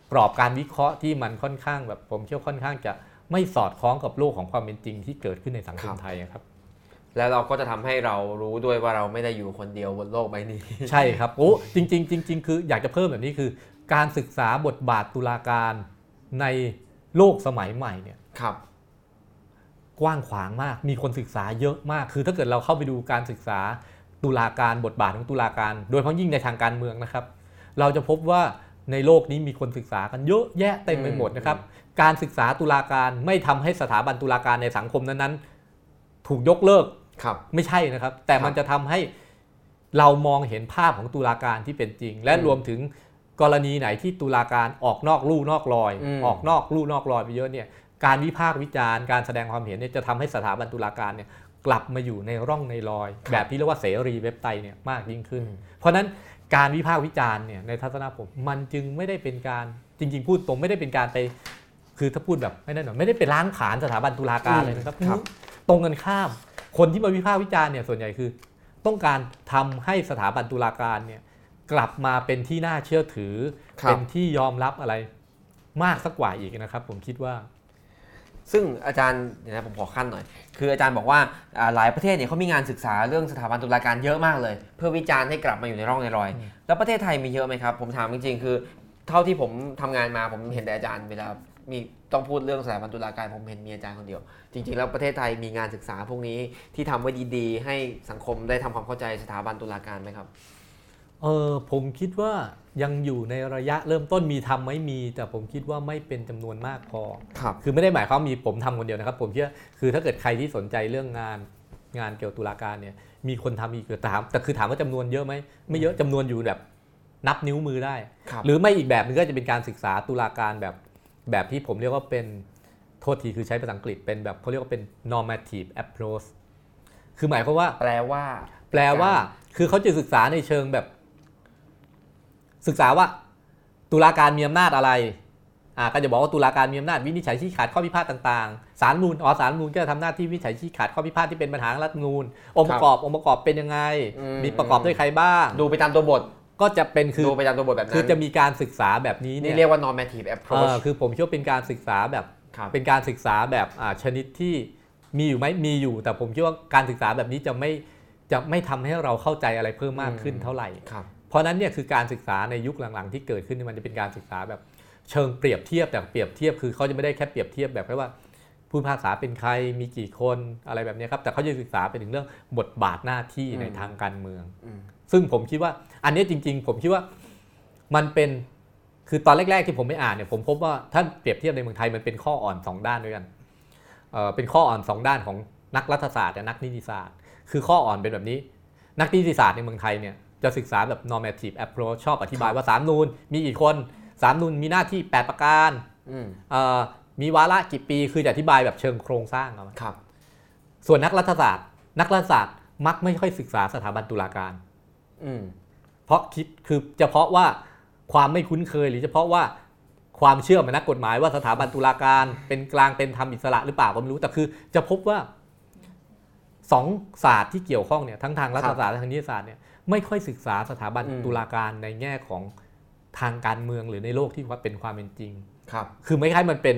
กรอบการวิเคราะห์ที่มันค่อนข้างแบบผมเชื่อค่อนข้างจะไม่สอดคล้องกับโลกของความเป็นจริงที่เกิดขึ้นในสังคมไทยครับแล้วเราก็จะทำให้เรารู้ด้วยว่าเราไม่ได้อยู่คนเดียวบนโลกใบนี้ใช่ครับโอ้จริงคืออยากจะเพิ่มแบบนี้คือการศึกษาบทบาทตุลาการในโลกสมัยใหม่เนี่ยครับกว้างขวางมากมีคนศึกษาเยอะมากคือถ้าเกิดเราเข้าไปดูการศึกษาตุลาการบทบาทของตุลาการโดยเฉพาะยิ่งในทางการเมืองนะครับเราจะพบว่าในโลกนี้มีคนศึกษากันเยอะแยะเต็มไปหมดนะครับการศึกษาตุลาการไม่ทำให้สถาบันตุลาการในสังคมนั้นๆถูกยกเลิกไม่ใช่นะครับแต่มันจะทำให้เรามองเห็นภาพของตุลาการที่เป็นจริงและรวมถึงกรณีไหนที่ตุลาการออกนอกลู่นอกรอยออกนอกลู่นอกรอยไปเยอะเนี่ยการวิพากษ์วิจารณ์การแสดงความเห็นเนี่ยจะทำให้สถาบันตุลาการเนี่ยกลับมาอยู่ในร่องในรอยแบบที่เรียกว่าเสรีเว็บไซต์เนี่ยมากยิ่งขึ้นเพราะนั้นการวิพากษ์วิจารณ์เนี่ยในทัศนะผมมันจึงไม่ได้เป็นการจริงๆพูดตรงไม่ได้เป็นการไปคือถ้าพูดแบบไม่ได้หน่อยไม่ได้ไปล้างผลาญสถาบันตุลาการเลยนะครับตรงกันข้ามคนที่มาวิพากษ์วิจารณ์เนี่ยส่วนใหญ่คือต้องการทำให้สถาบันตุลาการเนี่ยกลับมาเป็นที่น่าเชื่อถือเป็นที่ยอมรับอะไรมากสักกว่าอีกนะครับผมคิดว่าซึ่งอาจารย์เดี๋ยวนะผมขอขั้นหน่อยคืออาจารย์บอกว่าหลายประเทศเนี่ยเขามีงานศึกษาเรื่องสถาบันตุลาการเยอะมากเลยเพื่อวิจารณ์ให้กลับมาอยู่ในร่องในรอยแล้วประเทศไทยมีเยอะไหมครับผมถามจริงๆคือเท่าที่ผมทำงานมาผมเห็นแต่อาจารย์เวลามีต้องพูดเรื่องสถาบันตุลาการผมเห็นมีอาจารย์คนเดียวจริงๆแล้วประเทศไทยมีงานศึกษาพวกนี้ที่ทำไว้ดีๆให้สังคมได้ทำความเข้าใจสถาบันตุลาการไหมครับผมคิดว่ายังอยู่ในระยะเริ่มต้นมีทำไหมมีแต่ผมคิดว่าไม่เป็นจำนวนมากพอคือไม่ได้หมายความมีผมทำคนเดียวนะครับผมเชื่อคือถ้าเกิดใครที่สนใจเรื่องงานเกี่ยวกับตุลาการเนี่ยมีคนทำอีกแต่คือถามว่าจำนวนเยอะไหมไม่เยอะจำนวนอยู่แบบนับนิ้วมือได้หรือไม่อีกแบบนึงก็จะเป็นการศึกษาตุลาการแบบที่ผมเรียกว่าเป็นโทษทีคือใช้ภาษาอังกฤษเป็นแบบเขาเรียกว่าเป็น normative approach คือหมายความว่าแปลว่าคือเขาจะศึกษาในเชิงแบบศึกษาว่าตุลาการมีอำนาจอะไรก็จะบอกว่าตุลาการมีอำนาจวินิจฉัยชี้ขาดข้อพิพาทต่างๆศาลนูนก็จะทำหน้าที่วินิจฉัยชี้ขาดข้อพิพาทที่เป็นปัญหารัฐธรรมนูญองค์ประกอบเป็นยังไงมีประกอบด้วยใครบ้างดูไปตามตัวบทก็จะเป็นคือดูไปตามตัวบทแบบนั้นคือจะมีการศึกษาแบบนี้เนี่ยเรียกว่า normative approach คือผมเชื่อเป็นการศึกษาแบบเป็นการศึกษาแบบชนิดที่มีอยู่ไหมมีอยู่แต่ผมคิดว่าการศึกษาแบบนี้จะไม่ทำให้เราเข้าใจอะไรเพิ่มมากขึ้นเท่าไหร่เพราะนั้นเนี่ยคือการศึกษาในยุคหลังๆที่เกิดขึ้นมันจะเป็นการศึกษาแบบเชิงเปรียบเทียบแต่เปรียบเทียบคือเขาจะไม่ได้แค่เปรียบเทียบแบบแค่ว่าผู้พิพากษาเป็นใครมีกี่คนอะไรแบบนี้ครับแต่เขาจะศึกษาไปถึงเรื่องบทบาทหน้าที่ในทางการเมืองซึ่งผมคิดว่าอันนี้จริงๆผมคิดว่ามันเป็นคือตอนแรกๆที่ผมไปอ่านเนี่ยผมพบว่าถ้าเปรียบเทียบในเมืองไทยมันเป็นข้ออ่อน2ด้านด้วยกันเป็นข้ออ่อน2ด้านของนักรัฐศาสตร์และนักนิติศาสตร์คือข้ออ่อนเป็นแบบนี้นักนิติศาสตร์ในเมืองไทยเนี่ยจะศึกษาแบบ normative approach ชอบอธิบายว่าศาลนูนมีกี่คนศาลนูนมีหน้าที่8ประการมีวาระกี่ปีคือจะอธิบายแบบเชิงโครงสร้างครับส่วนนักรัฐศาสตร์มักไม่ค่อยศึกษาสถาบันตุลาการเพราะคิดคือจะเพราะว่าความไม่คุ้นเคยหรือเฉพาะว่าความเชื่อของนักกฎหมายว่าสถาบันตุลาการเป็นกลางเป็นธรรมอิสระหรือเปล่าก็ไม่รู้แต่คือจะพบว่า2ศาสตร์ที่เกี่ยวข้องเนี่ยทั้งทางรัฐศาสตร์และทางนิติศาสตร์เนี่ยไม่ค่อยศึกษาสถาบันตุลาการในแง่ของทางการเมืองหรือในโลกที่ว่าเป็นความเป็นจริงคือไม่ใช่มันเป็น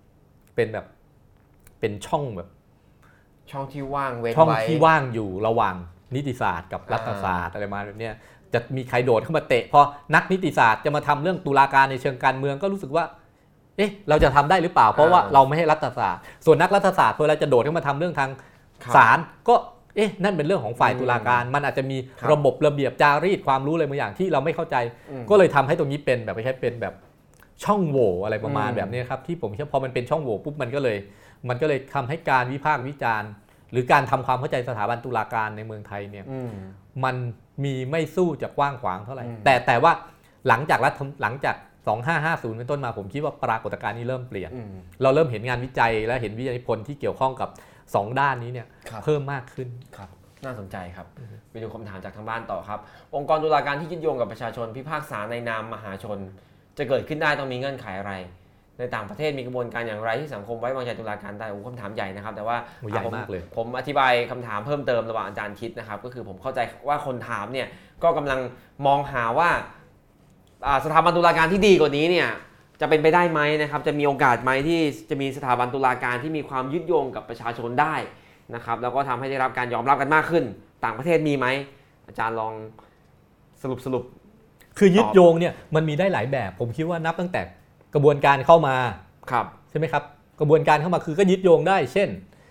ช่องแบบช่องที่ว่างเว้นไว้ช่องที่ว่างอยู่ระหว่างนิติศาสตร์กับรัฐศาสตร์อะไรมาแบบนี้จะมีใครโดดเข้ามาเตะพอนักนิติศาสตร์จะมาทำเรื่องตุลาการในเชิงการเมืองก็รู้สึกว่าเราจะทำได้หรือเปล่าเพราะว่าเราไม่ให้รัฐศาสตร์ส่วนนักรัฐศาสตร์พอเราจะโดดเข้ามาทำเรื่องทางศาลก็นั่นเป็นเรื่องของฝ่ายตุลาการมันอาจจะมีระบบระเบียบจารีตความรู้อะไรบางอย่างที่เราไม่เข้าใจก็เลยทำให้ตรงนี้เป็นแบบไม่ใช่เป็นแบบช่องโหว่อะไรประมาณแบบนี้ครับที่ผมเชื่อพอมันเป็นช่องโหว่ปุ๊บมันก็เลยทำให้การวิพากษ์วิจารณ์หรือการทำความเข้าใจสถาบันตุลาการในเมืองไทยเนี่ยมันมีไม่สู้จะกว้างขวางเท่าไหร่แต่ว่าหลังจาก2550เป็นต้นมาผมคิดว่าปรากฏการณ์นี้เริ่มเปลี่ยนเราเริ่มเห็นงานวิจัยและเห็นวิทยานิพนธ์ที่เกี่ยวข้องกับ2ด้านนี้เนี่ยเพิ่มมากขึ้นครับน่าสนใจครับไปดูคำถามจากทางบ้านต่อครับองค์กรตุลาการที่ยึดโยงกับประชาชนพิพากษาในนามมหาชนจะเกิดขึ้นได้ต้องมีเงื่อนไขอะไรในต่างประเทศมีกระบวนการอย่างไรที่สังคมไว้วางใจตุลาการได้คำถามใหญ่นะครับแต่ว่าใหญ่มากเลยผมอธิบายคำถามเพิ่มเติมระหว่างอาจารย์คิดนะครับก็คือผมเข้าใจว่าคนถามเนี่ยก็กำลังมองหาว่าสถาบันตุลาการที่ดีกว่านี้เนี่ยจะเป็นไปได้ไหมนะครับจะมีโอกาสไหมที่จะมีสถาบันตุลาการที่มีความยึดโยงกับประชาชนได้นะครับแล้วก็ทำให้ได้รับการยอมรับกันมากขึ้นต่างประเทศมีไหมอาจารย์ลองสรุปคือยึดโยงเนี่ยมันมีได้หลายแบบผมคิดว่านับตั้งแต่กระบวนการเข้ามาครับใช่ไหมครับกระบวนการเข้ามาคือก็ยึดโยงได้เช่น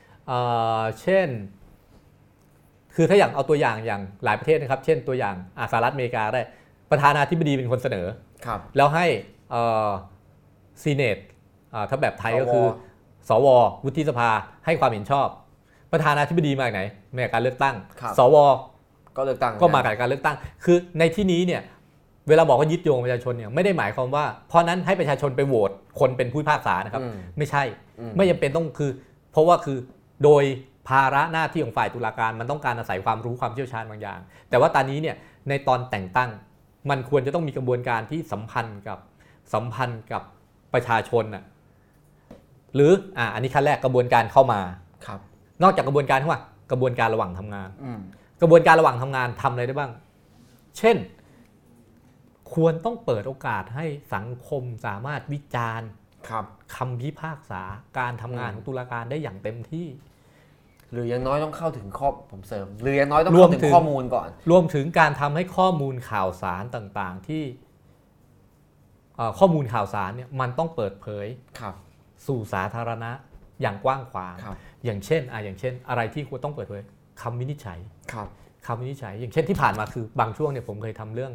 คือถ้าอย่างเอาตัวอย่างหลายประเทศนะครับเช่นตัวอย่างสหรัฐอเมริกาได้ประธานาธิบดีเป็นคนเสนอแล้วให้ซีเนตถ้าแบบไทยก็คือสววุฒิสภาให้ความเห็นชอบประธานาธิบดีมาจากไหนมาจากการเลือกตั้งสวก็เลือกตั้งก็มาจากการเลือกตั้งคือในที่นี้เนี่ยเวลาบอกว่ายึดโยงประชาชนเนี่ยไม่ได้หมายความว่าเพราะนั้นให้ประชาชนไปโหวตคนเป็นผู้พิพากษานะครับไม่ใช่ไม่จำเป็นต้องคือเพราะว่าคือโดยภาระหน้าที่ของฝ่ายตุลาการมันต้องการอาศัยความรู้ความเชี่ยวชาญบางอย่างแต่ว่าตอนนี้เนี่ยในตอนแต่งตั้งมันควรจะต้องมีกระบวนการที่สัมพันธ์กับประชาชนน่ะหรืออันนี้ขั้นแรกกระบวนการเข้ามาครับนอกจากกระบวนการเข้ามากระบวนการระหว่างทำงานกระบวนการระหว่างทำงานทำอะไรได้บ้างเช่นควรต้องเปิดโอกาสให้สังคมสามารถวิจารณ์คำพิพากษาการทำงานของตุลาการได้อย่างเต็มที่หรืออย่างน้อยต้องเข้าถึงผมเสริมหรืออย่างน้อยต้องเข้าถึงข้อมูลก่อนรวมถึงการทำให้ข้อมูลข่าวสารต่างๆที่ข้อมูลข่าวสารเนี่ยมันต้องเปิดเผยสู่สาธารณะอย่างกว้างขวางอย่างเช่นอะไรที่ควรต้องเปิดเผยคำวินิจฉัยอย่างเช่นที่ผ่านมาคือบางช่วงเนี่ยผมเคยทำเรื่อง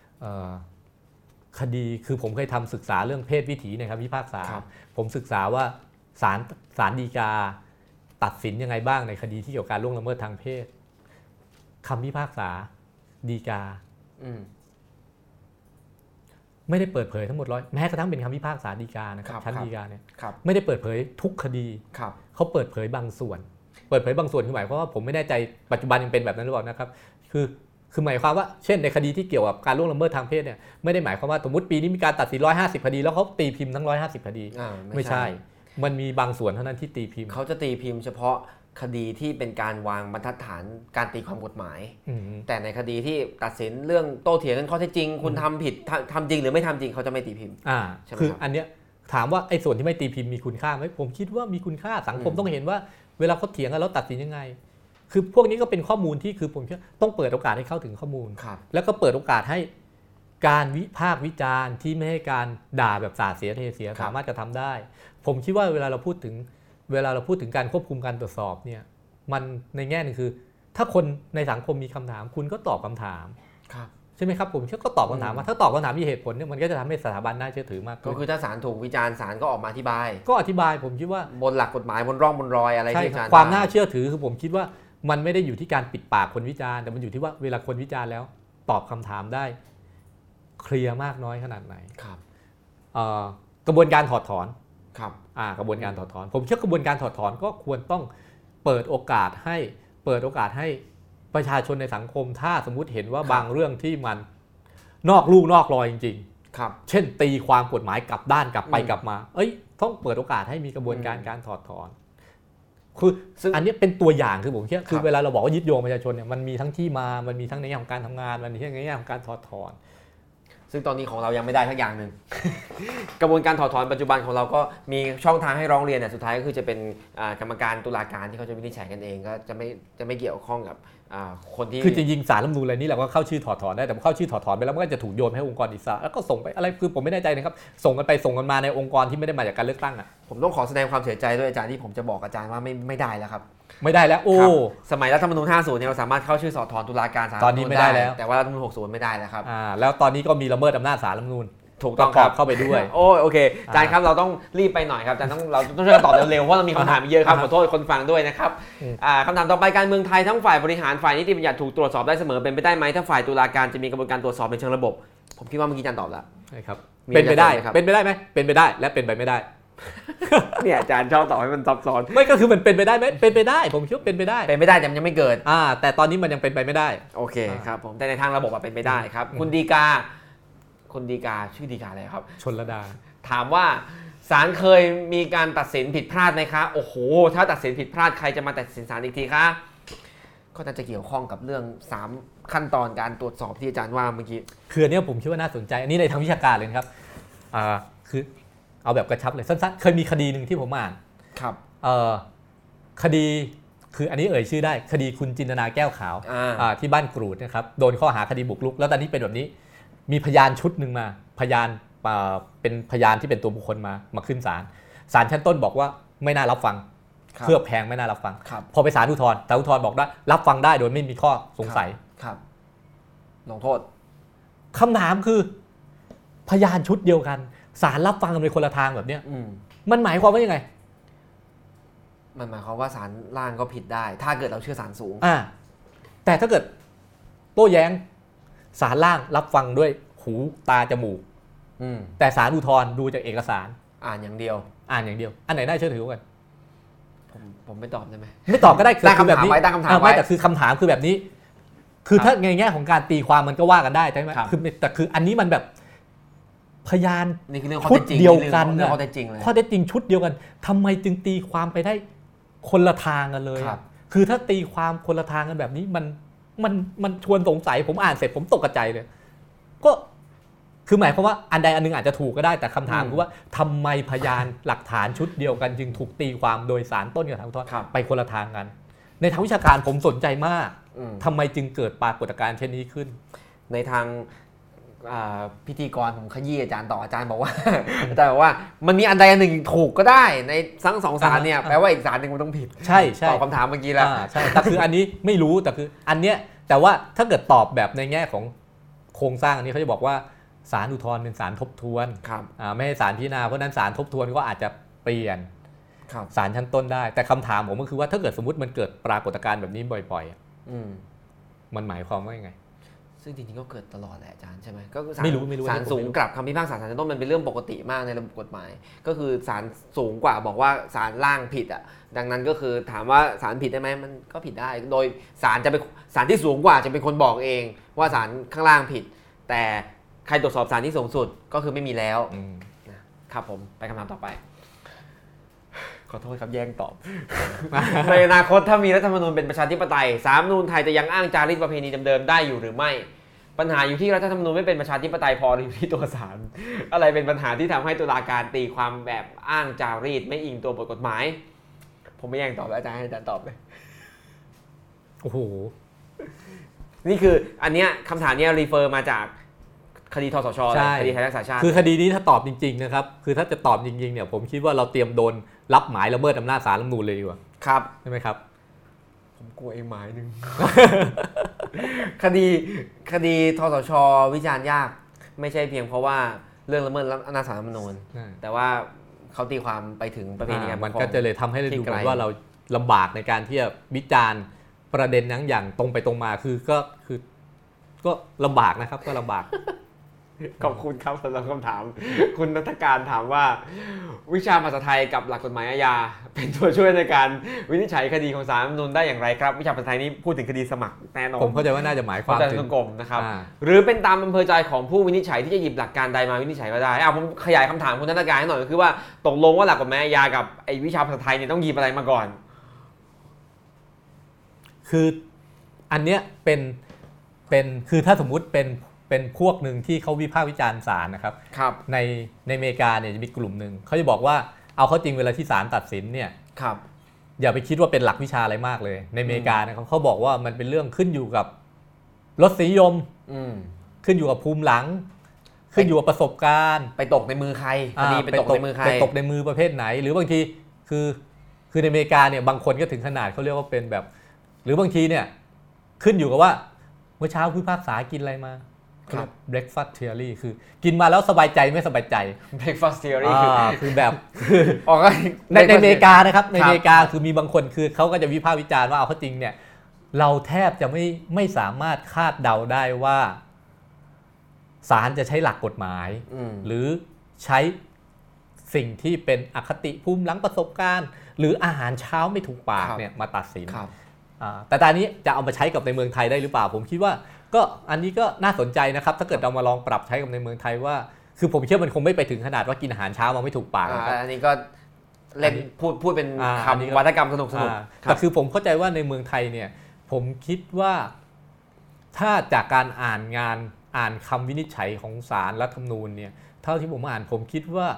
คดีคือผมเคยทำศึกษาเรื่องเพศวิถีในคำพิพากษาผมศึกษาว่าศาลฎีกาตัดสินยังไงบ้างในคดีที่เกี่ยวกับการล่วงละเมิดทางเพศคำพิพากษาฎีกาไม่ได้เปิดเผยทั้งหมดแม้กระทั่งเป็นคำพิพากษาฎีกานะครับชั้นฎีกาเนี่ยไม่ได้เปิดเผยทุกคดีเขาเปิดเผยบางส่วนคือหมายความว่าผมไม่แน่ใจปัจจุบันยังเป็นแบบนั้นหรือเปล่านะครับคือหมายความว่าเช่นในคดีที่เกี่ยวกับการล่วงละเมิดทางเพศเนี่ยไม่ได้หมายความว่าสมมติปีนี้มีการตัดสิน150คดีแล้วเขาตีพิมพ์ทั้ง150คดีไม่ใช่มันมีบางส่วนเท่านั้นที่ตีพิมพ์เขาจะตีพิมพ์เฉพาะคดีที่เป็นการวางบรรทัดฐานการตีความกฎหมายแต่ในคดีที่ตัดสินเรื่องโต้เถียงกันข้อเท็จจริงคุณทำผิดทำจริงหรือไม่ทำจริงเขาจะไม่ตีพิมพ์คืออันเนี้ยถามว่าไอ้ส่วนที่ไม่ตีพิมพ์มีคุณค่าไหมผมคิดว่ามีคุณค่าสังคมต้องเห็นว่าเวลาเขาเถียงกันแล้วตัดสินยังไงคือพวกนี้ก็เป็นข้อมูลที่คือผมคิดต้องเปิดโอกาสให้เข้าถึงข้อมูลแล้วก็เปิดโอกาสให้การวิพากษ์วิจารณ์ที่ไม่ให้การด่าแบบสาดเสียเทเสียสามารถจะทำได้ผมคิดว่าเวลาเราพูดถึงการควบคุมการตรวจสอบเนี่ยมันในแง่นึงคือถ้าคนในสังคมมีคำถามคุณก็ตอบคำถามใช่ไหมครับผมเชื่อก็ตอบคำถามว่าถ้าตอบคำถามมีเหตุผลเนี่ยมันก็จะทำให้สถาบันน่าเชื่อถือมากก็คือถ้าศาลถูกวิจารณ์ศาลก็ออกมาอธิบายผมคิดว่าบนหลักกฎหมายบนร่องบนรอยอะไรที่อาจารย์ความน่าเชื่อถือคือผมคิดว่ามันไม่ได้อยู่ที่การปิดปากคนวิจารณ์แต่มันอยู่ที่ว่าเวลาคนวิจารณ์แล้วตอบคำถามได้เคลียร์มากน้อยขนาดไหนกระบวนการถอดถอนกระบวนการถอดถอนผมเชื่อกระบวนการถอดถอนก็ควรต้องเปิดโอกาสให้ประชาชนในสังคมถ้าสมมุติเห็นว่าบางเรื่องที่มันนอกลู่นอกรอยจริงๆเช่นตีความกฎหมายกลับด้านกลับไปกลับมาต้องเปิดโอกาสให้มีกระบวนการถอดถอนคืออันนี้เป็นตัวอย่างคือผมเชื่อคือเวลาเราบอกว่ายึดโยงประชาชนเนี่ยมันมีทั้งที่มามันมีทั้งในแง่ของการทำงานมันมีทั้งในแง่ของการถอดถอนซึ่งตอนนี้ของเรายังไม่ได้ทักอย่างหนึ่ง กระบวนการถอดถอนปัจจุบันของเราก็มีช่องทางให้ร้องเรียนสุดท้ายก็คือจะเป็นกรรมการตุลาการที่เขาจะวินิจฉัยกันเองก็จะไม่เกี่ยวข้องกับคนที่คือจริงๆศาลรัฐธรรมนูญอะไรนี่เราก็เข้าชื่อถอดถอนได้แต่เข้าชื่อถอดถอนไปแล้วมันก็จะถูกโยนให้องค์กรอิสระแล้วก็ส่งไปอะไรคือผมไม่แน่ใจนะครับส่งกันไปส่งกันมาในองค์กรที่ไม่ได้มาจากการเลือกตั้งผมต้องขอแสดงความเสียใจด้วยอาจารย์ที่ผมจะบอกอาจารย์ว่าไม่ได้แล้วครับไม่ได้แล้วโอ้สมัยรัฐธรรมนูญ50เนี่ยเราสามารถเข้าชื่อถอดถอนตุลาการศาลตอนนี้ไม่ได้แล้วแต่ว่ารัฐธรรมนูญ60ไม่ได้แล้วครับแล้วตอนนี้ก็มีละเมิดอำนาจศาลรัฐธรรมนูญถูกต้องครับเข้าไปด้วยโอเคอาจารย์ครับเราต้องรีบไปหน่อยครับอาจารย์เราต้องช่วยกันตอบเร็วๆเพราะเรามีคำถามเยอะครับขอโทษคนฟังด้วยนะครับคำถามต่อไปการเมืองไทยทั้งฝ่ายบริหารฝ่ายนิติบัญญัติถูกตรวจสอบได้เสมอเป็นไปได้ไหมถ้าฝ่ายตุลาการจะมีกระบวนการตรวจสอบในเชิงระบบผมคิดว่าเมื่อกี้อาจารย์ตอบแล้วใช่ครับเป็นไปได้ครับเป็นไปได้ไหมเป็นไปได้และเป็นไปไม่ได้เนี่ยอาจารย์ชอบตอบให้มันซับซ้อนไม่ก็คือมันเป็นไปได้ไหมเป็นไปได้ผมคิดว่าเป็นไปได้แต่มันยังไม่เกิดแต่ตอนนี้มันยังเป็นไปไม่ได้โอเคครับผมแต่ในทางระบบเป็นไปได้ครับคุณดีกาชื่อดีกาอะไรครับชลดาถามว่าศาลเคยมีการตัดสินผิดพลาดไหมคะโอ้โหถ้าตัดสินผิดพลาดใครจะมาตัดสินศาลอีกทีคะก็น่าจะเกี่ยวข้องกับเรื่อง3ขั้นตอนการตรวจสอบที่อาจารย์ว่าเมื่อกี้คือเนี่ยผมคิดว่าน่าสนใจอันนี้ในทางวิชาการเลยครับคือเอาแบบกระชับเลยสั้นๆเคยมีคดีหนึ่งที่ผมอ่านครับคดีคืออันนี้เอ่ยชื่อได้คดีคุณจินตนาแก้วขาวที่บ้านกรูดนะครับโดนข้อหาคดีบุกรุกแล้วตอนนี้เป็นแบบนี้มีพยานชุดหนึ่งมาพยานเป็นพยานที่เป็นตัวบุคคลมาขึ้นศาลชั้นต้นบอกว่าไม่น่ารับฟังเคลือบแพงไม่น่ารับฟังพอไปศาลอุทธรณ์ศาลอุทธรณ์บอกได้รับฟังได้โดยไม่มีข้อสงสัยครับลงโทษคำถามคือพยานชุดเดียวกันศาลรับฟังกันเป็นคนละทางแบบเนี้ยมันหมายความว่ายังไงมันหมายความว่าศาลล่างก็ผิดได้ถ้าเกิดเราเชื่อศาลสูงแต่ถ้าเกิดโต้แย้งศาลล่างรับฟังด้วยหูตาจมูกแต่ศาลอุทธรณ์ดูจากเอกสารอ่านอย่างเดียวอันไหนน่าเชื่อถือกันผมไม่ตอบได้ไหมไม่ตอบก็ได้คือแบบนี้ตั้งคำถามไว้แต่คือคำถามคือแบบนี้คือถ้าในแง่ของการตีความมันก็ว่ากันได้ใช่ไหมคือแต่คืออันนี้มันแบบพยานชุดเดียวกันข้อเท็จจริงเลยข้อเท็จจริงชุดเดียวกันทำไมจึงตีความไปได้คนละทางกันเลยคือถ้าตีความคนละทางกันแบบนี้มันชวนสงสัยผมอ่านเสร็จผมตกใจเลยก็คือหมายความว่าอันใดอันหนึ่งอาจจะถูกก็ได้แต่คำถามคือว่าทำไมพยานหลักฐานชุดเดียวกันจึงถูกตีความโดยศาลต้นกับศาลอุทธรณ์ไปคนละทางกันในทางวิชาการผมสนใจมากทำไมจึงเกิดปรากฏการณ์เช่นนี้ขึ้นในทางพิธีกรผมขยี้อาจารย์ต่ออาจารย์บอกว่าแต่ว่ามันมีอันใดอันหนึ่งถูกก็ได้ในทั้งสองศาลเนี่ยแปลว่าอีกศาลหนึ่งมันต้องผิดใช่ตอบคำถามเมื่อกี้แล้วใช่แต่คืออันนี้ไม่รู้แต่คืออันเนี้ยแต่ว่าถ้าเกิดตอบแบบในแง่ของโครงสร้างอันนี้เขาจะบอกว่าศาลอุทธรณ์เป็นศาลทบทวนไม่ให้ศาลพิจารณาเพราะนั้นศาลทบทวนก็อาจจะเปลี่ยนศาลชั้นต้นได้แต่คำถามผมก็คือว่าถ้าเกิดสมมติมันเกิดปรากฏการณ์แบบนี้บ่อยๆมันหมายความว่ายังไงซึ่งจริงๆก็เกิดตลอดแหละอาจารย์ใช่ไหมก็คือไม่รู้ศาลสูงกลับคำพิพากษาศาลชั้นต้นมันเป็นเรื่องปกติมากในระบบกฎหมายก็คือศาลสูงกว่าบอกว่าศาลล่างผิดอ่ะดังนั้นก็คือถามว่าศาลผิดได้ไหมมันก็ผิดได้โดยศาลจะเป็นศาลที่สูงกว่าจะเป็นคนบอกเองว่าศาลข้างล่างผิดแต่ใครตรวจสอบศาลที่สูงสุดก็คือไม่มีแล้วครับผมไปคำถามต่อไปขอโทษครับแย่งตอบ ในอนาคตถ้ามีรัฐธรรมนูญเป็นประชาธิปไตยศาลรัฐธรรมนูญไทยจะยังอ้างจารีตประเพณีเดิมๆได้อยู่หรือไม่ปัญหาอยู่ที่รัฐธรรมนูญไม่เป็นประชาธิปไตยพอหรืออยู่ที่ตัวศาลอะไรเป็นปัญหาที่ทำให้ตุลาการตีความแบบอ้างจารีตไม่อิงตัวบทกฎหมายผมไม่แย่งตอบแล้วอาจารย์ให้อาจารย์ตอบเลยโอ้โหนี่คืออันเนี้ยคำถามเนี้ยรีเฟอร์มาจากคดีทสช.คดีไทยรักษาชาติคือคดีนี้ถ้าตอบจริงๆนะครับคือถ้าจะตอบจริงๆเนี่ยผมคิดว่าเราเตรียมโดนรับหมายละเมิดอำนาจศาลรัฐธรรมนูญเลยดีกว่าครับใช่ไหมครับผมกลัวไอ้หมายนึง คดีทสช.วิจารณ์ยากไม่ใช่เพียงเพราะว่าเรื่องละเมิดอำนาจศาลรัฐธรรมนูญแต่ว่าเขาตีความไปถึงประเพณีการปกครองมันก็จะเลยทำให้ดูเหมือนว่าเราลำบากในการที่จะวิจารณ์ประเด็นนั้นอย่างตรงไปตรงมาคือก็ลำบากนะครับก็ลำบากขอบคุณครับสำหรับคำถามคุณณัฐการถามว่าวิชาภาษาไทยกับหลักกฎหมายอาญาเป็นตัวช่วยในการวินิจฉัยคดีของศาลรัฐธรรมนูญได้อย่างไรครับวิชาภาษาไทยนี้พูดถึงคดีสมัครแน่นอนผมเข้าใจว่าน่าจะหมายความถึงสังคมนะครับหรือเป็นตามอำเภอใจของผู้วินิจฉัยที่จะหยิบหลักการใดมาวินิจฉัยก็ได้ผมขยายคำถามคุณณัฐการให้หน่อยก็คือว่าตกลงว่าหลักกฎหมายอาญากับไอ้วิชาภาษาไทยเนี่ยต้องหยิบอะไรมาก่อนคืออันเนี้ยเป็นคือถ้าสมมุติเป็นพวกหนึ่งที่เขาวิพากษ์วิจารณ์ศาลนะครับในอเมริกาเนี่ยจะมีกลุ่มหนึ่งเขาจะบอกว่าเอาเข้าจริงเวลาที่ศาลตัดสินเนี่ยอย่าไปคิดว่าเป็นหลักวิชาอะไรมากเลยในอเมริกาเนี่ยเขาบอกว่ามันเป็นเรื่องขึ้นอยู่กับรสนิยมขึ้นอยู่กับภูมิหลังขึ้นอยู่กับประสบการณ์ไปตกในมือใครคดีไปตกในมือใครไปตกในมือประเภทไหนหรือบางทีคือในอเมริกาเนี่ยบางคนก็ถึงขนาดเขาเรียกว่าเป็นแบบหรือบางทีเนี่ยขึ้นอยู่กับว่าเมื่อเช้าผู้พิพากษากินอะไรมาbreakfast theory คือกินมาแล้วสบายใจไม่สบายใจ breakfast theory คือแบบในอเมริกานะครับในอเมริกาคือมีบางคนคือเขาก็จะวิพากษ์วิจารณ์ว่าเอาเข้าจริงเนี่ยเราแทบจะไม่สามารถคาดเดาได้ว่าศาลจะใช้หลักกฎหมายหรือใช้สิ่งที่เป็นอคติภูมิหลังประสบการณ์หรืออาหารเช้าไม่ถูกปากเนี่ยมาตัดสินแต่ตอนนี้จะเอามาใช้กับในเมืองไทยได้หรือเปล่าผมคิดว่าก็อันนี้ก็น่าสนใจนะครับถ้าเกิดเรามาลองปรับใช้กับในเมืองไทยว่าคือผมเชื่อมันคงไม่ไปถึงขนาดว่ากินอาหารเช้ามาไม่ถูกปากนะครับอันนี้ก็เล่นพูดเป็นคำวัฒกรรมสนุกแต่คือผมเข้าใจว่าในเมืองไทยเนี่ยผมคิดว่าถ้าจากการอ่านคำวินิจฉัยของศาลรัฐธรรมนูญเนี่ยเท่าที่ผมอ่านผมคิดว่า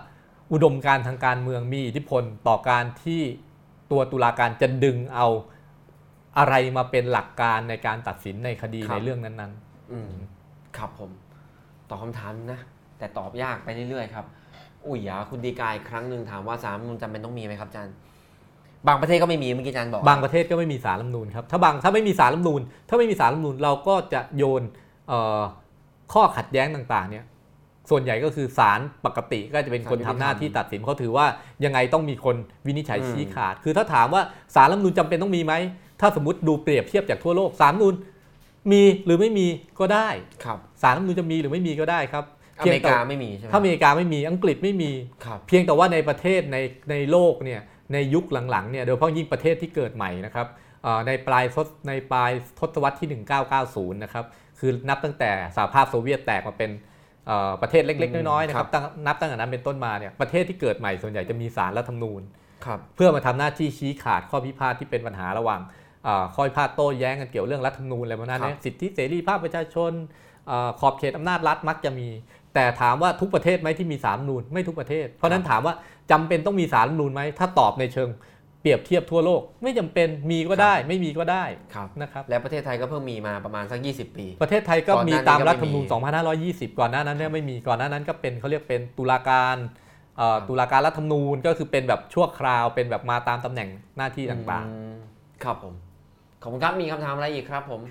อุดมการณ์ทางการเมืองมีอิทธิพลต่อการที่ตัวตุลาการจะดึงเอาอะไรมาเป็นหลักการในการตัดสินในคดีในเรื่องนั้นๆครับผมตอบคำถามนะแต่ตอบยากไปเรื่อยๆครับคุณดีกาอีกครั้งหนึ่งถามว่าศาลรัฐธรรมนูญจำเป็นต้องมีไหมครับอาจารย์บางประเทศก็ไม่มีเมื่อกี้อาจารย์บอกบางประเทศก็ไม่มีศาลรัฐธรรมนูญครับถ้าไม่มีศาลรัฐธรรมนูญเราก็จะโยนข้อขัดแย้งต่างๆเนี่ยส่วนใหญ่ก็คือศาลปกติก็จะเป็นคนทำหน้าที่ตัดสินเขาถือว่ายังไงต้องมีคนวินิจฉัยชี้ขาดคือถ้าถามว่าศาลรัฐธรรมนูญจำเป็นต้องมีไหมถ้าสมมติดูเปรียบเทียบจากทั่วโลกศาลรัฐธรรมนูญมีหรือไม่มีก็ได้ศาลรัฐธรรมนูญจะมีหรือไม่มีก็ได้ครับอเมริกาไม่มีใช่ไหมถ้าอเมริกาไม่มีอังกฤษไม่มีเพียงแต่ว่าในประเทศในโลกเนี่ยในยุคหลังๆเนี่ยโดยเฉพาะยิ่งประเทศที่เกิดใหม่นะครับในปลายทศวรรษที่1990นะครับคือนับตั้งแต่สหภาพโซเวียตแตกมาเป็นประเทศเล็กๆน้อยๆนะครับนับตั้งแต่นั้นเป็นต้นมาเนี่ยประเทศที่เกิดใหม่ส่วนใหญ่จะมีศาลรัฐธรรมนูญเพื่อมาทำหน้าที่ชี้ขาดข้อพิพาทที่เป็นปัญหาระหว่างข้อพิพาทโต้แย้งกันเกี่ยวเรื่องรัฐธรรมนูญอะไรประมาณนี้สิทธิเสรีภาพประชาชนขอบเขตอำนาจรัฐมักจะมีแต่ถามว่าทุกประเทศไหมที่มีศาลรัฐธรรมนูญไม่ทุกประเทศเพราะนั้นถามว่าจำเป็นต้องมีศาลรัฐธรรมนูญไหมถ้าตอบในเชิงเปรียบเทียบทั่วโลกไม่จำเป็นมีก็ได้ไม่มีก็ได้นะครับและประเทศไทยก็เพิ่งมีมาประมาณสัก20 ปีประเทศไทยก็มีตามรัฐธรรมนูญ2520ก่อนหน้านั้นเนี่ยไม่มีก่อนหน้านั้นก็เป็นเขาเรียกเป็นตุลาการรัฐธรรมนูญก็คือเป็นแบบชั่วคราวเป็นแบบมาตามตำแหน่งหน้าที่ต่างๆครับผมขอบคุณครับมีคำถามอะไรอีกครับผม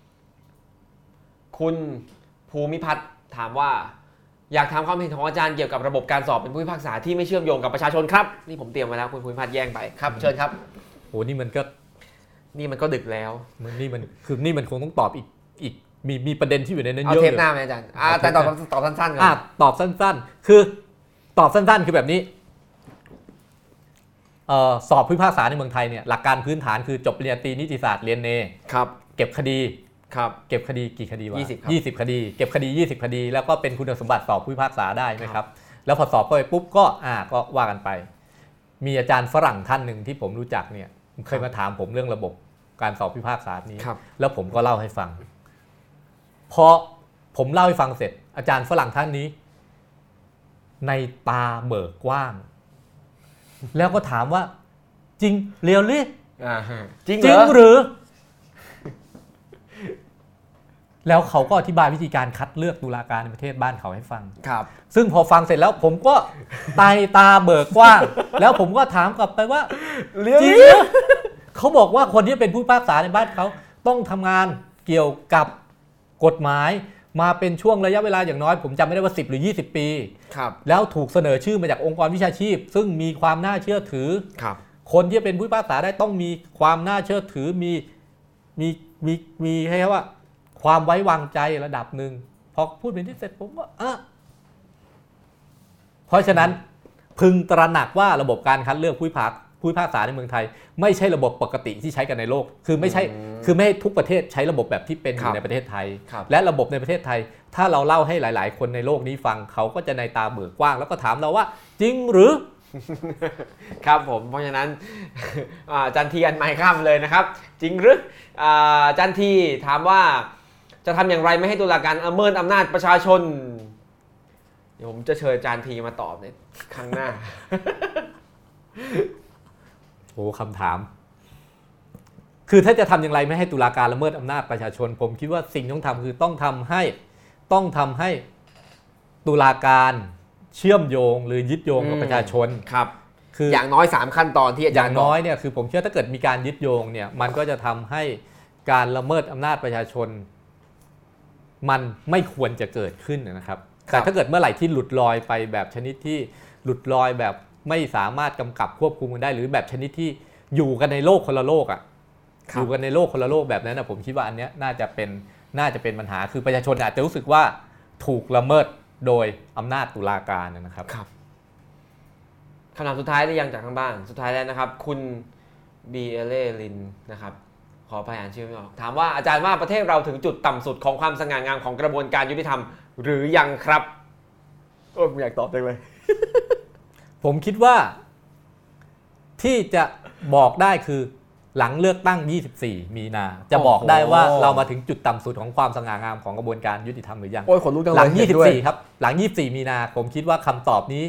คุณภูมิพัฒน์ถามว่าอยากถามความเห็นของอาจารย์เกี่ยวกับระบบการสอบเป็นผู้พิพากษาที่ไม่เชื่อมโยงกับประชาชนครับนี่ผมเตรียมไว้แล้วคุณภูมิพัฒน์แย่งไปครับเชิญครับโอ้นี่มันก็ดึกแล้วนี่มันคงต้องตอบอีกมีประเด็นที่อยู่ในนั้นเยอะเทปหน้าไหมอาจารย์แต่ตอบสั้นๆก่อนตอบสั้นๆคือตอบสั้นๆคือแบบนี้สอบผู้พิพากษาในเมืองไทยเนี่ยหลักการพื้นฐานคือจบปริญญาตรีนิติศาสตร์เรียนเนครับเก็บคดีเก็บคดีกี่คดีวะ20คดีเก็บคดี20คดีแล้วก็เป็นคุณสมบัติสอบผู้พิพากษาได้ไหมครับแล้วพอสอบเข้าไปปุ๊บก็ว่ากันไปมีอาจารย์ฝรั่งท่านหนึ่งที่ผมรู้จักเนี่ยเคยมาถามผมเรื่องระบบการสอบผู้พิพากษานี้แล้วผมก็เล่าให้ฟังพอผมเล่าให้ฟังเสร็จอาจารย์ฝรั่งท่านนี้ในตาเบิกกว้างแล้วก็ถามว่าจริงเรียลลี่จริงหรือแล้วเขาก็อธิบายวิธีการคัดเลือกตุลาการในประเทศบ้านเขาให้ฟังครับซึ่งพอฟังเสร็จแล้วผมก็ตาเบิกกว้างแล้วผมก็ถามกลับไปว่าจริงเขาบอกว่าคนที่เป็นผู้พิพากษาในบ้านเขาต้องทำงานเกี่ยวกับกฎหมายมาเป็นช่วงระยะเวลาอย่างน้อยผมจำไม่ได้ว่า10หรือ20ปีแล้วถูกเสนอชื่อมาจากองค์กรวิชาชีพซึ่งมีความน่าเชื่อถือคนที่เป็นผู้พิพากษาได้ต้องมีความน่าเชื่อถือมีให้ว่าความไว้วางใจระดับหนึ่งพอพูดเป็นที่เสร็จผมว่าเพราะฉะนั้นพึงตระหนักว่าระบบการคัดเลือกผู้พิพากษาในเมืองไทยไม่ใช่ระบบปกติที่ใช้กันในโลกคือไม่ให้ทุกประเทศใช้ระบบแบบที่เป็นอยู่ในประเทศไทยและระบบในประเทศไทยถ้าเราเล่าให้หลายๆคนในโลกนี้ฟังเขาก็จะในตาเบิกกว้างแล้วก็ถามเราว่าจริงหรือครับผมเพราะฉะนั้นจันทีอันไมค์ข้ามเลยนะครับจริงหรือจันทีถามว่าจะทำอย่างไรไม่ให้ตุลาการละเมิดอำนาจประชาชนเดี๋ยวผมจะเชิญอาจารย์ทีมาตอบในครั้งหน้าโอ้คำถามคือถ้าจะทำอย่างไรไม่ให้ตุลาการละเมิดอำนาจประชาชนผมคิดว่าสิ่งต้องทำคือต้องทำให้ตุลาการเชื่อมโยงหรือยึดโยงกับประชาชนครับคืออย่างน้อย3ขั้นตอนที่อาจารย์อย่างน้อยเนี่ยคือผมเชื่อถ้าเกิดมีการยึดโยงเนี่ยมันก็จะทำให้การละเมิดอำนาจประชาชนมันไม่ควรจะเกิดขึ้นนะครับแต่ถ้าเกิดเมื่อไหร่ที่หลุดลอยไปแบบชนิดที่หลุดลอยแบบไม่สามารถกำกับควบคุมกันได้หรือแบบชนิดที่อยู่กันในโลกคนละโลกอยู่กันในโลกคนละโลกแบบนั้นนะผมคิดว่าอันนี้น่าจะเป็นปัญหาคือประชาชนอาจจะรู้สึกว่าถูกละเมิดโดยอำนาจตุลาการนะครับคำถามสุดท้ายได้ยังจากทางบ้านสุดท้ายแล้วนะครับคุณบีเอเลลินนะครับขอพยายามชื่อไม่ออกถามว่าอาจารย์ว่าประเทศเราถึงจุดต่ำสุดของความสง่างามของกระบวนการยุติธรรมหรือยังครับผมอยากตอบได้เลยผมคิดว่าที่จะบอกได้คือหลังเลือกตั้ง24มีนาจะบอกได้ว่าเรามาถึงจุดต่ำสุดของความสง่างามของกระบวนการยุติธรรมหรือยังขนลุกจังเลยหลัง24ครับหลัง24มีนาผมคิดว่าคำตอบนี้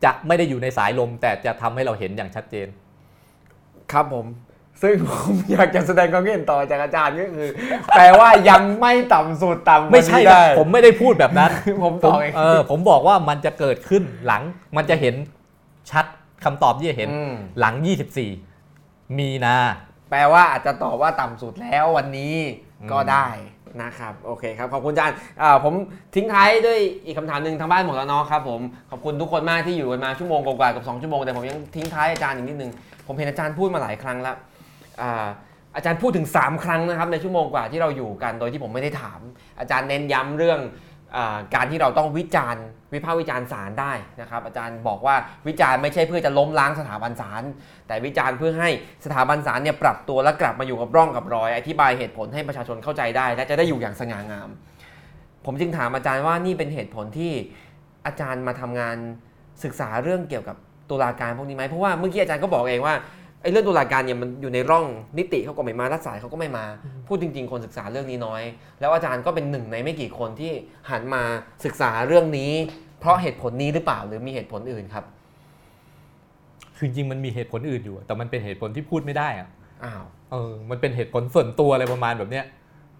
จะไม่ได้อยู่ในสายลมแต่จะทำให้เราเห็นอย่างชัดเจนครับผมซึ่งผมอยากจะแสดงความคิดเห็นต่อจากอาจารย์ก็คือแปลว่ายังไม่ต่ำสุดต่ำไม่ใช่ผมไม่ได้พูดแบบนั้นผมต่อเองผมบอกว่ามันจะเกิดขึ้นหลังมันจะเห็นชัดคำตอบที่จะเห็นหลัง24มีนาแปลว่าอาจจะตอบว่าต่ำสุดแล้ววันนี้ก็ได้นะครับโอเคครับขอบคุณอาจารย์ผมทิ้งท้ายด้วยอีกคำถามหนึ่งทางบ้านหมดแล้วเนาะครับผมขอบคุณทุกคนมากที่อยู่กันมาชั่วโมงกว่าๆกับ2ชั่วโมงแต่ผมยังทิ้งท้ายอาจารย์อีกนิดนึงผมเห็นอาจารย์พูดมาหลายครั้งแล้วอาจารย์พูดถึง3ครั้งนะครับในชั่วโมงกว่าที่เราอยู่กันโดยที่ผมไม่ได้ถามอาจารย์เน้นย้ำเรื่องการที่เราต้องวิพากษ์วิจารณ์ศาลได้นะครับอาจารย์บอกว่าวิจารณ์ไม่ใช่เพื่อจะล้มล้างสถาบันศาลแต่วิจารณ์เพื่อให้สถาบันศาลเนี่ยปรับตัวและกลับมาอยู่กับร่องกับรอยอธิบายเหตุผลให้ประชาชนเข้าใจได้และจะได้อยู่อย่างสง่างามผมจึงถามอาจารย์ว่านี่เป็นเหตุผลที่อาจารย์มาทำงานศึกษาเรื่องเกี่ยวกับตุลาการพวกนี้ไหมเพราะว่าเมื่อกี้อาจารย์ก็บอกเองว่าไอ้เรื่องตุลาการเนี่ยมันอยู่ในร่องนิติเขาก็ไม่มารัฐศาสตร์เขาก็ไม่มาพูดจริงๆคนศึกษาเรื่องนี้น้อยแล้วอาจารย์ก็เป็นหนึ่งในไม่กี่คนที่หันมาศึกษาเรื่องนี้เพราะเหตุผลนี้หรือเปล่าหรือมีเหตุผลอื่นครับคือจริงมันมีเหตุผลอื่นอยู่แต่มันเป็นเหตุผลที่พูดไม่ได้อ่ะอ้าวมันเป็นเหตุผลส่วนตัวอะไรประมาณแบบเนี้ย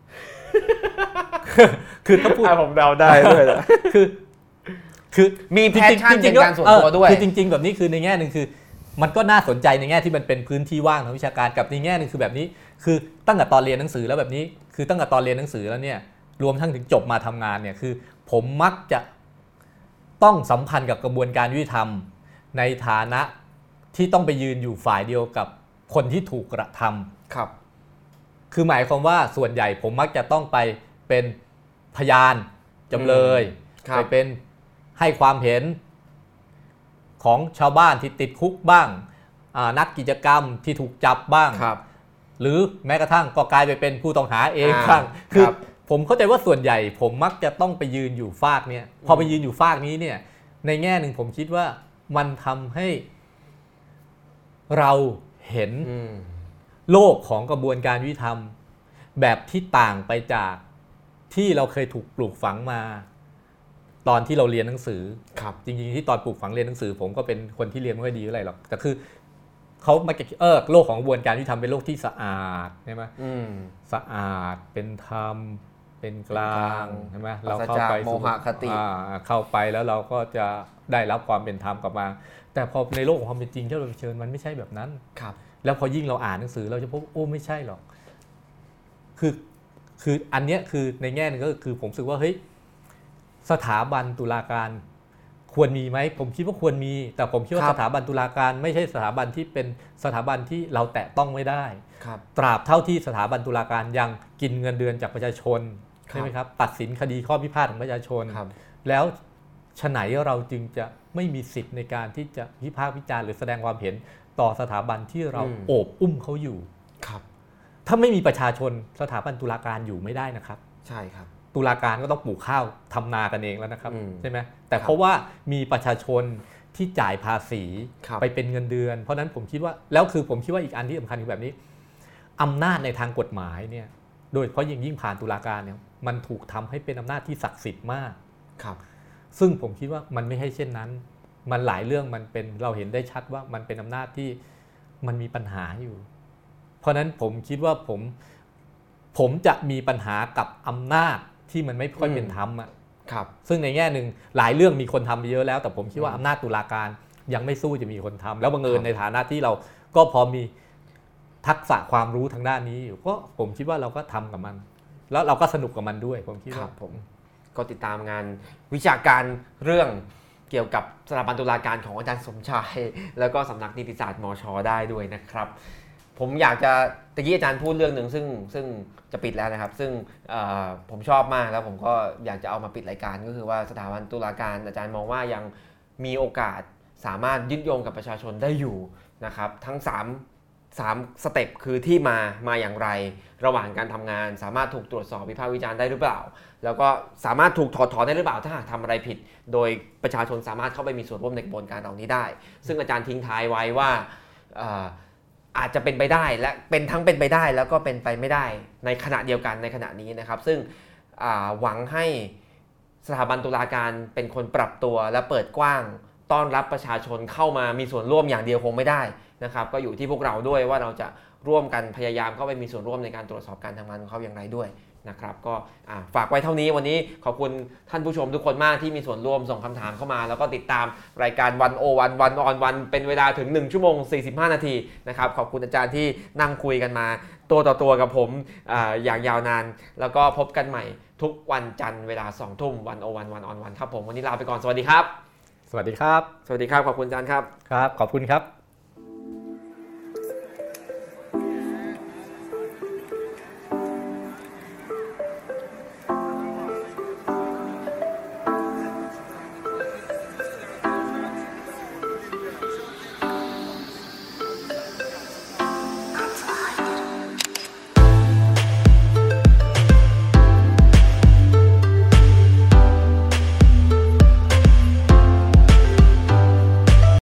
คือถ้าพูดผมเดาได้ด้วยคือมีแพชชั่นเป็นการส่วนตัวด้วยคือจริงๆแบบนี้คือในแง่นึงคือมันก็น่าสนใจในแง่ที่มันเป็นพื้นที่ว่างทางวิชาการกับในแง่นึงคือแบบนี้คือตั้งแต่ตอนเรียนหนังสือแล้วแบบนี้คือตั้งแต่ตอนเรียนหนังสือแล้วเนี่ยรวมทั้งถึงจบมาทำงานเนี่ยคือผมมักจะต้องสัมพันธ์กับกระบวนการยุติธรรมในฐานะที่ต้องไปยืนอยู่ฝ่ายเดียวกับคนที่ถูกกระทำครับคือหมายความว่าส่วนใหญ่ผมมักจะต้องไปเป็นพยานจำเลยไปเป็นให้ความเห็นของชาวบ้านที่ติดคุกบ้างนักกิจกรรมที่ถูกจับบ้างหรือแม้กระทั่งก็กลายไปเป็นผู้ต้องหาเองบ้างคือผมเข้าใจว่าส่วนใหญ่ผมมักจะต้องไปยืนอยู่ฝากเนี่ยพอไปยืนอยู่ฝากนี้เนี่ยในแง่หนึ่งผมคิดว่ามันทำให้เราเห็นโลกของกระบวนการยุติธรรมแบบที่ต่างไปจากที่เราเคยถูกปลูกฝังมาตอนที่เราเรียนหนังสือจริงๆที่ตอนปลูกฝังเรียนหนังสือผมก็เป็นคนที่เรียนไม่ค่อยดีอะไรหรอกแต่คือเขามาโลกของกระบวนการยุติธรรมเป็นโลกที่สะอาดใช่ไหมสะอาดเป็นธรรมเป็นกลางใช่ไหมเราเข้าไปโมหคติเข้าไปแล้วเราก็จะได้รับความเป็นธรรมกลับมาแต่พอในโลกของความเป็นจริงที่เราเผชิญมันไม่ใช่แบบนั้นแล้วพอยิ่งเราอ่านหนังสือเราจะพบไม่ใช่หรอกคืออันเนี้ยคือในแง่นึงก็คือผมรู้สึกว่าเฮ้ยสถาบันตุลาการควรมีไหมผมคิดว่าควรมีแต่ผมคิดว่าสถาบันตุลาการไม่ใช่สถาบันที่เป็นสถาบันที่เราแตะต้องไม่ได้ตราบเท่าที่สถาบันตุลาการยังกินเงินเดือนจากประชาชนใช่ไหมครับตัดสินคดีข้อพิพาทของประชาชนแล้วฉะไหนเราจึงจะไม่มีสิทธิ์ในการที่จะวิพากษ์วิจารณ์หรือแสดงความเห็นต่อสถาบันที่เราโอบอุ้มเขาอยู่ถ้าไม่มีประชาชนสถาบันตุลาการอยู่ไม่ได้นะครับใช่ครับตุลาการก็ต้องปลูกข้าวทำนากันเองแล้วนะครับใช่ไหมแต่เพราะว่ามีประชาชนที่จ่ายภาษีไปเป็นเงินเดือนเพราะนั้นผมคิดว่าแล้วคือผมคิดว่าอีกอันที่สำคัญคือแบบนี้อำนาจในทางกฎหมายเนี่ยโดยเฉพาะยิ่งผ่านตุลาการเนี่ยมันถูกทำให้เป็นอำนาจที่ศักดิ์สิทธิ์มากซึ่งผมคิดว่ามันไม่ใช่เช่นนั้นมันหลายเรื่องมันเป็นเราเห็นได้ชัดว่ามันเป็นอำนาจที่มันมีปัญหาอยู่เพราะนั้นผมคิดว่าผมจะมีปัญหากับอำนาจที่มันไม่ค่อยเป็นธรรมอ่ะซึ่งในแง่หนึ่งหลายเรื่องมีคนทำไปเยอะแล้วแต่ผมคิดว่าอำนาจตุลาการยังไม่สู้จะมีคนทำแล้วบังเอิญในฐานะที่เราก็พอมีทักษะความรู้ทางด้านนี้อยู่ก็ผมคิดว่าเราก็ทำกับมันแล้วเราก็สนุกกับมันด้วยผมคิดว่าผมก็ติดตามงานวิชาการเรื่องเกี่ยวกับสถาบันตุลาการของอาจารย์สมชายแล้วก็สำนักนิติศาสตร์มช.ได้ด้วยนะครับผมอยากจะตะกี้อาจารย์พูดเรื่องหนึ่งซึ่งจะปิดแล้วนะครับซึ่งผมชอบมากแล้วผมก็อยากจะเอามาปิดรายการก็คือว่าสถาบันตุลาการอาจารย์มองว่ายังมีโอกาสสามารถยึดโยงกับประชาชนได้อยู่นะครับทั้ง3สเต็ปคือที่มาอย่างไรระหว่างการทำงานสามารถถูกตรวจสอบวิพากษ์วิจารณ์ได้หรือเปล่าแล้วก็สามารถถูกถอดถอนได้หรือเปล่าถ้าหากทำอะไรผิดโดยประชาชนสามารถเข้าไปมีส่วนร่วมในกระบวนการเหล่านี้ได้ซึ่งอาจารย์ทิ้งท้ายไว้ว่าอาจจะเป็นไปได้และเป็นทั้งเป็นไปได้แล้วก็เป็นไปไม่ได้ในขณะเดียวกันในขณะนี้นะครับซึ่งหวังให้สถาบันตุลาการเป็นคนปรับตัวและเปิดกว้างต้อนรับประชาชนเข้ามามีส่วนร่วมอย่างเดียวคงไม่ได้นะครับก็อยู่ที่พวกเราด้วยว่าเราจะร่วมกันพยายามเข้าไปมีส่วนร่วมในการตรวจสอบการทำงานของเขาอย่างไรด้วยนะครับก็ฝากไว้เท่านี้วันนี้ขอบคุณท่านผู้ชมทุกคนมากที่มีส่วนร่วมส่งคำถามเข้ามาแล้วก็ติดตามรายการวันเป็นเวลาถึง1 ชั่วโมง 45 นาทีนะครับขอบคุณอาจารย์ที่นั่งคุยกันมาตัวต่อตัวกับผมอย่างยาวนานแล้วก็พบกันใหม่ทุกวันจันทร์เวลา 20:00 นวันครับผมวันนี้ลาไปก่อนสวัสดีครับสวัสดีครับสวัสดีครับขอบคุณอาจารย์ครับครับขอบคุณครับ